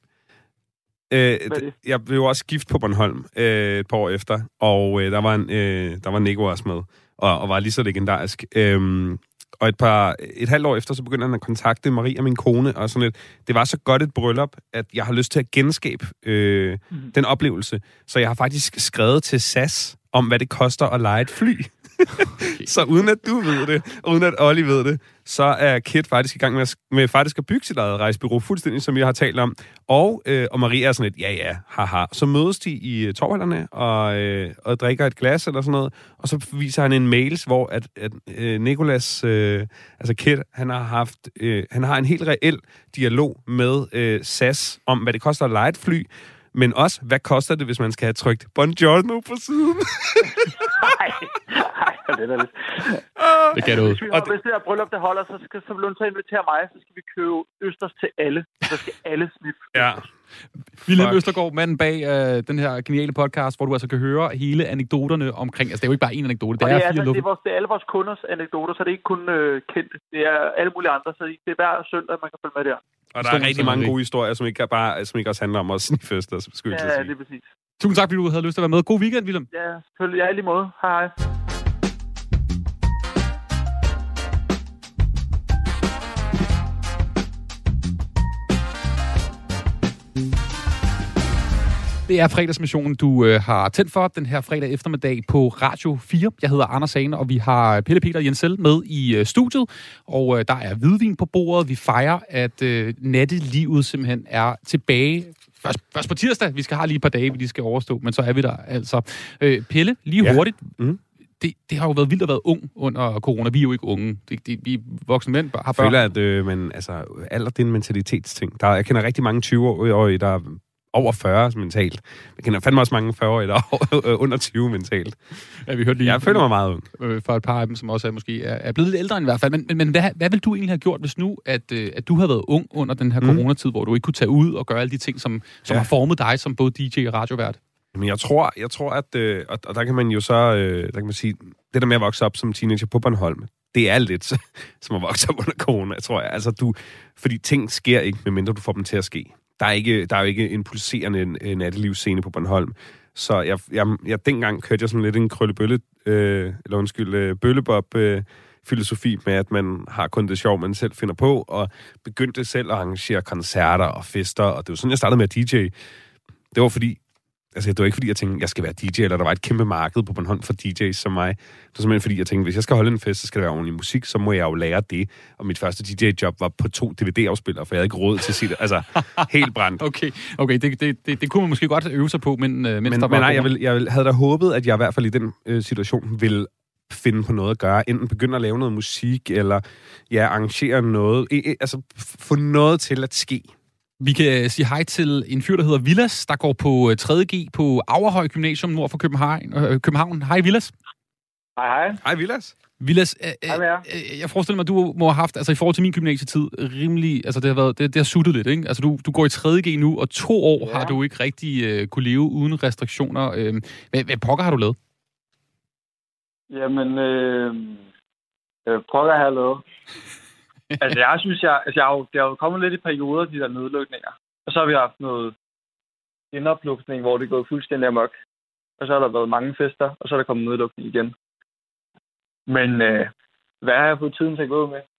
Jeg blev jo også gift på Bornholm et par år efter, og der var Nico også med, og var lige så legendarisk. Og et halvt år efter, så begyndte han at kontakte Maria, min kone, og sådan lidt. Det var så godt et bryllup, at jeg har lyst til at genskabe den oplevelse. Så jeg har faktisk skrevet til SAS om, hvad det koster at leje et fly. Okay. Så uden at du ved det, og uden at Olli ved det, så er Kit faktisk i gang med faktisk at bygge sit eget rejsebureau, fuldstændig som jeg har talt om. Og Maria er sådan lidt, ja, haha. Så mødes de i torvhallerne og drikker et glas eller sådan noget, og så viser han en mails, hvor at Nicolas, altså Kit, han har en helt reel dialog med SAS om, hvad det koster at leje et fly, men også, hvad koster det, hvis man skal have trykt Buongiorno på siden? Nej, det er lidt. Det kan du. Hvis det her bryllup, der holder, så vil du så invitere mig, så skal vi købe østers til alle. Så skal alle sniffe. Ja. Wilhelm Østergaard, manden bag den her geniale podcast, hvor du altså kan høre hele anekdoterne omkring. Altså, det er jo ikke bare en anekdote, det er fire luft. Det er alle vores kunders anekdoter, så det er ikke kun kendte. Det er alle mulige andre, så det er hver søndag, man kan følge med der. Og der er rigtig mange gode historier, som ikke også handler om at sniffe østers. Ja, det er præcis. Tusind tak, fordi du havde lyst til at være med. God weekend, Wilhelm. Ja, selvfølgelig. Ja, i lige måde. Hej. Det er fredagsmissionen, du har tændt for den her fredag eftermiddag på Radio 4. Jeg hedder Anders Hane, og vi har Pelle Peter Jensel med i studiet. Og der er hvidvin på bordet. Vi fejrer, at nattelivet simpelthen er tilbage. Først på tirsdag. Vi skal have lige et par dage, vi lige skal overstå, men så er vi der altså. Pelle, lige hurtigt. Det har jo været vildt at være ung under corona. Vi er jo ikke unge. Vi voksne mænd har børn. Jeg føler, at alder, det er en mentalitetsting. Jeg kender rigtig mange 20-årige, der er over 40 mentalt. Jeg kender fandme også mange 40-årige, der er under 20 mentalt. Ja, vi hørte lige. Jeg føler mig meget ung. For et par af dem, som også måske er blevet lidt ældre end i hvert fald. Men hvad vil du egentlig have gjort, hvis nu, at du havde været ung under den her coronatid, hvor du ikke kunne tage ud og gøre alle de ting, som har formet dig som både DJ og radiovært? Men jeg tror, at og der kan man jo så, der kan man sige, det der med at vokse op som teenager på Bornholm, det er lidt som at vokse op under corona, tror jeg. Altså fordi ting sker ikke, medmindre du får dem til at ske. Der er jo ikke en pulserende nattelivsscene på Bornholm. Så jeg dengang kørte jeg sådan lidt en krøllebølle, bøllebob-filosofi med, at man har kun det sjov, man selv finder på, og begyndte selv at arrangere koncerter og fester, og det var sådan, jeg startede med at DJ. Det var fordi, det var ikke fordi, jeg tænkte, jeg skal være DJ, eller der var et kæmpe marked på Bornholm for DJ's som mig. Det var simpelthen fordi, jeg tænkte, hvis jeg skal holde en fest, så skal det være ordentlig musik, så må jeg jo lære det. Og mit første DJ-job var på 2 DVD-afspillere, for jeg havde ikke råd til at sige det. Altså, helt brændt. Okay, det kunne man måske godt øve sig på, mens der var... Men nej, jeg havde da håbet, at jeg i hvert fald i den situation ville finde på noget at gøre. Enten begynde at lave noget musik, eller arrangere noget. Altså, få noget til at ske. Vi kan sige hej til en fyr, der hedder Vilas, der går på 3.G på Aurehøj Gymnasium nord for København. Hej, Vilas. Hej. Hej, Vilas. Vilas, jeg forestiller mig, at du må have haft, altså i forhold til min gymnasietid, rimelig, altså det har suttet lidt, ikke? Altså du går i 3.G nu, og 2 år har du ikke rigtig kunne leve uden restriktioner. Hvad pokker har du lavet? Jamen, pokker har jeg lavet. Altså, jeg synes, det har jo kommet lidt i perioder, de der nedlukninger. Og så har vi haft noget genoplukkning, hvor det er gået fuldstændig amok. Og så har der været mange fester, og så er der kommet nedlukning igen. Men hvad har jeg fået tiden til at gå med?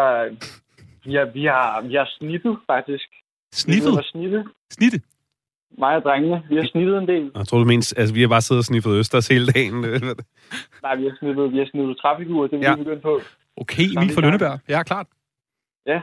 Vi har snittet, faktisk. Snittet? Snitte? Mig og drengene. Vi har snittet en del. Jeg tror, du mener, altså vi har bare siddet og sniffet østers hele dagen. Nej, vi har snittet trafikuger, det er vi begyndt på. Okay, Emil fra Lønneberg. Ja, klart. Ja.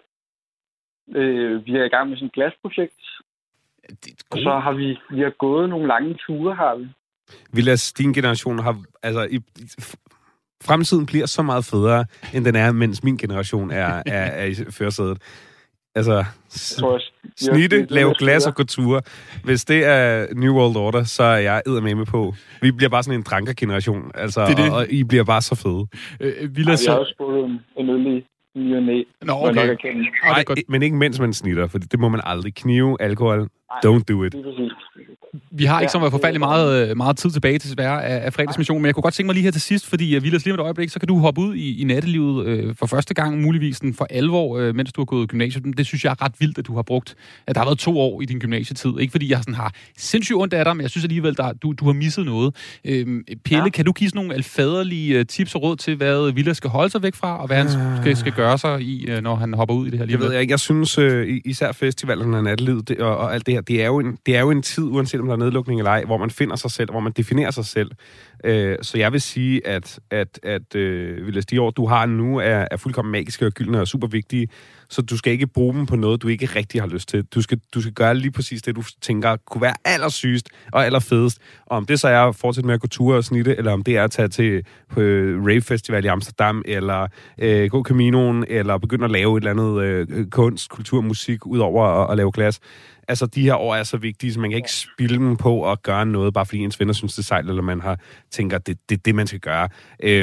Vi er i gang med sådan et glasprojekt. Og så har vi har gået nogle lange ture, har vi. Vilas, din generation har... Altså, fremtiden bliver så meget federe, end den er, mens min generation er i førersædet. Altså, snitte, lave glas og gå ture. Hvis det er New World Order, så er jeg eddermame på. Vi bliver bare sådan en drankergeneration, altså, det. Og I bliver bare så fede. Vi har også fået en øl i ny og næ. Nå, okay. Nej, men ikke mens man snitter, for det må man aldrig. Knive, alkohol, don't do it. Vi har ikke så forfærdelig meget tid tilbage til desværre af fredagsmissionen, men jeg kunne godt tænke mig lige her til sidst, fordi Vilas lige om et øjeblik, så kan du hoppe ud i nattelivet for første gang, muligvis for alvor, mens du har gået i gymnasiet. Det synes jeg er ret vildt, at du har brugt, at der har været 2 år i din gymnasietid. Ikke fordi jeg sådan har sindssygt ondt af dig, men jeg synes alligevel, du har misset noget. Pelle, kan du give sådan nogle alfaderlige tips og råd til, hvad Vilas skal holde sig væk fra, og hvad han skal gøre sig i, når han hopper ud i det her liv? Jeg ved ikke, jeg synes især festivalerne og nattelivet og alt det her, det er jo en tid, uanset om der er nedlukning eller ej, hvor man finder sig selv, hvor man definerer sig selv. Så jeg vil sige, at Vilas, de år, du har nu, er fuldkommen magiske og gyldne og super vigtige, så du skal ikke bruge dem på noget, du ikke rigtig har lyst til. Du skal gøre lige præcis det, du tænker kunne være allersygest og allerfedest. Og om det så er at fortsætte med at gå ture og snitte, eller om det er at tage til Rave Festival i Amsterdam, eller gå Caminoen, eller begynde at lave et eller andet kunst, kultur, musik, ud over at lave glas. Altså, de her år er så vigtige, så man kan ikke spilde dem på at gøre noget, bare fordi ens venner synes, det er sejt, eller man tænker, det er det, man skal gøre.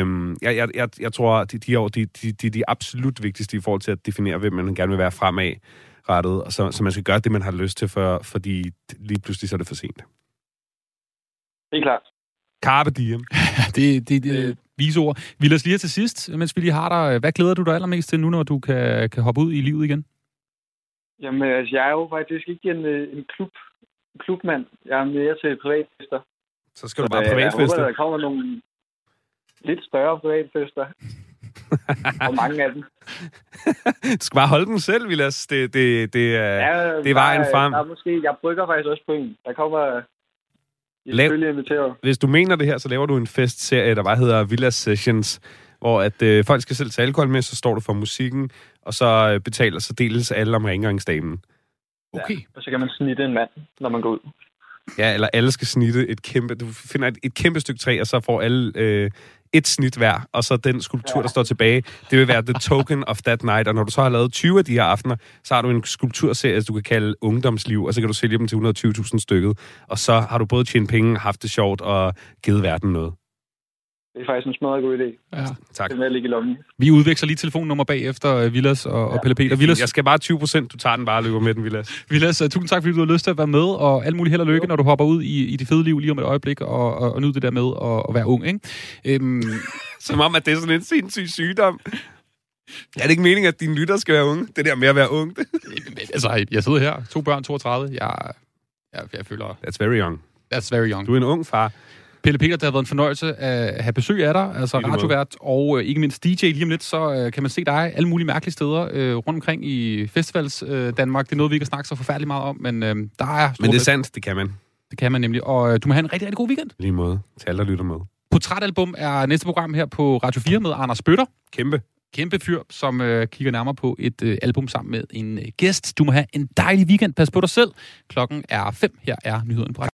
Jeg tror, at de år, de er de absolut vigtigste i forhold til at definere, hvem man gerne vil være fremadrettet, og så man skal gøre det, man har lyst til, fordi lige pludselig så er det for sent. Det er klart. Carpe diem. det er vise ord. Vilas, lige til sidst, mens vi lige har dig, hvad glæder du dig allermest til nu, når du kan hoppe ud i livet igen? Jamen, altså, jeg er jo faktisk ikke en klubmand. Jeg er mere til privatfester. Så skal du bare privatfester. Jeg håber, der kommer nogle lidt større privatfester. Og mange af dem. Du skal bare holde dem selv, Vilas. Det er vejen frem. Jeg brygger faktisk også på en. Der kommer... selvfølgelig inviteret. Hvis du mener det her, så laver du en festserie, der bare hedder Vilas Sessions, hvor at folk skal selv tage alkohol med, så står du for musikken, og så betaler så deles alle om rengøringsdamen. Okay. Ja, og så kan man snitte en mand, når man går ud. Ja, eller alle skal snitte du finder et kæmpe stykke træ, og så får alle et snit hver, og så den skulptur, der står tilbage, det vil være the token of that night, og når du så har lavet 20 af de her aftener, så har du en skulpturserie, du kan kalde ungdomsliv, og så kan du sælge dem til 120.000 stykket, og så har du både tjent penge, haft det sjovt, og givet verden noget. Det er faktisk en smadret god idé. Ja. Tak. Det er med at ligge i lommen. Vi udveksler lige telefonnummer bagefter, Vilas og Pelle Peter. Vilas, jeg skal bare 20%, du tager den bare og løber med den, Vilas. Vilas, tusind tak, fordi du har lyst til at være med, og alt muligt held og lykke, når du hopper ud i det fede liv lige om et øjeblik, og nyde det der med at være ung, ikke? Som om, at det er sådan en sindssyg sygdom. Er det ikke meningen, at dine lytter skal være unge? Det der med at være ung? Altså, jeg sidder her, 2 børn, 32. Jeg føler... That's very young. That's very young. Du er en ung far. Pelle Peter, det har været en fornøjelse at have besøg af dig, altså radiovært og ikke mindst DJ. Lige om lidt, så kan man se dig alle mulige mærkelige steder rundt omkring i festivals Danmark. Det er noget, vi ikke har snakket så forfærdeligt meget om, men der er... Men det er sandt, det kan man. Det kan man nemlig, og du må have en rigtig, rigtig god weekend. Lige måde, til alle, der lytter med. Portrætalbum er næste program her på Radio 4 med Anders Bøtter. Kæmpe fyr, som kigger nærmere på et album sammen med en gæst. Du må have en dejlig weekend. Pas på dig selv. Klokken er 5. Her er nyheden på Radio.